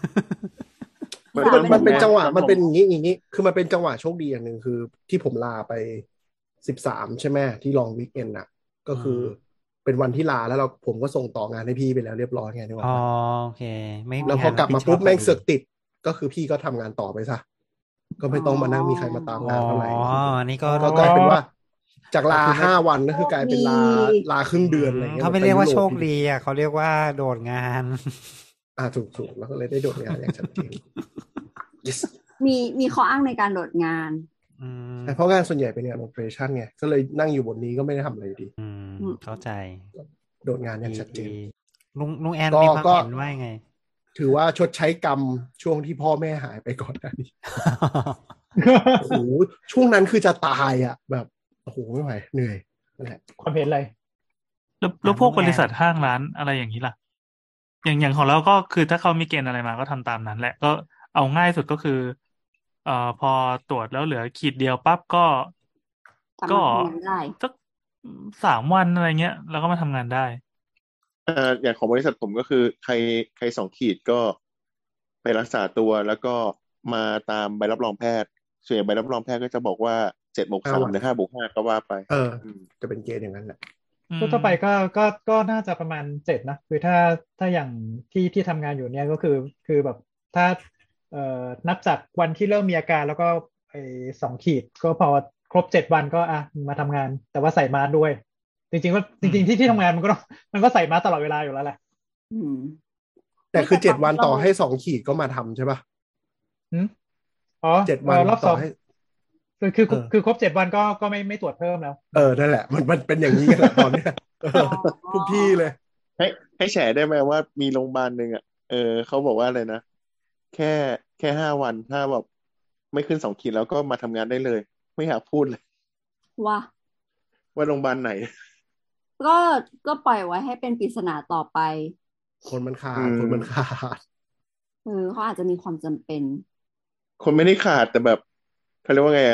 มันเป็นจังหวะมันเป็นอย่างนี้คือมันเป็นจังหวะโชคดีอย่างหนึ่งคือที่ผมลาไป13ใช่ไหมที่ลองวีคเอนด์น่ะก็คือเป็นวันที่ลาแล้วผมก็ส่งต่องานให้พี่ไปแล้วเรียบร้อยไงนี่ว่า
โอเคไม่
แล้วพอกลับมาปุ๊บแม่งเสือกติดก็คือพี่ก็ทำงานต่อไปซะก็ไม่ต้องมานั่งมีใครมาตามงานเท่าไหร่
นี่
ก็กลายเป็นว่าจากลา5 วันก็คือกลายเป็นลาครึ่งเดือนอะไรเงี้ย
เขาไม่เรียกว่าโชคดีอ่ะเขาเรียกว่าโดดงาน
ถูกแล้วก็เลยได้โดดงานอย่างชัดเจน
yes. มีข้ออ้างในการโดดงาน
เพราะงานส่วนใหญ่เป็นงานโอเปอเรชั่นไงก็เลยนั่งอยู่บนนี้ก็ไม่ได้ทำอะไรดี
เข้าใจ
โดดงานอย่างชัดเจน
ลุงแอนมีความเห็นว่าไง
ถือว่าชดใช้กรรมช่วงที่พ่อแม่หายไปก่อนหน้านี้โอ้โหช่วงนั้นคือจะตายอ่ะแบบโอ้โหไม่ไหวเหนื่อยนั่นแหละ
ความเห็นอะไร
แล้วพวกบริษัทห้างร้านอะไรอย่างนี้ล่ะอย่างของเราก็คือถ้าเขามีเกณฑ์อะไรมาก็ทำตามนั้นแหละก็เอาง่ายสุดก็คือพอตรวจแล้วเหลือขีดเดียวปั๊บก็สัก3 วันอะไรเงี้ยแล้วก็มาทำงานได้
อย่างของบริษัทผมก็คือใคร2 ขีดก็ไปรักษาตัวแล้วก็มาตามใบรับรองแพทย์ส่วนใหญ่ใบรับรองแพทย์ก็จะบอกว่า7+3หรือ5+5ก็ว่าไป
จะเป็นเกณฑ์อย่างนั้นแหละ
ทั่วไปก็น่าจะประมาณ7นะคือถ้าอย่างที่ทำงานอยู่เนี่ยก็คือแบบถ้านับจากวันที่เริ่มมีอาการแล้วก็2 ขีดก็พอครบ7 วันก็มาทำงานแต่ว่าใส่มาด้วยจริงๆที่ทำงานมันก็ใส่มาตลอดเวลาอยู่แล้วแหละ
แต่คือ7 วันต่อให้2 ขีดก็มาทำใช่ป่ะ7 วัน
รอบ2คือครบ7 วันก็ไม่ตรวจเพิ่มแล้ว
นั่นแหละมันเป็นอย่างนี้กันแหละตอนนี้ทุกที่เลย
ให้แชร์ได้ไหมว่ามีโรงพยาบาลนึงเขาบอกว่าอะไรนะแค่5 วันถ้าแบบไม่ขึ้น2 ขีดแล้วก็มาทำงานได้เลยไม่อยากพูดเลยว่าโรงพยาบาลไหน
ก็ปล่อยไว้ให้เป็นปริศนาต่อไป
คนมันขาด
เขาอาจจะมีความจำเป็น
คนไม่ได้ขาดแต่แบบเขาเรียกว่าไง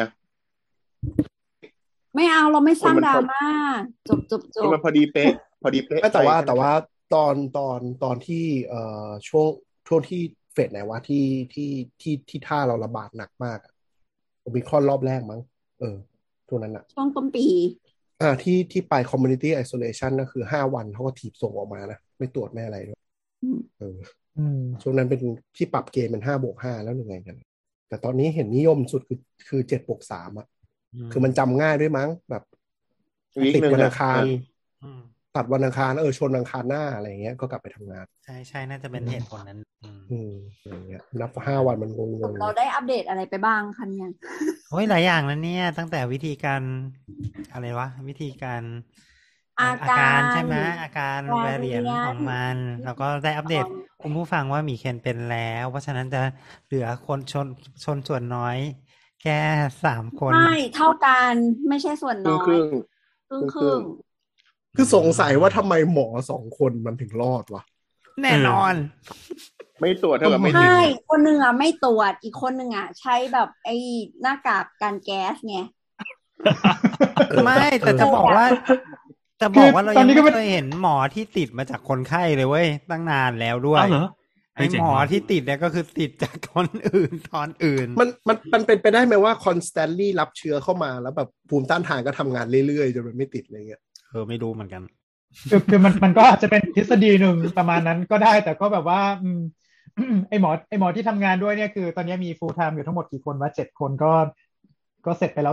ไม่เอาเราไม่สร้างดราม่าจบ
มันพอดีเป๊ะ
แต่ว่าตอนที่ช่วงที่เฟสไหนวะที่ท่าเราระบาดหนักมากโอมิครอนรอบแรกมั้งช่วงนั้นอะ
ช่วงต้นปี
ที่ไป community isolation ก็คือ5 วันเขาก็ถีบส่งออกมานะไม่ตรวจไม่อะไรด้วยเออช่วงนั้นเป็นที่ปรับเกณฑ์เป็น5+5แล้วหนึ่งไงกันแต่ตอนนี้เห็นนิยมสุดคือ7+3อ่ะคือมันจำง่ายด้วยมั้งแบบติดวันอังคารตัดวันอังคารชนอังคารหน้าอะไรเงี้ยก็กลับไปทำงาน
ใช่น่าจะเป็นเหตุผลนั้น
อะไรเงี้ยนับ5 วันมันงง
เราได้อัปเดตอะไรไปบ้างคะเนี่ย
โอ้ยหลายอย่างแล้วเนี่ยตั้งแต่วิธีการอะไรวะวิธีการอาการใช่ไหมอาการแวรเรียนของมันแล้วก็ได้อัปเดตคุณผู้ฟังว่ามีเคนเป็นแล้วเพราะฉะนั้นจะเหลือคนชนส่วนน้อยแค่3 คน
ไม่เท่ากันไม่ใช่ส่วนน้อยครึ่ง
คือสงสัยว่าทำไมหมอ2 คนมันถึงรอดวะ
แน่นอน
ไม่ตรวจเท่ากับไม่
ติดใช่คนหนึ่งอ่ะไม่ตรวจอีกคนหนึ่งอ่ะใช้แบบไอ้หน้ากากกันแก๊สไง
ไม่แต่จะบอกว่าเรายังไม่เคยเห็นหมอที่ติดมาจากคนไข้เลยเว้ยตั้งนานแล้วด้วยไอ้หมอที่ติดเนี่ยก็คือติดจากคนอื่นตอนอื่น
มันเป็นไปได้ไหมว่า constantly รับเชื้อเข้ามาแล้วแบบภูมิต้านทานก็ทำงานเรื่อยๆจนมันไม่ติดอะไรเงี้ย
ไม่รู้เหมือนกัน
คือมันก็อาจจะเป็นทฤษฎีหนึ่งประมาณนั้นก็ได้แต่ก็แบบว่าไอหมอที่ทำงานด้วยเนี่ยคือตอนนี้มี full time อยู่ทั้งหมดกี่คนว่า7 คนก็เสร็จไปแล้ว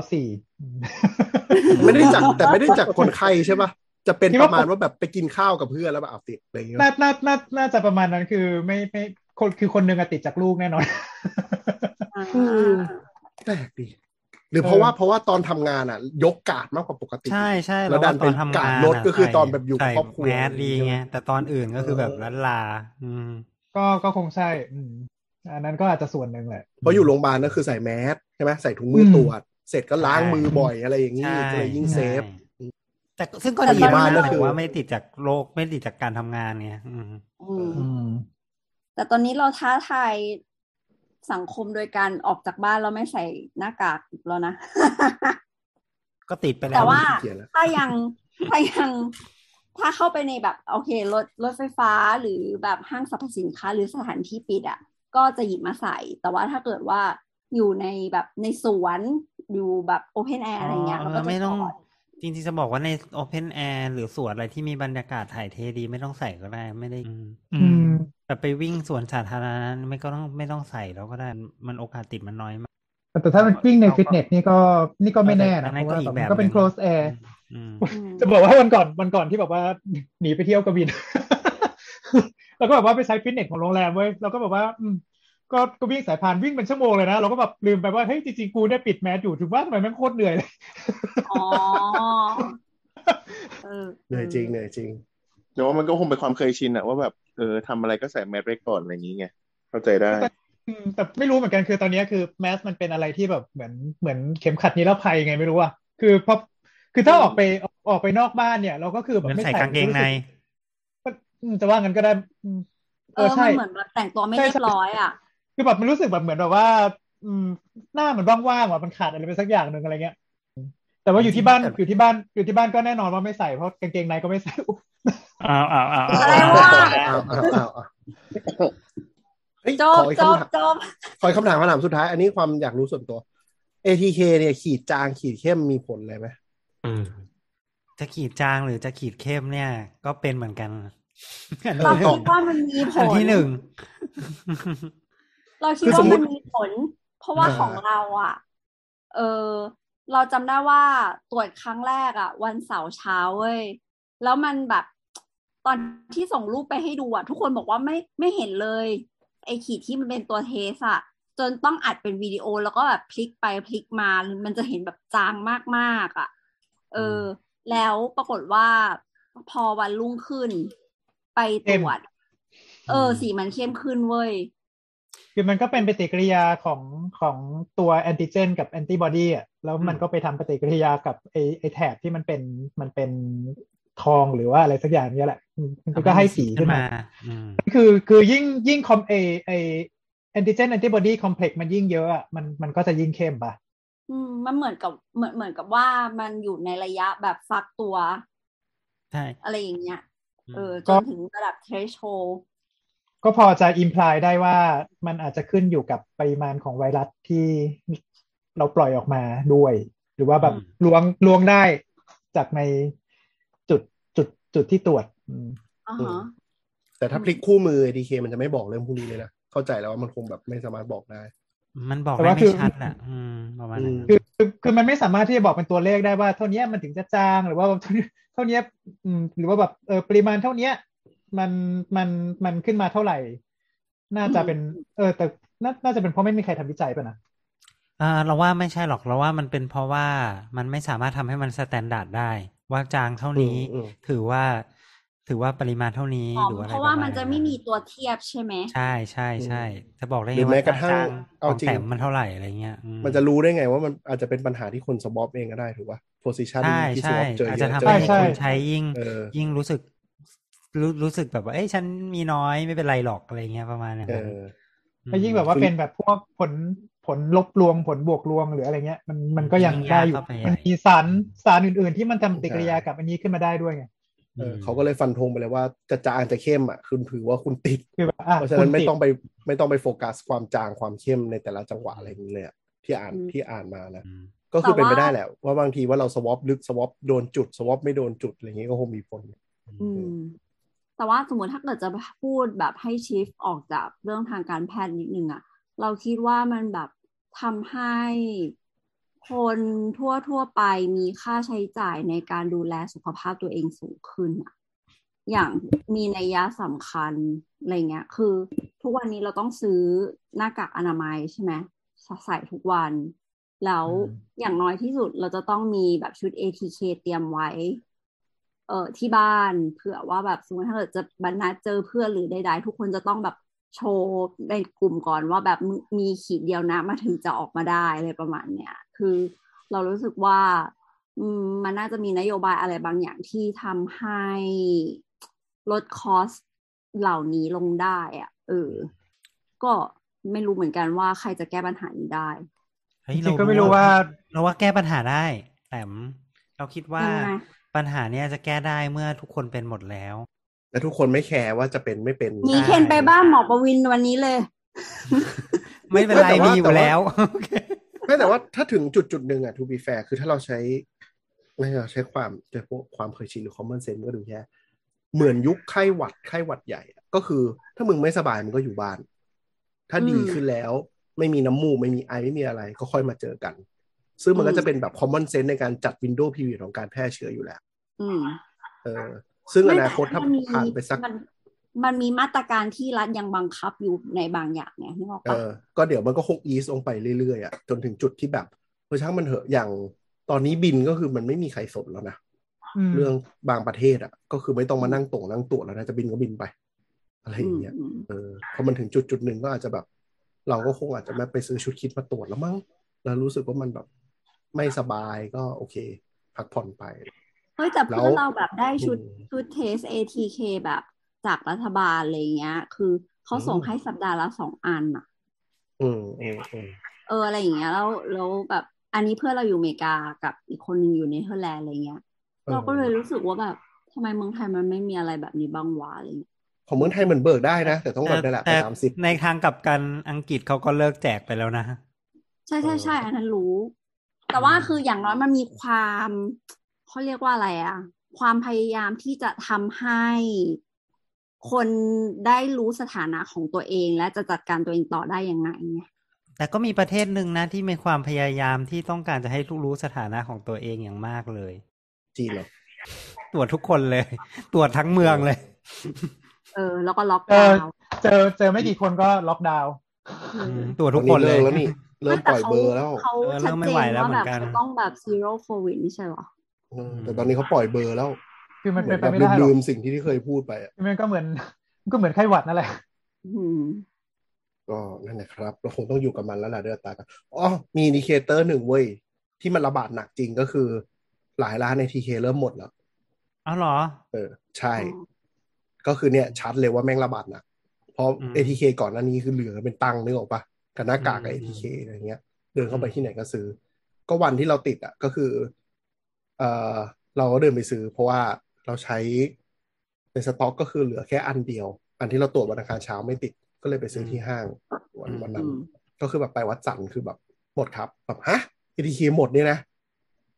4
ไม่ได้จากคนไข้ใช่ป่ะจะเป็นประมาณว่าแบบไปกินข้าวกับเพื่อนแล้วแบบติดอะไรอย่างเงี้ย
น่าจะประมาณนั้นคือไม่คนนึงติดจากลูกแน่นอน
แปลกดีหรือเพราะว่าตอนทำงานยกกาดมากกว่าปกติ
ใช่
แล้วดันเป็นกาดลดก็คือตอนแบบอยู่ครอบครัว
แมสดีไงแต่ตอนอื่นก็คือแบบล้านลา
ก็คงใช่อันนั้นก็อาจจะส่วนหนึ่งแหละ
เพราะอยู่โรงพยาบาลก็คือใส่แมสใช่ไหมใส่ถุงมือตรวจเสร็จก็ล้างมือบ่อยอะไรอย่างนี้ก็เลยยิ่งเซฟ
แต่ซึ่งก็ดีมากก็คือว่าไม่ติดจากโรคไม่ติดจากการทำงานเนี่ย
แต่ตอนนี้เราท้าทายสังคมโดยการออกจากบ้านเราไม่ใส่หน้ากากแล้วนะ
ก็ติดไปแล้ว
แต่ว่าถ้าเข้าไปในแบบโอเครถไฟฟ้าหรือแบบห้างสรรพสินค้าหรือสถานที่ปิดอ่ะก็จะหยิบมาใส่แต่ว่าถ้าเกิดว่าอยู่ในแบบในสวนอยู่แบบโอเพนแอร์อะไรเงี้ยเราก็จะ
ไม่ต้องจริงๆจะบอกว่าในโอเพนแอร์หรือสวนอะไรที่มีบรรยากาศถ่ายเทดีไม่ต้องใส่ก็ได้ไม่ได้แบบไปวิ่งสวนสาธารณะไม่ต้องใส่แล้วก็ได้มันโอกาสติดมันน้อยมาก
แต่ถ้ามันวิ่งในฟิตเนสนี่ก็ไม่แน่นะเพราะว่ามันก็เป็น close air จะบอกว่าวันก่อนที่แบบว่าหนีไปเที่ยวกระบี่แล้วก็แบบว่าไปใช้ฟิตเนสของโรงแรมเว้ยเราก็แบบว่าก็วิ่งสายพานวิ่งเป็นชั่วโมงเลยนะเราก็แบบลืมไปว่าเฮ้ยจริงๆกูเนี่ยปิดแมสอยู่ถึงว่าทำไมแม่งโคตรเหนื่อยเลย
อ๋อ
เหนื่อยจริง
แต่ว่ามันก็คงเป็นความเคยชินอะว่าแบบทำอะไรก็ใส่แมสไว้ก่อนอะไรอย่างนี้ไงเข้าใจได้
แต่ไม่รู้เหมือนกันคือตอนนี้คือแมสมันเป็นอะไรที่แบบเหมือนเข็มขัดนิรภัยไงไม่รู้อ่ะคือถ้าออกไปนอกบ้านเนี่ยเราก็คือแบบ
ไม่ใส่กางเกงใน
จะว่างั้นก็ได้
ใช่เหมือนแบบแต่งตัวไม่เรียบร้อยอ่ะ
คือแบบมันรู้สึกแบบเหมือนแบบว่าหน้ามันว่างๆว่ะมันขาดอะไรไปสักอย่างนึงอะไรเงี้ยแต่ว่าอยู่ที่บ้านก็แน่นอนว่าไม่ใส่เพราะกางเกงในก็ไม่ใส่
อะไรวะจบ
ขอคำถามสุดท้ายอันนี้ความอยากรู้ส่วนตัว ATK เนี่ยขีดจางขีดเข้มมีผลอะไรไหม
จะขีดจางหรือจะขีดเข้มเนี่ยก็เป็นเหมือนกัน
เราคิดว่ามันมีผล
ที่1
เราคิดว่ามันมีผลเพราะว่าของเราอ่ะเราจำได้ว่าตรวจครั้งแรกอ่ะวันเสาร์เช้าเว้ยแล้วมันแบบตอนที่ส่งรูปไปให้ดูอ่ะทุกคนบอกว่าไม่เห็นเลยไอ้ขีดที่มันเป็นตัวเทสอ่ะจนต้องอัดเป็นวิดีโอแล้วก็แบบพลิกไปพลิกมามันจะเห็นแบบจางมากๆอ่ะแล้วปรากฏว่าพอวันรุ่งขึ้นไปตรวจสีมันเข้มขึ้นเว้ย
คือมันก็เป็นปฏิกิริยาของตัวแอนติเจนกับแอนติบอดีอ่ะแล้วมันก็ไปทำปฏิกิริยากับไอแถบที่มันเป็นทองหรือว่าอะไรสักอย่างนี้แหละมันก็ให้สีขึ้นมาคือยิ่งคอมไอแอนติเจนแอนติบอดีคอมเพล็กซ์มันยิ่งเยอะอ่ะมันก็จะยิ่งเข้มป่ะ
มันเหมือนกับว่ามันอยู่ในระยะแบบฟักตัว
ใช่
อะไรอย่างเงี้ยจนถึงระดับ threshold
ก็พอจะอิมพลายได้ว่ามันอาจจะขึ้นอยู่กับปริมาณของไวรัสที่เราปล่อยออกมาด้วยหรือว่าแบบล้วงได้จากในจุดที่ตรวจ
แต่ถ้าพลิกคู่มือ ATK มันจะไม่บอกเรื่องพวกนี้เลยนะเข้าใจแล้วว่ามันคงแบบไม่สามารถบอกได้
มันบอกได้ไม่ชัดอ่ะประมาณนั้น
คือมันไม่สามารถที่จะบอกเป็นตัวเลขได้ว่าเท่านี้มันถึงจะจางหรือว่าเท่านี้หรือว่าแบบปริมาณเท่านี้มันขึ้นมาเท่าไหร่น่าจะเป็นแต่น่าจะเป็นเพราะไม่มีใครทำวิจัยป่ะนะ
เราว่าไม่ใช่หรอกเราว่ามันเป็นเพราะว่ามันไม่สามารถทำให้มันสแตนดาร์ดได้ว่าจางเท่านี้ถือว่าปริมาณเท่านี้หรือว่าอะไร
เพราะว่ามันจะไม่มีตัวเทียบใช่ไหม
ใช่จะบอกได้ไงว่าจางของแถมมันเท่าไหร่อะไรเงี้ย
มันจะรู้ได้ไงว่ามันอาจจะเป็นปัญหาที่คนสวอปเองก็ได้ถูกป่ะโพสิชันที่สวอปเจอ
อาจจะทำให้คนใช้ยิ่งรู้สึกแบบว่าฉันมีน้อยไม่เป็นไรหรอกอะไรเงี้ยประมาณนั้น
ถ้ายิ่งแบบว่าเป็นแบบพวกผลลบลวงผลบวกลวงหรืออะไรเงี้ยมันก็ยังได้อยู่มันมีสารอื่นๆที่มันทำปฏิกิริยากับอันนี้ขึ้นมาได้ด้วยไง
เขาก็เลยฟันธงไปเลยว่าจะจางจะเข้มอ่ะคุณถือว่าคุณติดเพราะฉะนั้นไม่ต้องไปโฟกัสความจางความเข้มในแต่ละจังหวะอะไรอย่างนี้เลยที่อ่านมานะก็คือเป็นไปได้แหละว่าบางทีว่าเราสวอปลึกสวอปโดนจุดสวอปไม่โดนจุดอะไรอย่างนี้ก็คงมีผล
แต่ว่าสมมติถ้าเกิดจะพูดแบบให้ชิฟออกจากเรื่องทางการแพทย์นิดนึงอะเราคิดว่ามันแบบทำให้คนทั่วไปมีค่าใช้จ่ายในการดูแลสุขภาพตัวเองสูงขึ้นอะอย่างมีนัยยะสำคัญอะไรเงี้ยคือทุกวันนี้เราต้องซื้อหน้ากากอนามัยใช่ไหมใส่ทุกวันแล้วอย่างน้อยที่สุดเราจะต้องมีแบบชุด ATK เตรียมไว้ที่บ้านเผื่อว่าแบบสมมติถ้าเกิดจะบรรณาเจอเพื่อนหรือใดๆทุกคนจะต้องแบบโชว์ในกลุ่มก่อนว่าแบบมีขีดเดียวนะมาถึงจะออกมาได้อะไรประมาณเนี้ยคือเรารู้สึกว่ามันน่าจะมีนโยบายอะไรบางอย่างที่ทำให้ลดคอสเหล่านี้ลงได้อ่ะก็ไม่รู้เหมือนกันว่าใครจะแก้ปัญหานี้ได้
จริงๆก็ไม่รู้ว่า
เราว่าแก้ปัญหาได้แต่เราคิดว่าปัญหาเนี้ยจะแก้ได้เมื่อทุกคนเป็นหมดแล้ว
และทุกคนไม่แคร์ว่าจะเป็นไม่เป็น
มีเคนไปบ้านหมอประวินวันนี้เลย
ไม่เป็นไรมีอยู่แล้ว
ไม่แต่ว่าถ้าถึงจุดหนึ่งอะ to be fair คือถ้าเราใช้ความเคยชินหรือ common sense ก็ดูแค่เหมือนยุคไข้หวัดใหญ่ก็คือถ้ามึงไม่สบายมึงก็อยู่บ้านถ้าดีขึ้นแล้วไม่มีน้ำมูกไม่มีไอไม่มีอะไรก็ค่อยมาเจอกันซึ่งมันก็จะเป็นแบบ common sense ในการจัด window period ของการแพร่เชื้ออยู่แล้วซึ่งอนาคตถ้าผ่านไปสัก
มันมีมาตรการที่รัฐยังบังคับอยู่ในบางอย่างเนี่ยนึกออกปะ
ก็เดี๋ยวมันก็คงอีสลงไปเรื่อยๆอ่ะจนถึงจุดที่แบบช่างมันเถอะอย่างตอนนี้บินก็คือมันไม่มีใครสนแล้วนะเรื่องบางประเทศอ่ะก็คือไม่ต้องมานั่งตรวจแล้วนะจะบินก็บินไปอะไรอย่างเงี้ยพอมันถึงจุดหนึ่งก็อาจจะแบบเราก็คงอาจจะไม่ไปซื้อชุดคิดมาตรวจแล้วมั้งแล้วรู้สึกว่ามันแบบไม่สบายก็โอเคพักผ่อนไป
เฮ้ยแต่เพื่อนเราแบบได้ชุดเทส ATK แบบจากรัฐบาลอะไรเงี้ยคือเขาส่งให้สัปดาห์ละ2 อันอ่ะอะไรอย่างเงี้ยแล้วแบบอันนี้เพื่อนเราอยู่อเมริกากับอีกคนนึงอยู่เนเธอร์แลนด์อะไรเงี้ยเราก็เลยรู้สึกว่าแบบทำไมเมืองไทยมันไม่มีอะไรแบบนี้บ้างวะอะไรเงี้ย
ของเมืองไทยเหมือนเบิกได้นะแต่ต้องแบบได้ละ30
ในทางกลับกันอังกฤษเขาก็เลิกแจกไปแล้วนะ
ใช่อันนั้นรู้แต่ว่าคืออย่างน้อยมันมีความเขาเรียกว่าอะไรอะความพยายามที่จะทำให้คนได้รู้สถานะของตัวเองและจะจัดการตัวเองต่อได้ยังไงไง
แต่ก็มีประเทศหนึ่งนะที่มีความพยายามที่ต้องการจะให้ทุกรู้สถานะของตัวเองอย่างมากเลย
จีนเหรอ
ตรวจทุกคนเลยตรวจทั้งเมืองเลย
แล้วก็ล็อกดาวน์
เจอไม่กี่คนก็ล็อกดาวน์
ตรวจทุกคนเลย
แล้วนี่เริ่มปล่อยเบอร์แล้ว
เขาชัดเจนว่าแบบเขาต้องแบบซีโร่โควิดไม่ใช่หรอ
แต่ตอนนี้เขาปล่อยเบอร์แล้ว
คือมันเป็นไปไม่ได้หรอก
ลืมสิ่งที่เคยพูดไป
มันก็เหมือนไข้หวัดนั่นแหละ
ก็นั่นแหละครับเราคงต้องอยู่กับมันแล้วล่ะเดือดตากันมีอินดิเคเตอร์หนึ่งเว้ยที่มันระบาดหนักจริงก็คือหลายร้านใน TK เริ่มหมดแล้ว
เหรอ
ใช่ก็คือเนี่ยชัดเลยว่าแม่งระบาดหนักเพราะ ATK ก่อนหน้านี้คือเหลือเป็นตังค์นึกออกปะกับหน้ากากกับ ATK อะไรเงี้ยเดินเข้าไปที่ไหนก็ซื้อก็วันที่เราติดอ่ะก็คือเราก็เดินไปซื้อเพราะว่าเราใช้ในสต็อกก็คือเหลือแค่อันเดียวอันที่เราตรวจวันอังคารเช้าไม่ติดก็เลยไปซื้อที่ห้างวันนั้นก็คือแบบไปวัดจันทร์คือแบบหมดครับแบบฮะ ATK หมดนี่นะ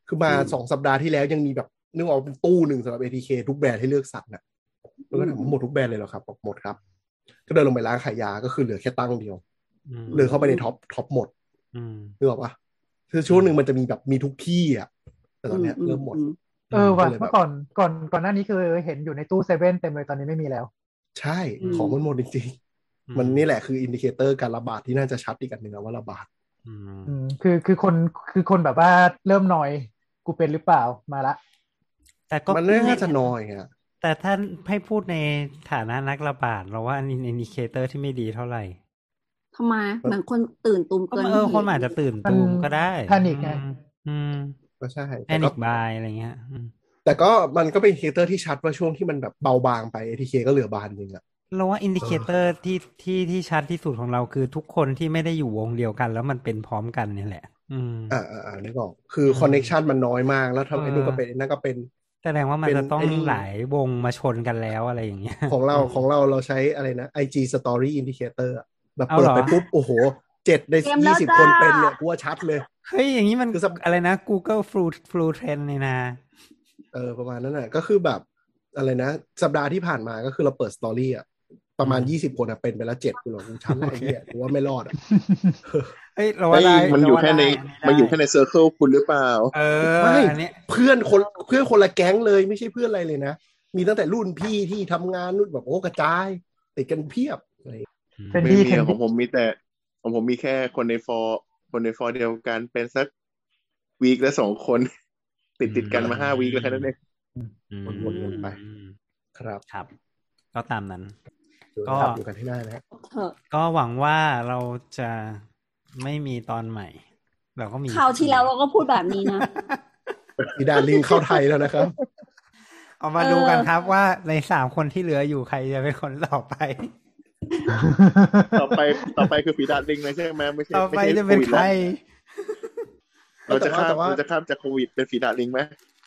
คือมา2 สัปดาห์ที่แล้วยังมีแบบนึกออกเป็นตู้หนึ่งสำหรับ ATK ทุกแบรนด์ให้เลือกสั่งน่ะแล้วก็ถามหมดทุกแบรนด์เลยเหรอครับบอกหมดครับก็เดินลงไปร้านขายยาก็คือเหลือแค่ตั้งเดียวเลยเข้าไปในท็อปหมดนึกออกปะคือช่วงหนึ่งมันจะมีแบบมีทุกที่อ่ะแต่ตอนเนี้ยเริ่มหมด
ว่ะเมื่อก่อนหน้านี้คือเห็นอยู่ในตู้เซเว่นเต็มเลยตอนนี้ไม่มีแล้ว
ใช่ของมันหมดจริงๆมันนี่แหละคืออินดิเคเตอร์การระบาดที่น่าจะชัดอีกอันหนึ่งว่าระบาด
คือคนแบบว่าเริ่มนอยกูเป็นหรือเปล่ามาละ
แต่ก็
มันน่าจะนอยอ่ะ
แต่ถ้าให้พูดในฐานะนักระบาดเราว่าอินดิเคเตอร์ที่ไม่ดีเท่าไหร่
ทำไมเหมือนคนตื่นตูมเกิน
คนอาจจะตื่นตูมก็ได้
แพนิคไง
ก็ใช่
แพนิคบายอะไรเงี้ย
แต่ก็มันก็เป็นอินดิเคเตอร์ที่ชัดว่าช่วงที่มันแบบเบาบางไป ATK ก็เหลือบานนึงอ่ะ
เราว่าอินดิเคเตอร์ที่ชัดที่สุดของเราคือทุกคนที่ไม่ได้อยู่วงเดียวกันแล้วมันเป็นพร้อมกันนี่แหละ
นึกออกคือคอนเนคชันมันน้อยมากแล้วทำไอ้นู่นก็เป็นนั่นก็เป็น
แสดงว่ามันจะต้องหลายวงมาชนกันแล้วอะไรอย่างเงี้ย
ของเราใช้อะไรนะ IG Story Indicator แบบเปิดไปปุ๊บโอ้โห7 ใน 20 คนเป็นเนี่ยกูว่าชัดเลย
เฮ้ยอย่างนี้มันคืออะไรนะ Google Flu Trend นี่นะ
ประมาณนั้นน่ะก็คือแบบอะไรนะสัปดาห์ที่ผ่านมาก็คือเราเปิดสตอรี่อ่ะประมาณ20 คนเป็นไปแล้ว7กูหรอกกูชัดเลยไอ้เหี้ยกูว่าไม่รอดอ่ะ
เฮ้ยเราว่าได้
มันอยู่แค่ในเซอร์เคิลคุณหรือเปล่า
ไม่เพื่อนคนละแก๊งเลยไม่ใช่เพื่อนอะไรเลยนะมีตั้งแต่รุ่นพี่ที่ทำงานรุ่นแบบโอ้กระจายติดกันเพียบอะไร
ไม่มีของผมมีแค่คนในฟอร์เดียวกันเป็นสักวีคละ2 คนติดกันมา5 วีคแล้วแค่นั้นเอง
วนไป
ครับก็ตามนั้น
ก็อยู่กันให้ได้นะ
ก็หวังว่าเราจะไม่มีตอนใหม่เราก็มี
คราวที่แล้วเราก็พูดแบบนี้นะ
อีดาลิงเข้าไทยแล้วนะครับ
เอามาดูกันครับว่าใน3 คนที่เหลืออยู่ใครจะเป็นคนต่อไป
ต่อไปคือฝีดาดลิงเลยใช่ไหมไม่ใช่
ต่อไปจะเป็นใคร
เราจะข้ามจากโควิดเป็นฝีดาดลิงไหม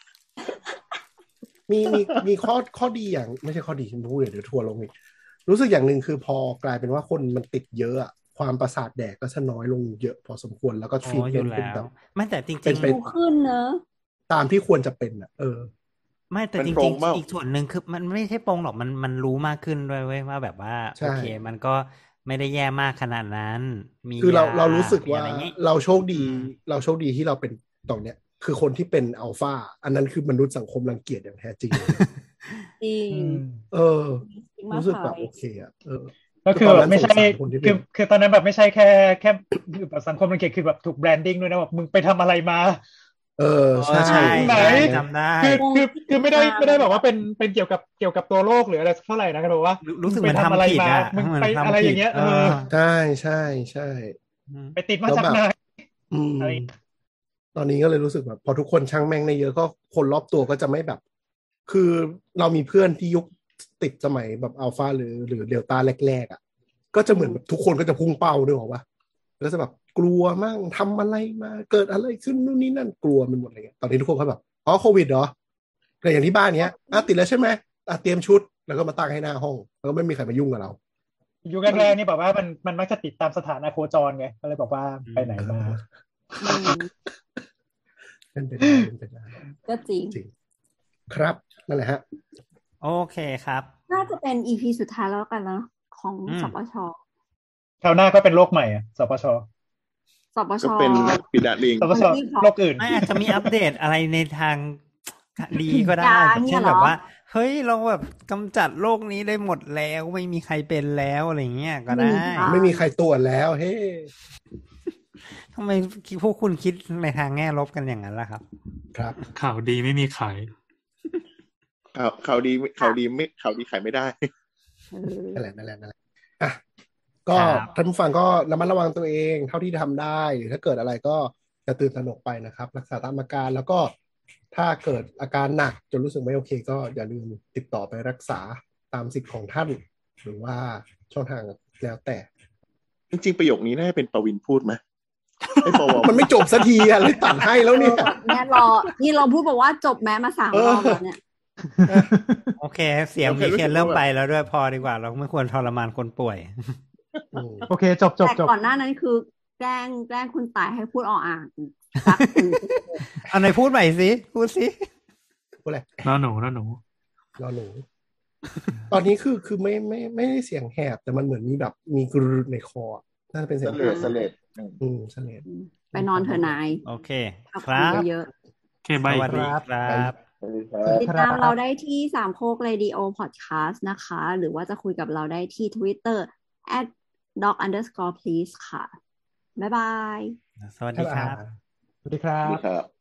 มีข้อดีอย่างไม่ใช่ข้อดีฉันพูดเดี๋ยวทัวร์ลงอีกรู้สึกอย่างหนึ่งคือพอกลายเป็นว่าคนมันติดเยอะความประสาทแดกก็จะน้อยลงเยอะพอสมควรแล้วก็ฟีดเป็นแบบ
ไม่แต่จริงๆ
เป็นขึ้นเนอะ
ตามที่ควรจะเป็น
ไม่แต่จริงๆอีกส่วนหนึ่งคือมันไม่ใช่ปรงหรอกมันรู้มากขึ้นด้วยเว้ยว่าแบบว่าโอเคมันก็ไม่ได้แย่มากขนาดนั้น
คือเรารู้สึกว่าเราโชคดีที่เราเป็นตรงเนี้ยคือคนที่เป็นอัลฟาอันนั้นคือมนุษย์สังคมรังเกียจอย่างแท้จริง
จริง
รู้สึกแบบโอเค
ก็คือไม่ใช่คือตอนนั้นแบบไม่ใช่แค่แบบสังคมรังเกียจคือแบบถูกแบรนดิ้งด้วยนะแบบมึงไปทำอะไรมา
ใช่
ไหน
จำได้
คือไม่ได้แบบว่าเป็นเกี่ยวกับตัวโรคหรืออะไรเท่าไหร่นะก็บอกว่า
รู้สึกเหมือนทำผิดอะ
มึงไปอะไรอย่างเงี้ย
ใช่
ไปติดมาจากไหน
ตอนนี้ก็เลยรู้สึกแบบพอทุกคนช่างแม่งในเยอะก็คนรอบตัวก็จะไม่แบบคือเรามีเพื่อนที่ยุคติดสมัยแบบอัลฟาหรือเดลต้าแรกๆก็จะเหมือนแบบทุกคนก็จะพุ่งเป้าด้วยหรอวะแล้วจะแบบกลัวมั่งทำอะไรมาเกิดอะไรขึ้นนู่นนี่นั่นกลัวมันหมดเลยตอนนี้ทุกคนก็แบบโควิดเหรอแต่อย่างที่บ้านเนี้ยติดแล้วใช่ไหมเตรียมชุดแล้วก็มาตั้งให้หน้าห้องแล้วก็ไม่มีใครมายุ่งกับเรา
อยู่แรกๆนี่บอกว่ามันมักจะติดตามสถานะโคจรไงก็เลยบอกว่าไปไหนมา
เป็นไปได้
ก็จริง
ครับนั่นแหละฮะ
โอเคครับ
น่าจะเป็น EP สุดท้ายแล้วกันนะของสปช.
คราวหน้าก็เป็นโรคใหม่สปช.
ก็เป็นฝีดาดลิง
สปช.โรคอื่น
อาจจะมีอัปเดตอะไรในทางดีก็ได้เช่นแบบว่าเฮ้ยเราแบบกำจัดโรคนี้ได้หมดแล้วไม่มีใครเป็นแล้วอะไรเงี้ยก็ได้
ไม่มีใครตรวจแล้วเฮ้
ทำไมพวกคุณคิดในทางแง่ลบกันอย่างนั้นล่ะครับ
ครับ
ข่าวดีไม่มีขาย
ข่าวดีไม่ข่าวดีขายไม่ได้
นั่นแหละก็ท่านผู้ฟังก็ระมัดระวังตัวเองเท่าที่ทำได้หรือถ้าเกิดอะไรก็จะตื่นตระหนกไปนะครับรักษาตามอาการแล้วก็ถ้าเกิดอาการหนักจนรู้สึกไม่โอเคก็อย่าลืมติดต่อไปรักษาตามสิทธิ์ของท่านหรือว่าช่องทางแล้วแต่
จริงๆประโยคนี้น่าจะเป็นปวินพูดไหม
มันไม่จบสักทีอะเลยตัดให้แล้วเนี่ย
นี่เราพูดบอกว่าจบแม้มา3 รอบแล้วเนี่ย
โอเคเสียงมีเคียนเริ่มไปแล้วด้วยพอดีกว่าเราไม่ควรทรมานคนป่วย
โอเคจบ
แต่ก่อนหน้านั้นคือแกล้งคุณตายให้พูดอ่างรักคุณ
เอาไหนพูดใหม่สิพูดสิ
พูดอะไร
นอหนู
นอนหนู ตอนนี้คือไม่ได้เสียงแหบแต่มันเหมือนมีแบบมีกรึในคอน่าจะเป็นเสียง
เสลดเสลด
ไปนอนเถอะนาย
โอเค
พัก
ค
ผ่อ
รั
น
บ
เยอะ
โอเคบาย
สวัสดีครับ
ติดตามเราได้ที่สามโคก Radio Podcast นะคะ หรือว่าจะคุยกับเราได้ที่ Twitter @doc_please ค่ะ บ๊ายบาย
สวัสดีครับ
สวัสดีครับ